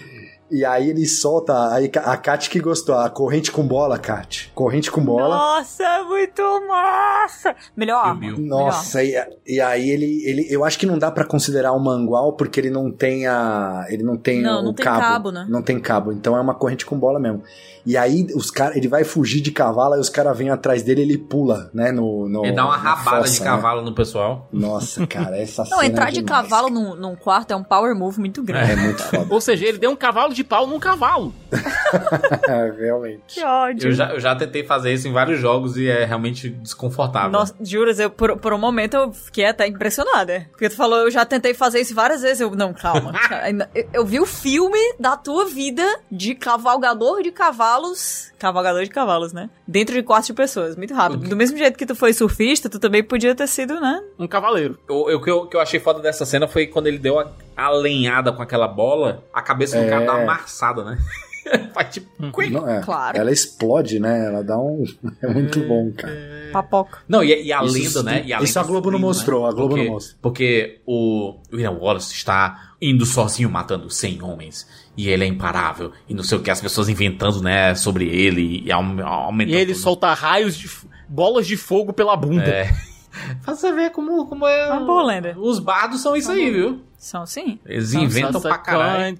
E aí ele solta, aí a Kat que gostou, a corrente com bola, Kat. Corrente com bola. Nossa, muito massa! Melhor. Nossa, melhor. E, e aí ele, ele, eu acho que não dá pra considerar um mangual, porque ele não tem a, ele não tem não, o não tem cabo. cabo, né? Não tem cabo, então é uma corrente com bola mesmo. E aí os cara, ele vai fugir de cavalo, aí os caras vêm atrás dele, ele pula, né, no, no ele dá uma rabada fossa, de cavalo, né? No pessoal. Nossa, cara, essa não, cena entrar é de demais, cavalo num, num quarto é um power move muito grande. É, é muito foda. Ou seja, ele deu um cavalo de pau num cavalo. É, realmente. Que ódio. Eu já, eu já tentei fazer isso em vários jogos e é realmente desconfortável. Nossa, juras, eu, por, por um momento eu fiquei até impressionada. Porque tu falou, eu já tentei fazer isso várias vezes. Eu, não, calma. eu, eu vi o filme da tua vida de cavalgador de cavalos... Cavalgador de cavalos, né? Dentro de quartos de pessoas, muito rápido. Do mesmo jeito que tu foi surfista, tu também podia ter sido, né? Um cavaleiro. O, o que, eu, que eu achei foda dessa cena foi quando ele deu a, a lenhada com aquela bola, a cabeça do é... cara dá uma amassada, né? Faz tipo... Não, é. Claro. Ela explode, né? Ela dá um... É muito bom, cara. Papoca. Não, e, e a isso, lenda, né? E a isso lenda a Globo não mostrou, né? a Globo porque, não mostrou. Porque o William Wallace está indo sozinho matando cem homens. E ele é imparável. E não sei o que, as pessoas inventando, né, sobre ele e aumentando. E ele tudo. solta raios de... bolas de fogo pela bunda. É. Pra você ver como, como é... Uma boa lenda. Os bardos são isso aí, viu? São sim. Eles inventam pra caralho.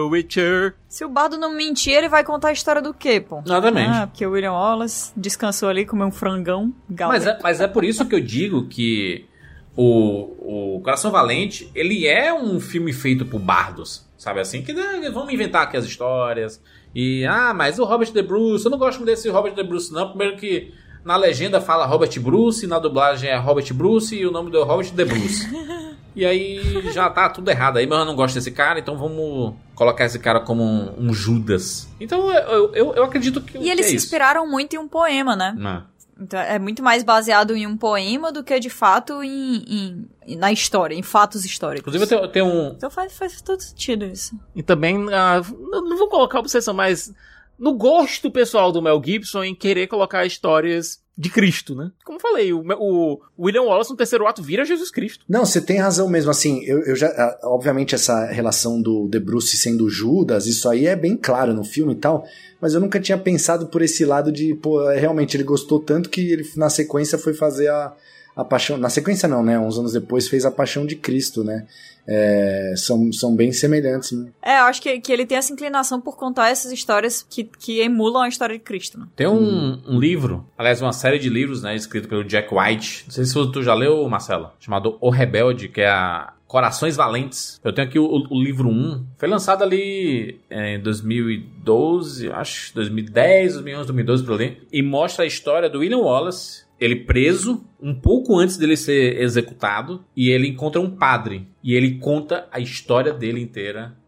Se o bardo não mentir, ele vai contar a história do quê, pô? Exatamente. Ah, porque o William Wallace descansou ali, comeu um frangão. Mas é, mas é por isso que eu digo que o, o Coração Valente, ele é um filme feito por bardos. Sabe assim? Que né, vamos inventar aqui as histórias. E, ah, mas o Robert De Bruce, eu não gosto muito desse Robert De Bruce, não. Primeiro que na legenda fala Robert Bruce, na dublagem é Robert Bruce e o nome do Robert De Bruce. E aí já tá tudo errado aí, mas eu não gosto desse cara, então vamos colocar esse cara como um, um Judas. Então eu, eu, eu acredito que. E eles que é se isso. inspiraram muito em um poema, né? Não. Então é muito mais baseado em um poema do que de fato em, em, na história, em fatos históricos. Inclusive eu tenho, eu tenho um. Então faz, faz todo sentido isso. E também, uh, não vou colocar obsessão, mas no gosto pessoal do Mel Gibson em querer colocar histórias de Cristo, né? Como eu falei, o, o William Wallace no terceiro ato vira Jesus Cristo. Não, você tem razão mesmo, assim, eu, eu já, obviamente essa relação do De Bruce sendo Judas, isso aí é bem claro no filme e tal, mas eu nunca tinha pensado por esse lado de, pô, realmente ele gostou tanto que ele na sequência foi fazer a, a Paixão, na sequência não, né, uns anos depois fez a Paixão de Cristo, né. É, são, são bem semelhantes, né? É, eu acho que, que ele tem essa inclinação por contar essas histórias que, que emulam a história de Cristo, né? Tem um, um livro, aliás, uma série de livros, né, escrito pelo Jack White, não sei se tu já leu, Marcelo, chamado O Rebelde, que é a Corações Valentes. Eu tenho aqui o, o livro um, foi lançado ali em dois mil e doze, acho, dois mil e dez, dois mil e onze, dois mil e doze, por ali, e mostra a história do William Wallace, ele preso, um pouco antes dele ser executado, e ele encontra um padre, e ele conta a história dele inteira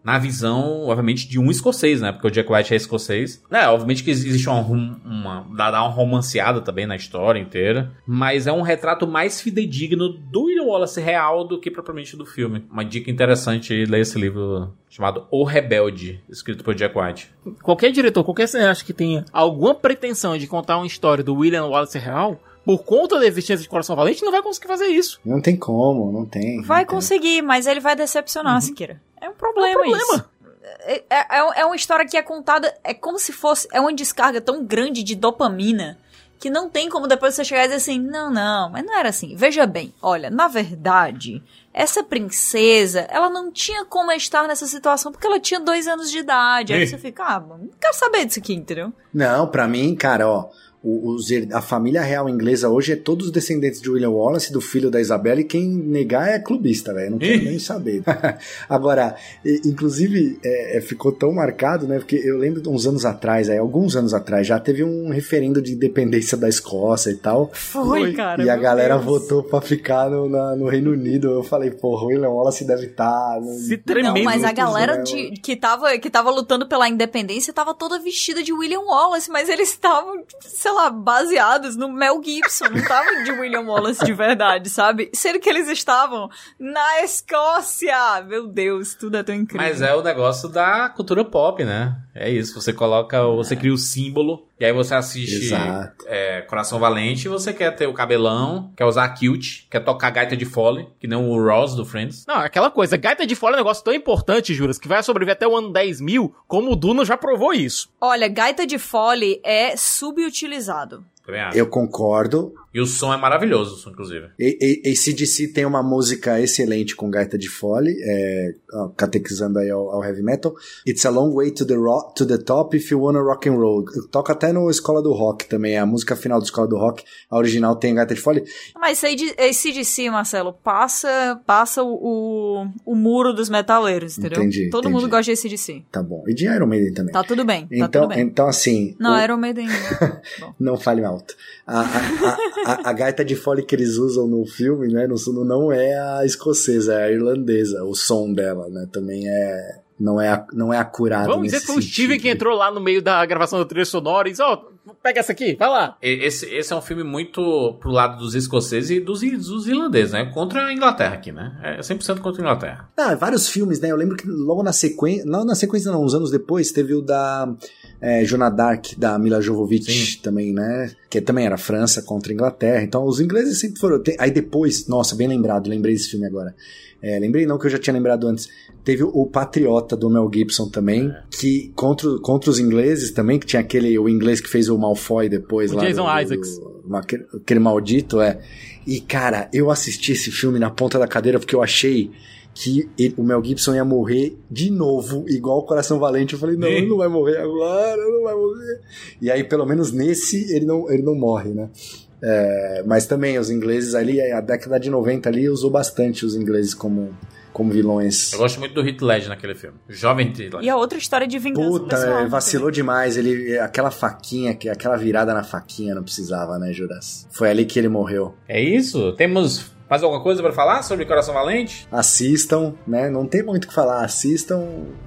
na visão, obviamente, de um escocês, né? Porque o Jack White é escocês. É, obviamente que existe uma, uma, dá uma romanceada também na história inteira, mas é um retrato mais fidedigno do William Wallace real do que propriamente do filme. Uma dica interessante aí, ler esse livro chamado O Rebelde, escrito por Jack White. Qualquer diretor, qualquer cineasta que tenha alguma pretensão de contar uma história do William Wallace real, por conta da existência de Coração Valente, não vai conseguir fazer isso. Não tem como, não tem. Vai não tem. conseguir, mas ele vai decepcionar, uhum. Siqueira. É um problema, é um problema. Isso. É, é, é uma história que é contada, é como se fosse, é uma descarga tão grande de dopamina, que não tem como depois você chegar e dizer assim, não, não, mas não era assim. Veja bem, olha, na verdade, essa princesa, ela não tinha como estar nessa situação, porque ela tinha dois anos de idade. Aí você fica, ah, não quero saber disso aqui, entendeu? Não, pra mim, cara, ó, Os, a família real inglesa hoje é todos os descendentes de William Wallace, do filho da Isabela, e quem negar é clubista, velho. Não quero nem saber. Agora, inclusive, é, ficou tão marcado, né? Porque eu lembro de uns anos atrás, aí, alguns anos atrás, já teve um referendo de independência da Escócia e tal. Foi, cara. E a galera Deus. votou pra ficar no, na, no Reino Unido. Eu falei, porra, o William Wallace deve estar. Tá, Se tremendo. Não, mas a galera de, que, tava, que tava lutando pela independência tava toda vestida de William Wallace, mas eles estavam, sei lá, baseados no Mel Gibson, não estavam de William Wallace de verdade, sabe? Sendo que eles estavam na Escócia! Meu Deus, tudo é tão incrível. Mas é o negócio da cultura pop, né? É isso, você coloca, você cria o símbolo, e aí você assiste é, Coração Valente, e você quer ter o cabelão, quer usar kilt, quer tocar gaita de fole, que nem o Ross do Friends. Não, aquela coisa, gaita de fole é um negócio tão importante, Juras, que vai sobreviver até o ano dez mil, como o Duna já provou isso. Olha, gaita de fole é subutilizado. Eu concordo. E o som é maravilhoso, o som, inclusive. A C D C tem uma música excelente com gaita de fole, é, ó, catequizando aí ao, ao heavy metal. It's a long way to the, rock, to the top if you wanna rock and roll. Toca até no Escola do Rock também, a música final do Escola do Rock, a original tem gaita de fole. Mas A C D C, Marcelo, passa, passa o, o, o muro dos metaleiros, entendeu? Entendi, Todo entendi. mundo gosta de A C D C. Tá bom. E de Iron Maiden também. Tá tudo bem, então, tá tudo bem. Então, assim... Não, o... Iron Maiden... Não fale alto. A, a, a, a, a gaita de fole que eles usam no filme, né, no, não é a escocesa, é a irlandesa, o som dela, né, também é, não é, não é acurado. Vamos dizer que foi o Steven que entrou lá no meio da gravação da trilha sonora e disse, ó, oh, pega essa aqui, vai lá. Esse, esse é um filme muito pro lado dos escoceses e dos, dos irlandeses, né, contra a Inglaterra aqui, né, é cem por cento contra a Inglaterra. Ah, vários filmes, né, eu lembro que logo na sequência, não na sequência não, uns anos depois, teve o da... É, Joana Dark, da Mila Jovovich. Sim. Também, né? Que também era França contra a Inglaterra. Então, os ingleses sempre foram... Tem, aí depois, nossa, bem lembrado, lembrei desse filme agora. É, lembrei não, que eu já tinha lembrado antes. Teve o Patriota, do Mel Gibson também, é. que contra, contra os ingleses também, que tinha aquele, o inglês que fez o Malfoy depois. O lá Jason do, Isaacs. Do, do, aquele, aquele maldito, é. E, cara, eu assisti esse filme na ponta da cadeira porque eu achei... que ele, o Mel Gibson ia morrer de novo, igual o Coração Valente. Eu falei, não, ele não vai morrer agora, não vai morrer. E aí, pelo menos nesse, ele não, ele não morre, né? É, mas também, os ingleses ali, a década de noventa ali, usou bastante os ingleses como, como vilões. Eu gosto muito do Heath Ledger naquele filme. Jovem Heath Ledger. E a outra história de vingança. Puta, pessoal, vacilou demais. Ele, aquela faquinha, aquela virada na faquinha não precisava, né, Juras? Foi ali que ele morreu. É isso? Temos... mais alguma coisa pra falar sobre Coração Valente? Assistam, né? Não tem muito o que falar. Assistam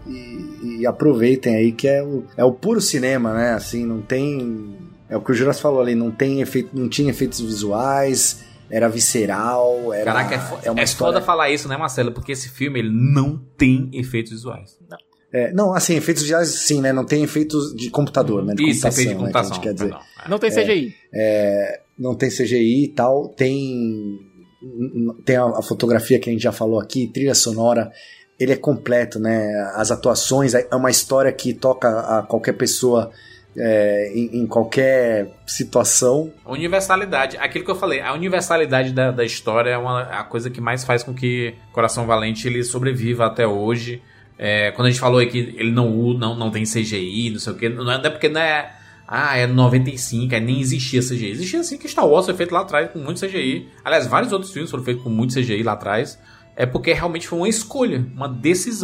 e, e aproveitem aí, que é o, é o puro cinema, né? Assim, não tem... É o que o Juras falou ali, não tem efeito, não tinha efeitos visuais, era visceral, era... Caraca, é, fo- é, uma é história... foda falar isso, né, Marcelo? Porque esse filme, ele não tem efeitos visuais. Não. É, não, assim, efeitos visuais sim, né? Não tem efeitos de computador, né? De isso, efeito de computação. Né, que a gente quer dizer. Não, não tem C G I. É, é, não tem C G I e tal, tem... Tem a, a fotografia que a gente já falou aqui, trilha sonora, ele é completo, né? As atuações, é uma história que toca a qualquer pessoa é, em, em qualquer situação. Universalidade, aquilo que eu falei, a universalidade da, da história é uma, a coisa que mais faz com que Coração Valente ele sobreviva até hoje. É, quando a gente falou aqui, ele não, não, não tem C G I, não sei o que, não é porque não é. Ah, é noventa e cinco, aí nem existia C G I. Existia assim que Star Wars foi feito lá atrás com muito C G I. Aliás, vários outros filmes foram feitos com muito C G I lá atrás. É porque realmente foi uma escolha, uma decisão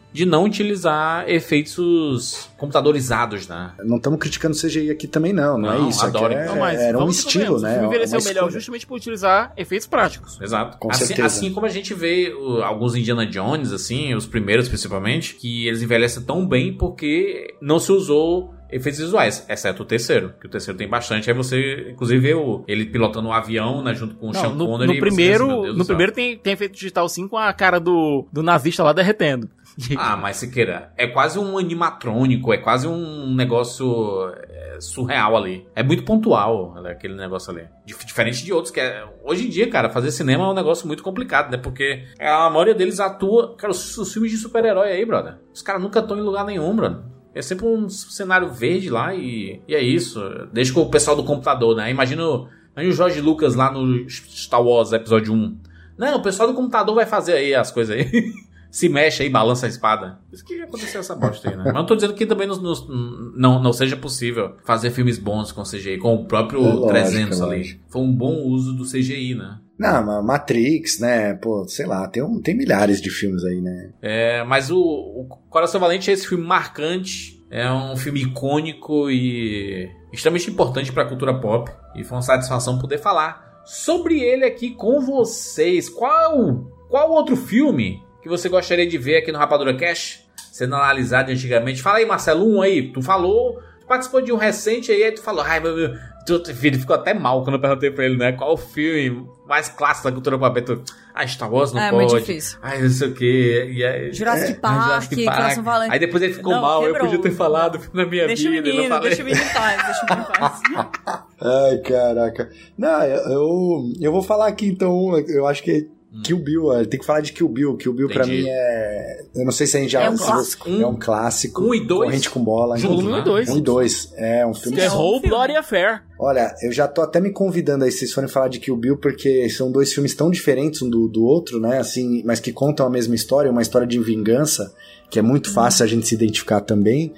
de não utilizar efeitos computadorizados, né? Não estamos criticando o C G I aqui também, não. Não, não é isso. Adoro. É, não, mas era um estilo, né? O filme envelheceu melhor escolha. justamente por utilizar efeitos práticos. Exato. Com assim, certeza. assim como a gente vê uh, alguns Indiana Jones, assim, os primeiros principalmente, que eles envelhecem tão bem porque não se usou efeitos visuais, exceto o terceiro, que o terceiro tem bastante. Aí você, inclusive, vê o, ele pilotando um avião, né, junto com o Não, Sean no, Connery. no primeiro, pensa, no primeiro tem, tem efeito digital sim, com a cara do, do nazista lá derretendo. Ah, mas se queira, é quase um animatrônico, é quase um negócio é, surreal ali. É muito pontual, né, aquele negócio ali. Dif- diferente de outros, que é... Hoje em dia, cara, fazer cinema é um negócio muito complicado, né? Porque a maioria deles atua... Cara, os, os filmes de super-herói aí, brother, os caras nunca estão em lugar nenhum, brother. É sempre um cenário verde lá e, e é isso. Deixa com o pessoal do computador, né? Imagina o, imagina o Jorge Lucas lá no Star Wars episódio um. Não, o pessoal do computador vai fazer aí as coisas aí. Se mexe aí, balança a espada. Isso que aconteceu essa bosta aí, né? Mas não tô dizendo que também não, não, não seja possível fazer filmes bons com C G I, com o próprio é lógico, trezentos é ali. Foi um bom uso do C G I, né? Não, Matrix, né? Pô, sei lá, tem, um, tem milhares de filmes aí, né? É, mas o, o Coração Valente é esse filme marcante, é um filme icônico e extremamente importante pra cultura pop. E foi uma satisfação poder falar sobre ele aqui com vocês. Qual, qual outro filme que você gostaria de ver aqui no Rapadura Cash, sendo analisado antigamente? Fala aí, Marcelo, um aí, tu falou, tu participou de um recente aí, aí tu falou, ai meu Deus, ele ficou até mal quando eu perguntei pra ele, né, qual o filme mais clássico da cultura pop. Tu, ah, Star Wars não é, pode, muito difícil. ai não sei o que, e aí, Jurassic, é, Park, Jurassic Park, Coração Valente. Aí depois ele ficou não, mal, quebrou. eu podia ter falado na minha deixa vida, o menino, não falei. deixa o menino em paz, deixa o menino em paz. Ai, caraca. Não, eu, eu vou falar aqui então, eu acho que Kill Bill, tem que falar de Kill Bill. Kill Bill Entendi. Pra mim é... Eu não sei se a gente já... É um clássico. É um clássico. Um e dois. Corrente com bola. Junto, um e dois. Um e dois. É um filme... The Whole Bloody Affair. Olha, eu já tô até me convidando aí, se vocês forem falar de Kill Bill, porque são dois filmes tão diferentes um do, do outro, né? Assim, mas que contam a mesma história, uma história de vingança, que é muito fácil a gente se identificar também.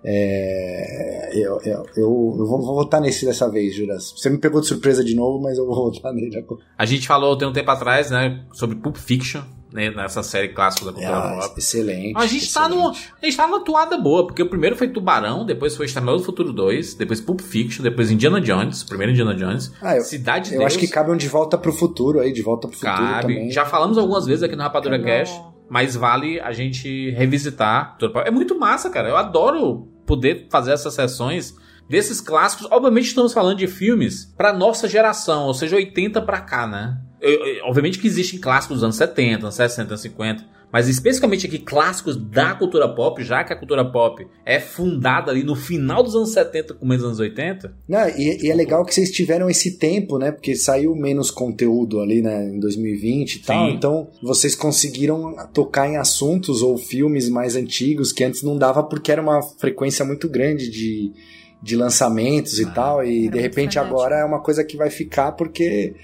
É, eu, eu, eu, eu vou, vou votar nesse dessa vez, Juras. Você me pegou de surpresa de novo, mas eu vou votar nele agora. A gente falou tem um tempo atrás, né, sobre Pulp Fiction, né, nessa série clássica da cultura ah, pop. Excelente. A gente, excelente. Tá no, a gente tá numa toada boa, porque o primeiro foi Tubarão, depois foi Exterminador do Futuro dois, depois Pulp Fiction, depois Indiana Jones, o primeiro Indiana Jones, ah, eu, Cidade de Eu Deus. acho que cabe um De Volta pro Futuro aí, De Volta pro Futuro cabe. também. Já falamos algumas vezes aqui no Rapadura Não. Cash, mas vale a gente revisitar. É muito massa, cara. Eu adoro poder fazer essas sessões desses clássicos. Obviamente estamos falando de filmes pra nossa geração, ou seja, oitenta pra cá, né? Eu, eu, obviamente que existem clássicos dos anos setenta, anos sessenta, anos cinquenta, mas especificamente aqui clássicos da cultura pop, já que a cultura pop é fundada ali no final dos anos setenta, começo dos anos oitenta. Não, e, e é legal que vocês tiveram esse tempo, né? Porque saiu menos conteúdo ali, né? Em dois mil e vinte e tal. Sim. Então, vocês conseguiram tocar em assuntos ou filmes mais antigos que antes não dava porque era uma frequência muito grande de, de lançamentos e ah, tal. E de repente agora é uma coisa que vai ficar porque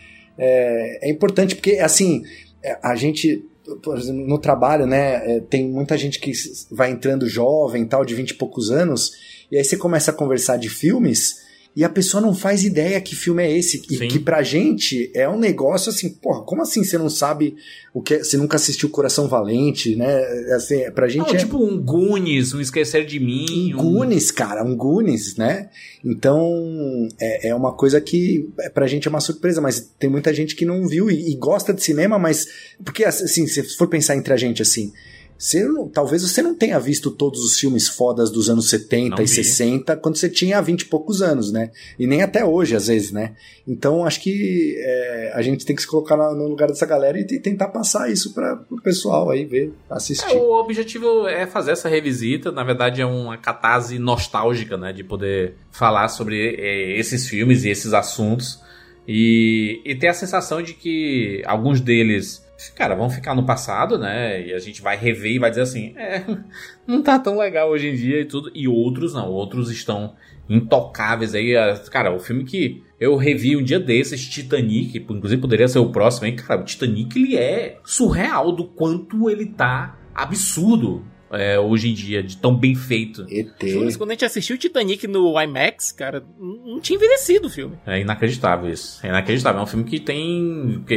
é, é importante. Porque, assim, a gente... Por exemplo, no trabalho, né, tem muita gente que vai entrando jovem, tal, de vinte e poucos anos, e aí você começa a conversar de filmes e a pessoa não faz ideia que filme é esse, e Sim. que pra gente é um negócio assim, porra, como assim você não sabe o que é, você nunca assistiu Coração Valente, né, assim, pra gente não, é... tipo um Goonies, um Esquecer de Mim, um Goonies, cara, um Goonies, né, então é, é uma coisa que pra gente é uma surpresa, mas tem muita gente que não viu e, e gosta de cinema, mas, porque assim, se for pensar entre a gente assim, Você não, talvez você não tenha visto todos os filmes fodas dos anos setenta não e vi. sessenta quando você tinha vinte e poucos anos, né? E nem até hoje, às vezes, né? Então, acho que é, a gente tem que se colocar no lugar dessa galera e tentar passar isso para o pessoal aí ver, assistir. É, o objetivo é fazer essa revisita. Na verdade, é uma catarse nostálgica, né? De poder falar sobre é, esses filmes e esses assuntos. E, e ter a sensação de que alguns deles... cara, vão ficar no passado, né? E a gente vai rever e vai dizer assim, é, não tá tão legal hoje em dia e tudo. E outros não, outros estão intocáveis aí. Cara, o filme que eu revi um dia desses, Titanic, inclusive poderia ser o próximo, hein? Cara, o Titanic, ele é surreal do quanto ele tá absurdo. É, hoje em dia, de tão bem feito. Mas quando a gente assistiu o Titanic no IMAX, cara, não tinha envelhecido o filme. É inacreditável isso. É inacreditável. É um filme que tem... o quê?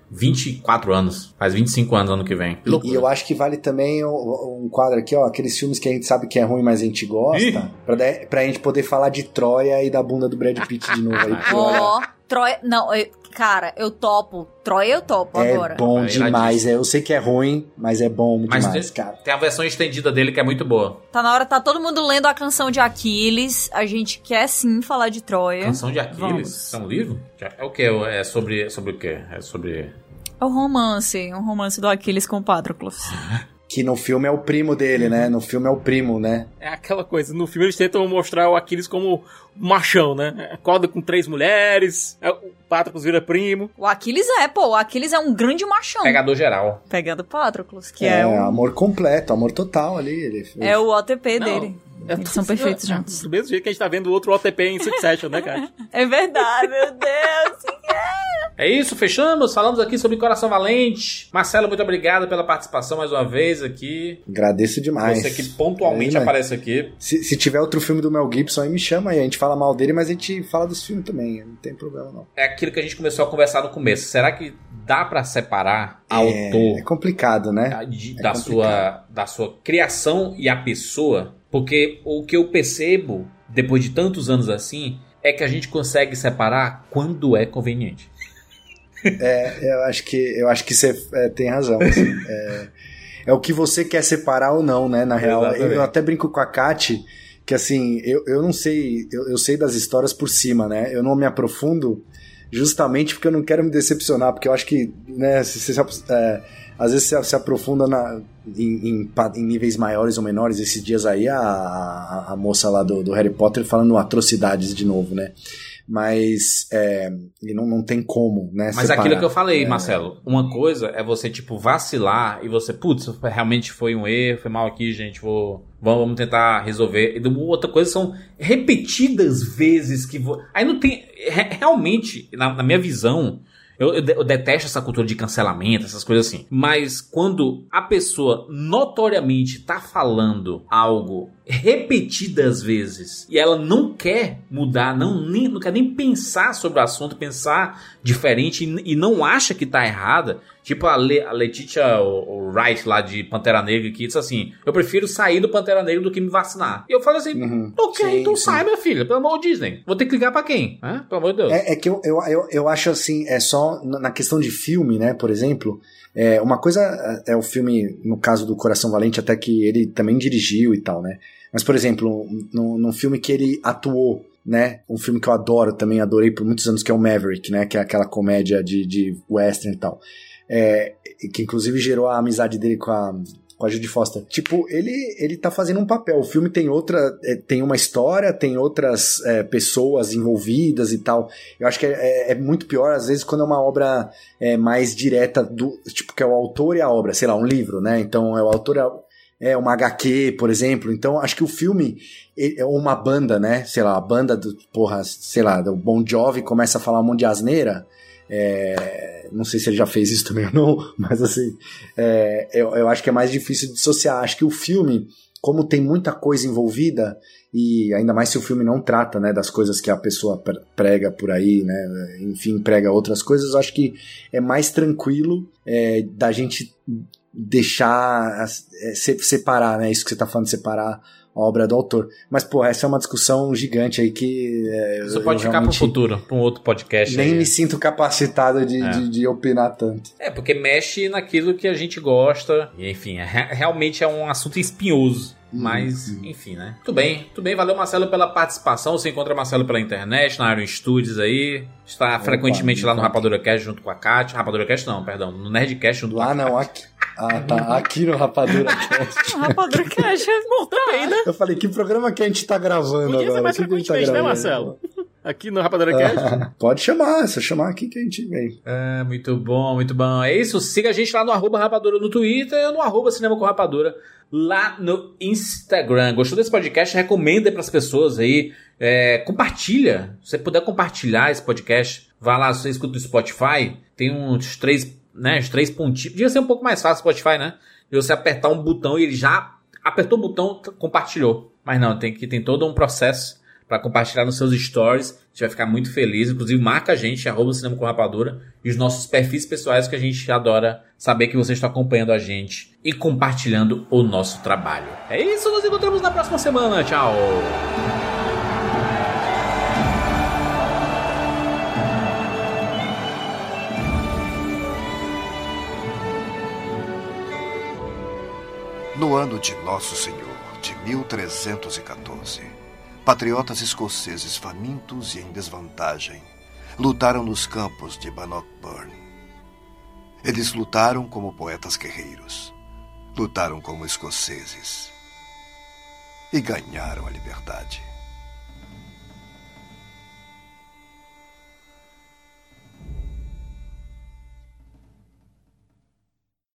vinte e quatro anos. Faz vinte e cinco anos ano que vem. E, e eu acho que vale também um, um quadro aqui, ó, aqueles filmes que a gente sabe que é ruim, mas a gente gosta, pra, pra gente poder falar de Troia e da bunda do Brad Pitt de novo aí. Ó, oh, Troia... Não, eu, cara, eu topo. Troia eu topo é agora. É bom demais. É, eu sei que é ruim, mas é bom mas demais, tem, cara. Tem a versão estendida dele que é muito boa. Tá na hora, tá todo mundo lendo a canção de Aquiles. A gente quer sim falar de Troia. Canção de Aquiles? É um livro? É o quê? É sobre, é sobre o quê? É sobre... É um romance. Um romance do Aquiles com Patroclus. Que no filme é o primo dele, né? No filme é o primo, né? É aquela coisa, no filme eles tentam mostrar o Aquiles como machão, né? Acorda com três mulheres, o Patroclus vira primo. O Aquiles é, pô, o Aquiles é um grande machão. Pegador geral. Pegando Patroclus, que é... É um... amor completo, amor total ali. Ele... É o O T P Não. dele. Eles são perfeitos juntos. Do mesmo jeito que a gente tá vendo o outro O T P em Succession, né, cara? É verdade, meu Deus. É isso, fechamos. Falamos aqui sobre Coração Valente. Marcelo, muito obrigado pela participação mais uma vez aqui. Agradeço demais. Você que pontualmente é, aparece aqui. Se, se tiver outro filme do Mel Gibson aí, me chama aí. A gente fala mal dele, mas a gente fala dos filmes também. Não tem problema, não. É aquilo que a gente começou a conversar no começo. Será que dá pra separar é, autor... É complicado, né? De, é da, complicado. Sua, da sua criação e a pessoa? Porque o que eu percebo, depois de tantos anos assim, é que a gente consegue separar quando é conveniente. É, eu acho que, eu acho que você é, tem razão. Assim, é, é o que você quer separar ou não, né? Na real, eu, eu até brinco com a Kati que assim, eu, eu não sei, eu, eu sei das histórias por cima, né? Eu não me aprofundo justamente porque eu não quero me decepcionar, porque eu acho que, né, se, se, é, às vezes você se aprofunda na, em, em, em níveis maiores ou menores. Esses dias aí a, a, a moça lá do, do Harry Potter falando atrocidades de novo, né? Mas é, não, não tem como, né? Mas separar. Aquilo que eu falei, é, Marcelo, uma coisa é você, tipo, vacilar e você, putz, realmente foi um erro, foi mal aqui, gente, vou, vamos tentar resolver. E outra coisa são repetidas vezes que... Vou, aí não tem... Realmente, na, na minha visão... Eu, eu, eu detesto essa cultura de cancelamento, essas coisas assim. Mas quando a pessoa notoriamente tá falando algo repetidas vezes e ela não quer mudar, não, nem, não quer nem pensar sobre o assunto, pensar diferente e, e não acha que tá errada, tipo a, Le, a Letitia o, o Wright lá de Pantera Negra que disse assim, eu prefiro sair do Pantera Negra do que me vacinar. E eu falei assim, uhum, ok, sim, então sim. sai, minha filha, pelo amor de Disney. Vou ter que ligar pra quem? Hã? Pelo amor de Deus. É, é que eu, eu, eu, eu acho assim, é só na questão de filme, né, por exemplo, é, uma coisa é o filme, no caso do Coração Valente, até que ele também dirigiu e tal, né, mas por exemplo, num, num filme que ele atuou, né, um filme que eu adoro, também adorei por muitos anos, que é o Maverick, né, que é aquela comédia de, de western e tal, é, que inclusive gerou a amizade dele com a com a Judy Foster. Tipo, ele, ele tá fazendo um papel. O filme tem outra... É, tem uma história, tem outras é, pessoas envolvidas e tal. Eu acho que é, é, é muito pior, às vezes, quando é uma obra é, mais direta do... Tipo, que é o autor e a obra. Sei lá, um livro, né? Então, é o autor... É uma agá quê, por exemplo. Então, acho que o filme é uma banda, né? Sei lá, a banda do... Porra, sei lá, do Bon Jovi começa a falar um monte de asneira. É, não sei se ele já fez isso também ou não, mas assim, é, eu, eu acho que é mais difícil de dissociar. Acho que o filme, como tem muita coisa envolvida, e ainda mais se o filme não trata, né, das coisas que a pessoa prega por aí, né, enfim, prega outras coisas, eu acho que é mais tranquilo é, da gente deixar, é, separar, né, isso que você tá falando, separar a obra do autor. Mas, pô, essa é uma discussão gigante aí que... É, isso pode ficar pro futuro, pra um outro podcast. Nem aí. me sinto capacitado de, é. de, de opinar tanto. É, porque mexe naquilo que a gente gosta. E, enfim, é, realmente é um assunto espinhoso. Hum, Mas, hum. enfim, né? Tudo bem, tudo bem. Valeu, Marcelo, pela participação. Você encontra Marcelo pela internet, na Iron Studios aí. Está Opa, frequentemente lá no Rapadura Cast junto com a Kátia. Rapadura Cast não, perdão. No Nerdcast junto lá com a não, aqui. Ah, tá. Aqui no Rapadura Cast. Rapadura Cast é bom também, né? Eu falei, que programa que a gente tá gravando Podia agora? Ser mais frequentemente, tá né, Marcelo? Aqui no Rapadura Cast? Ah, pode chamar, se eu chamar aqui que a gente vem. É, muito bom, muito bom. É isso, siga a gente lá no arroba Rapadura no Twitter e no arroba Cinema com Rapadura lá no Instagram. Gostou desse podcast? Recomenda para as pessoas aí. É, compartilha. Se você puder compartilhar esse podcast, vá lá, se você escuta no Spotify, tem uns três, né, uns três pontinhos. Podia ser um pouco mais fácil o Spotify, né? De você apertar um botão e ele já apertou o botão, compartilhou. Mas não, tem, que, tem todo um processo para compartilhar nos seus stories. A gente vai ficar muito feliz. Inclusive, marca a gente, arroba Cinema com Rapadura, e os nossos perfis pessoais, que a gente adora saber que vocês estão acompanhando a gente e compartilhando o nosso trabalho. É isso, nos encontramos na próxima semana. Tchau! No ano de Nosso Senhor, de mil trezentos e quatorze, patriotas escoceses famintos e em desvantagem lutaram nos campos de Bannockburn. Eles lutaram como poetas guerreiros, lutaram como escoceses e ganharam a liberdade.